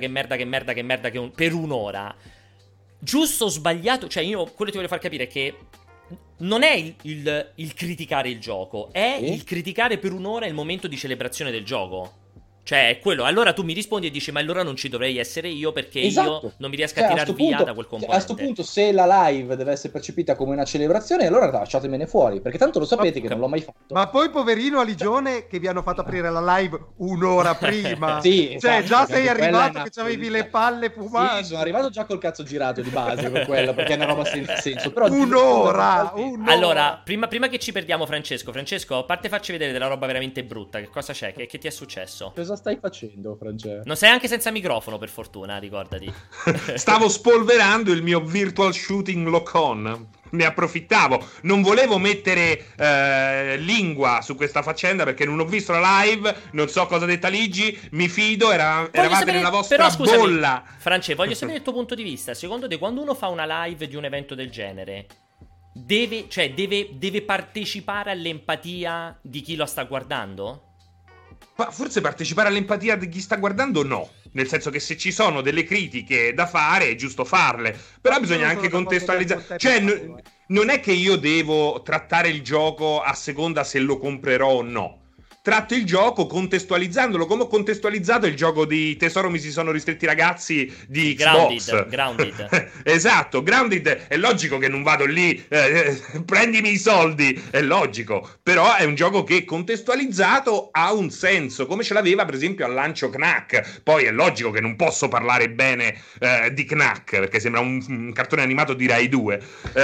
per un'ora. Giusto o sbagliato, cioè io quello che ti voglio far capire è che non è il criticare il gioco, è il criticare per un'ora il momento di celebrazione del gioco. Cioè, è quello. Allora tu mi rispondi e dici: ma allora non ci dovrei essere io, perché Esatto. io non mi riesco a tirar via da quel componente. A sto punto, se la live deve essere percepita come una celebrazione, allora lasciatemene fuori, perché tanto lo sapete che non l'ho mai fatto. Ma poi poverino Aligione che vi hanno fatto aprire la live un'ora prima. Sì, cioè esatto, già sei arrivato che che avevi le palle fumanti. Sì, sono arrivato già col cazzo girato di base per quello, perché è una roba senza senso. Però un'ora. Allora, prima che ci perdiamo, Francesco, a parte farci vedere della roba veramente brutta, che cosa c'è? Che ti è successo? Cosa stai facendo, Francesco? Non sei anche senza microfono, per fortuna, ricordati. Stavo spolverando il mio virtual shooting lock-on. Ne approfittavo, non volevo mettere lingua su questa faccenda perché non ho visto la live, non so cosa ha detto Aligi, mi fido, eravate nella vostra però, scusami, bolla. France, voglio sapere il tuo punto di vista. Secondo te, quando uno fa una live di un evento del genere, deve partecipare all'empatia di chi lo sta guardando? Ma forse partecipare all'empatia di chi sta guardando no, nel senso che se ci sono delle critiche da fare è giusto farle, però bisogna anche contestualizzare, cioè non è che io devo trattare il gioco a seconda se lo comprerò o no. Tratto il gioco contestualizzandolo come ho contestualizzato il gioco di Tesoro mi si sono ristretti ragazzi di Xbox. Grounded. Esatto, Grounded è logico che non vado lì, prendimi i soldi, è logico, però è un gioco che contestualizzato ha un senso, come ce l'aveva per esempio al lancio Knack. Poi è logico che non posso parlare bene di Knack perché sembra un cartone animato di Rai 2.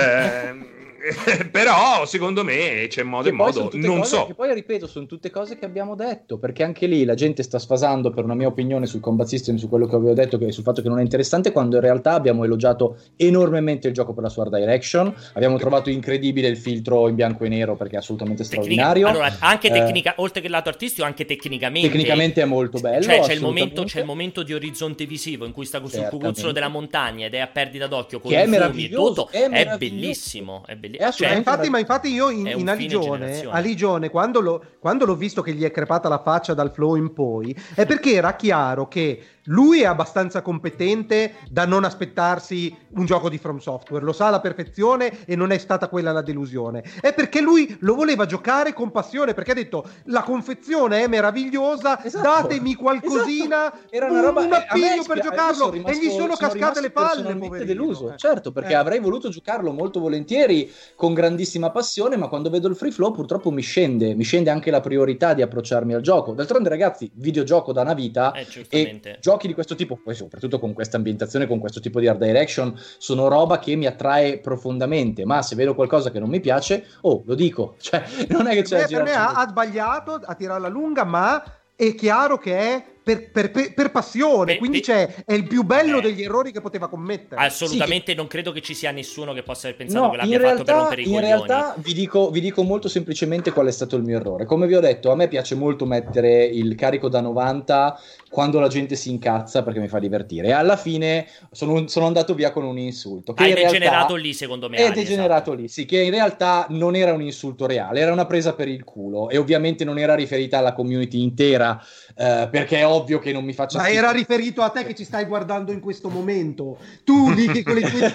Però secondo me c'è modo e modo, non so. Che poi ripeto, sono tutte cose che abbiamo detto, perché anche lì la gente sta sfasando per una mia opinione sul Combat System, su quello che avevo detto, che sul fatto che non è interessante, quando in realtà abbiamo elogiato enormemente il gioco per la sua art direction, abbiamo trovato incredibile il filtro in bianco e nero perché è assolutamente straordinario. Allora, anche tecnica, oltre che il lato artistico, anche tecnicamente è molto bello. Cioè c'è il momento di orizzonte visivo in cui sta sul cucuzzolo della montagna ed è a perdita d'occhio con che i fumi e tutto, è bellissimo, Cioè, ma infatti io in Aligione quando l'ho visto che gli è crepata la faccia dal flow in poi, è perché era chiaro che lui è abbastanza competente da non aspettarsi un gioco di From Software, lo sa alla perfezione e non è stata quella la delusione. È perché lui lo voleva giocare con passione, perché ha detto la confezione è meravigliosa, datemi qualcosina, era una roba, un appiglio per giocarlo, e gli sono cascate le palle. Deluso, certo, perché avrei voluto giocarlo molto volentieri con grandissima passione, ma quando vedo il free flow purtroppo mi scende anche la priorità di approcciarmi al gioco. D'altronde ragazzi, videogioco da una vita e giochi di questo tipo, poi soprattutto con questa ambientazione, con questo tipo di art direction, sono roba che mi attrae profondamente, ma se vedo qualcosa che non mi piace, lo dico, cioè non è che c'è per me ha sbagliato a tirarla lunga, ma è chiaro che è per passione, quindi è il più bello degli errori che poteva commettere. Assolutamente, non credo che ci sia nessuno che possa aver pensato che l'abbia fatto per rompere i coglioni. In realtà vi dico molto semplicemente qual è stato il mio errore. Come vi ho detto, a me piace molto mettere il carico da 90 quando la gente si incazza perché mi fa divertire, e alla fine sono andato via con un insulto che hai degenerato lì, secondo me. È degenerato lì, sì, che in realtà non era un insulto reale, era una presa per il culo, e ovviamente non era riferita alla community intera, perché è ovvio che non mi faccia ma era riferito a te che ci stai guardando in questo momento, tu lì che con le tue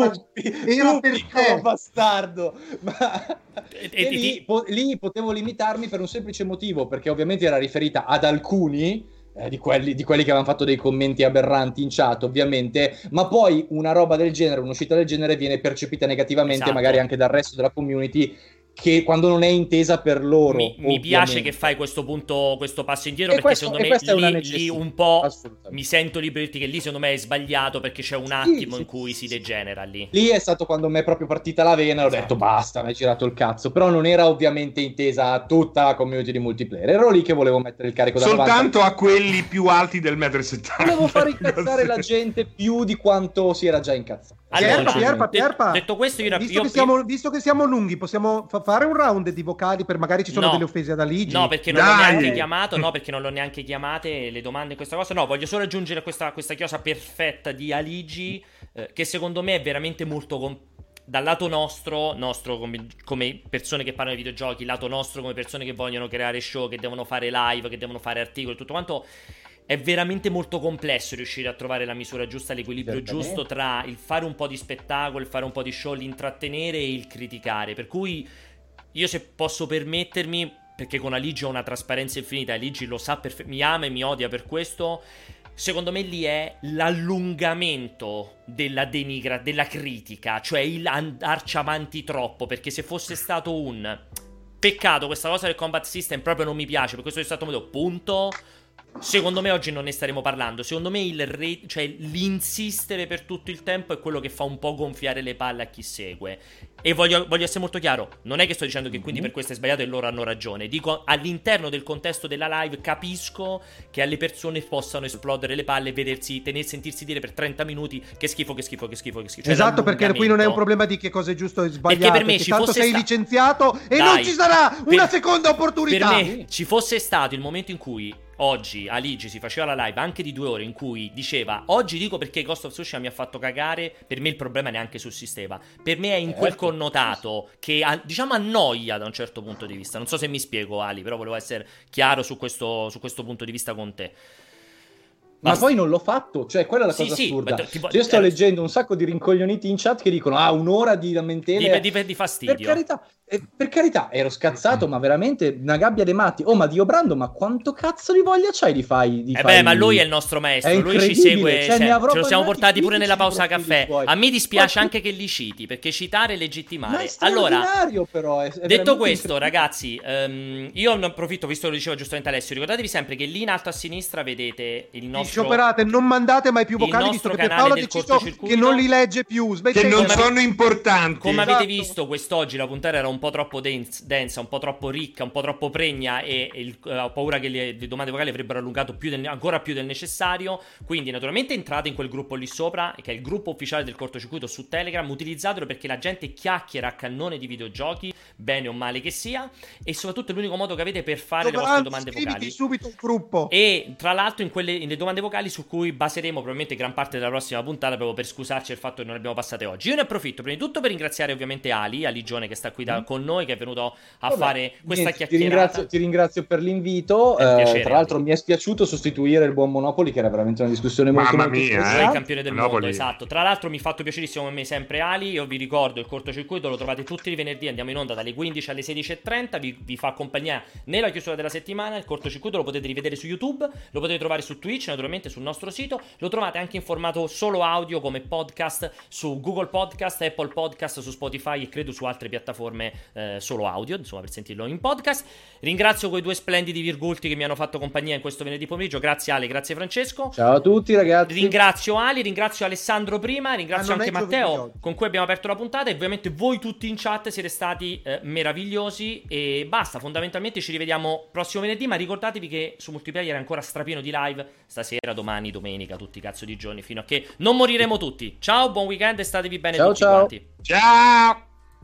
era per te, bastardo. Ma lì potevo limitarmi per un semplice motivo, perché ovviamente era riferita ad alcuni di quelli che avevano fatto dei commenti aberranti in chat, ovviamente, ma poi una roba del genere, un'uscita del genere viene percepita negativamente, magari anche dal resto della community, che quando non è intesa per loro. Mi piace che fai questo passo indietro, perché secondo me lì un po' mi sento libero di dirti che lì secondo me è sbagliato, perché c'è un attimo in cui si degenera lì. Lì è stato quando mi è proprio partita la vena e ho detto basta, mi hai girato il cazzo, però non era ovviamente intesa a tutta la community di multiplayer, ero lì che volevo mettere il carico da 90 soltanto a quelli più alti del 1,70 m. Volevo far incazzare la gente più di quanto si era già incazzato. Allora, Pierpa, detto questo, visto che siamo lunghi, possiamo fare un round di vocali, per magari ci sono delle offese ad Aligi? No, perché non l'ho neanche chiamato. No, perché non l'ho neanche chiamate le domande in questa cosa. No, voglio solo aggiungere questa chiosa perfetta di Aligi, che secondo me è veramente molto dal lato nostro come persone che parlano di videogiochi, lato nostro come persone che vogliono creare show, che devono fare live, che devono fare articoli, tutto quanto. È veramente molto complesso riuscire a trovare la misura giusta, l'equilibrio giusto tra il fare un po' di spettacolo, il fare un po' di show, l'intrattenere e il criticare. Per cui io, se posso permettermi, perché con Aligi ho una trasparenza infinita, Aligi lo sa, mi ama e mi odia per questo. Secondo me lì è l'allungamento della della critica, cioè il andarci avanti troppo, perché se fosse stato un peccato questa cosa del combat system proprio non mi piace, per questo è stato modo, punto, secondo me oggi non ne staremo parlando. Secondo me cioè l'insistere per tutto il tempo è quello che fa un po' gonfiare le palle a chi segue. E voglio essere molto chiaro, non è che sto dicendo che quindi per questo è sbagliato e loro hanno ragione. Dico, all'interno del contesto della live capisco che alle persone possano esplodere le palle e sentirsi dire per 30 minuti che schifo. Cioè, esatto, perché qui non è un problema di che cosa è giusto e sbagliato, perché per me tanto sei licenziato e non ci sarà una seconda opportunità. Per me ci fosse stato il momento in cui oggi Aligi si faceva la live anche di 2 ore in cui diceva oggi dico perché Ghost of Tsushima mi ha fatto cagare, per me il problema neanche sussisteva. Per me è in quel connotato che diciamo annoia da un certo punto di vista. Non so se mi spiego, Ali, però volevo essere chiaro su questo punto di vista con te. Ma poi non l'ho fatto, cioè quella è la cosa assurda. Io sto leggendo un sacco di rincoglioniti in chat che dicono un'ora di lamentele di fastidio. Per carità, ero scazzato, ma veramente una gabbia dei matti. Oh, ma Dio Brando, ma quanto cazzo di voglia c'hai di fai? Ma lui è il nostro maestro, lui ci segue, ce lo siamo portati pure nella pausa caffè. A me dispiace anche che li citi, perché citare e legittimare. Ma è straordinario, però. È detto questo, ragazzi, io ne approfitto, visto che lo diceva giustamente Alessio, ricordatevi sempre che lì in alto a sinistra vedete il nostro... Scioperate, non mandate mai più vocali, visto che Paolo ha deciso che non li legge più. Che non sono importanti. Come avete visto, quest'oggi la puntata era un po' troppo densa, un po' troppo ricca, un po' troppo pregna e ho paura che le domande vocali avrebbero allungato ancora più del necessario. Quindi naturalmente entrate in quel gruppo lì sopra, che è il gruppo ufficiale del cortocircuito su Telegram, utilizzatelo perché la gente chiacchiera a cannone di videogiochi, bene o male che sia, e soprattutto è l'unico modo che avete per fare le vostre domande vocali. Subito un gruppo. E tra l'altro in le domande vocali su cui baseremo probabilmente gran parte della prossima puntata, proprio per scusarci del fatto che non le abbiamo passate oggi. Io ne approfitto prima di tutto per ringraziare ovviamente Aligione che sta qui con noi, che è venuto a fare questa chiacchierata. Ti ringrazio per l'invito. Tra l'altro mi è spiaciuto sostituire il buon Monopoli, che era veramente una discussione molto il campione del mondo, esatto. Tra l'altro mi ha fatto piacerissimo con me sempre Ali. Io vi ricordo il cortocircuito lo trovate tutti i venerdì, andiamo in onda dalle 15 alle 16:30, vi fa compagnia nella chiusura della settimana. Il cortocircuito lo potete rivedere su YouTube, lo potete trovare su Twitch, naturalmente sul nostro sito, lo trovate anche in formato solo audio come podcast su Google Podcast, Apple Podcast, su Spotify e credo su altre piattaforme solo audio, insomma, per sentirlo in podcast. Ringrazio quei 2 splendidi virgulti che mi hanno fatto compagnia in questo venerdì pomeriggio. Grazie Ale, grazie Francesco. Ciao a tutti ragazzi. Ringrazio Ali, ringrazio Alessandro prima, ringrazio anche Matteo con cui abbiamo aperto la puntata, e ovviamente voi tutti in chat siete stati meravigliosi. E basta, fondamentalmente ci rivediamo prossimo venerdì, ma ricordatevi che su Multiplayer è ancora strapieno di live stasera, domani, domenica, tutti i cazzo di giorni, fino a che non moriremo tutti. Ciao, buon weekend e statevi bene tutti quanti. Ciao.